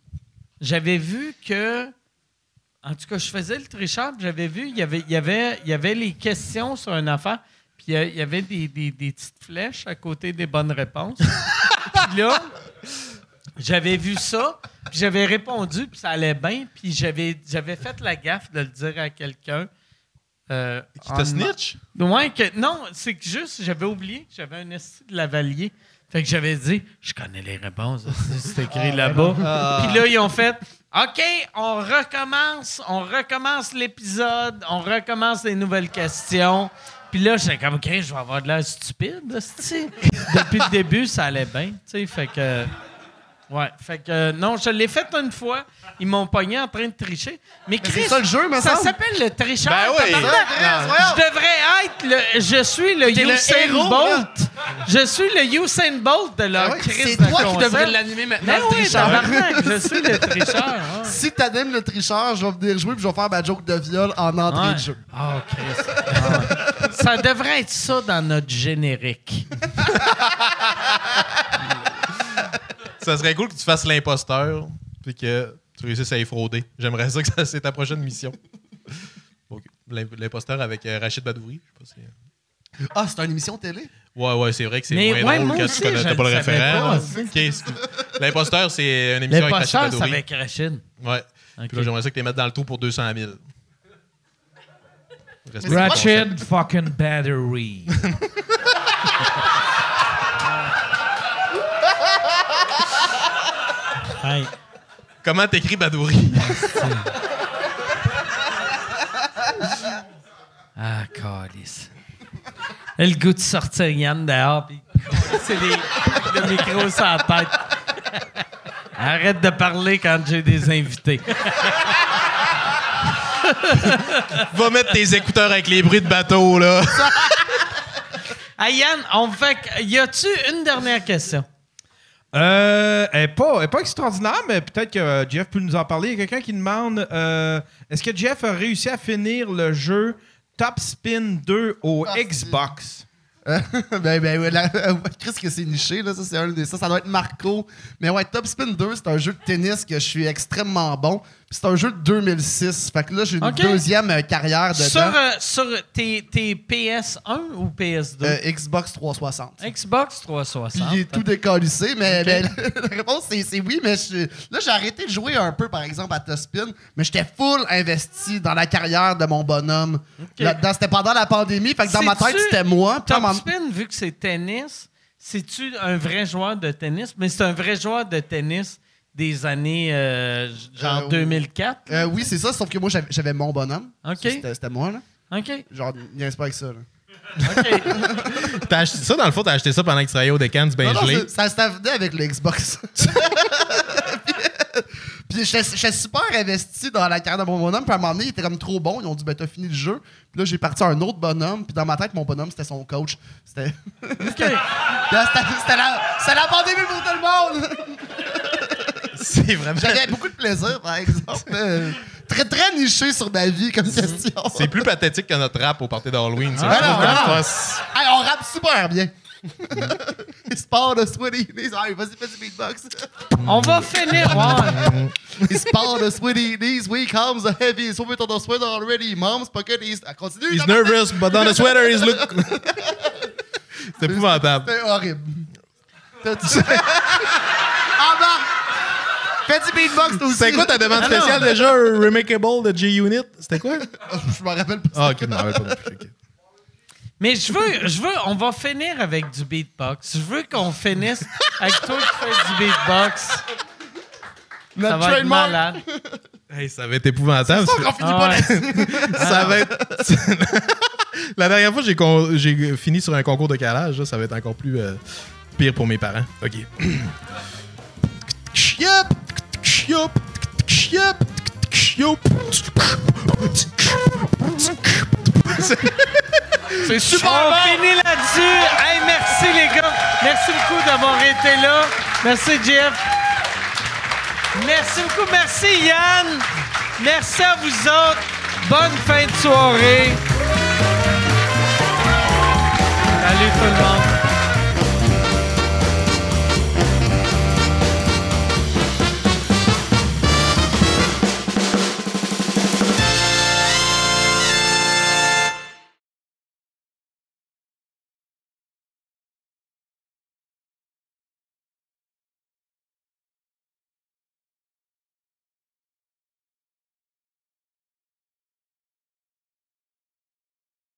que... En tout cas, je faisais le tricheur, j'avais vu, il y avait les questions sur une affaire, puis il y avait des petites flèches à côté des bonnes réponses. Puis là, j'avais vu ça, puis j'avais répondu, puis ça allait bien, puis j'avais fait la gaffe de le dire à quelqu'un. Qui t'a snitch? Ouais, non, c'est que juste, j'avais oublié que j'avais un esti de Lavalier. Fait que j'avais dit, je connais les réponses, c'est écrit là-bas. Puis là, ils ont fait, OK, on recommence l'épisode, on recommence les nouvelles questions. Puis là, j'étais comme, OK, je vais avoir de l'air stupide, depuis le début, ça allait bien, tu sais, fait que... Ouais, fait que non, je l'ai fait une fois. Ils m'ont pogné en train de tricher. Mais Chris, c'est ça le jeu, mais ça s'appelle le tricheur. Ben oui. Je devrais être je suis le Usain Bolt. Je suis le Usain Bolt de leur Chris. C'est toi qui devrais l'animer maintenant. Mais oui, tabarnak, je suis le tricheur. Si t'animes le tricheur, je vais venir jouer puis je vais faire ma joke de viol en entrée de jeu. Oh, Chris. Ça devrait être ça dans notre générique. Ça serait cool que tu fasses l'imposteur puis que tu réussisses à y frauder. J'aimerais ça que c'est ta prochaine mission. Okay. L'imposteur avec Rachid Badouri. Je sais pas si... c'est une émission télé? Ouais, c'est vrai que c'est moins drôle que tu connais pas le référent. L'imposteur, c'est une émission avec Rachid Badouri. L'imposteur, c'est avec Rachid. Ouais. Okay. Puis là, j'aimerais ça que tu les mettes dans le trou pour 200 000. Rachid fucking Badouri. Hey. Comment t'écris Badouri? Calice. Le goût de sortir Yann dehors, puis c'est le micro sur la tête. Arrête de parler quand j'ai des invités. Va mettre tes écouteurs avec les bruits de bateau, là. Hey Yann, y a-tu une dernière question? Elle n'est pas extraordinaire, mais peut-être que Jeff peut nous en parler. Il y a quelqu'un qui demande est-ce que Jeff a réussi à finir le jeu Top Spin 2 au Xbox? Chris, que c'est niché, là. Ça doit être Marco. Mais ouais, Top Spin 2, c'est un jeu de tennis que je suis extrêmement bon. C'est un jeu de 2006. Fait que là, j'ai une OK. deuxième carrière dedans. Sur tes PS1 ou PS2? Xbox 360. Xbox 360. Puis il est tout décalissé, mais la réponse, c'est oui, mais là, j'ai arrêté de jouer un peu, par exemple, à Tospin, mais j'étais full investi dans la carrière de mon bonhomme. C'était pendant la pandémie, fait que dans ma tête, c'était moi. Topspin, vu que c'est tennis, c'est-tu un vrai joueur de tennis? Mais c'est un vrai joueur de tennis des années, genre 2004? Oui, c'est ça, sauf que moi, j'avais mon bonhomme. OK. C'était moi, là. OK. Genre, niaise pas avec ça, là. OK. T'as acheté ça, dans le fond, t'as acheté ça pendant que tu travaillais au Deccan du Non, gelé. ça venait avec le Xbox. Puis j'étais super investi dans la carrière de mon bonhomme. Puis à un moment donné, il était comme trop bon. Ils ont dit, ben, t'as fini le jeu. Puis là, j'ai parti à un autre bonhomme. Puis dans ma tête, mon bonhomme, c'était son coach. C'était. OK. C'était la pandémie pour tout le monde. C'est vraiment. J'avais beaucoup de plaisir, par exemple. Très, très niché sur ma vie comme question. C'est plus pathétique que notre rap au party d'Halloween. non. Hey, on rappe super bien. Il se part de Sweaty Knees. Allez, vas-y, fais du beatbox. On va finir. Ouais. Il se part de Sweaty Knees. We comes a heavy. So we're on the sweater already. Mom's pocket is. Continue. He's nervous, but on the sweater, he's look. C'est épouvantable. C'est horrible. Ah non! Fais du beatbox, toi aussi. C'est quoi ta demande spéciale déjà? Remakeable de G-Unit? C'était quoi? Je m'en rappelle pas. Ah, ok, je m'en rappelle pas. Okay. Mais je veux, on va finir avec du beatbox. Je veux qu'on finisse avec toi qui fais du beatbox. Ça va être malade. Hey, ça va être épouvantable. C'est sûr qu'on finit pas là-dessus. Ça va être... La dernière fois, j'ai fini sur un concours de calage. Là, ça va être encore plus pire pour mes parents. OK. Yup! Yup! Yup! Yup! C'est super. On finit là-dessus. Hey, merci les gars. Merci beaucoup d'avoir été là. Merci Jeff. Merci beaucoup. Merci Yann. Merci à vous autres. Bonne fin de soirée. Salut tout le monde.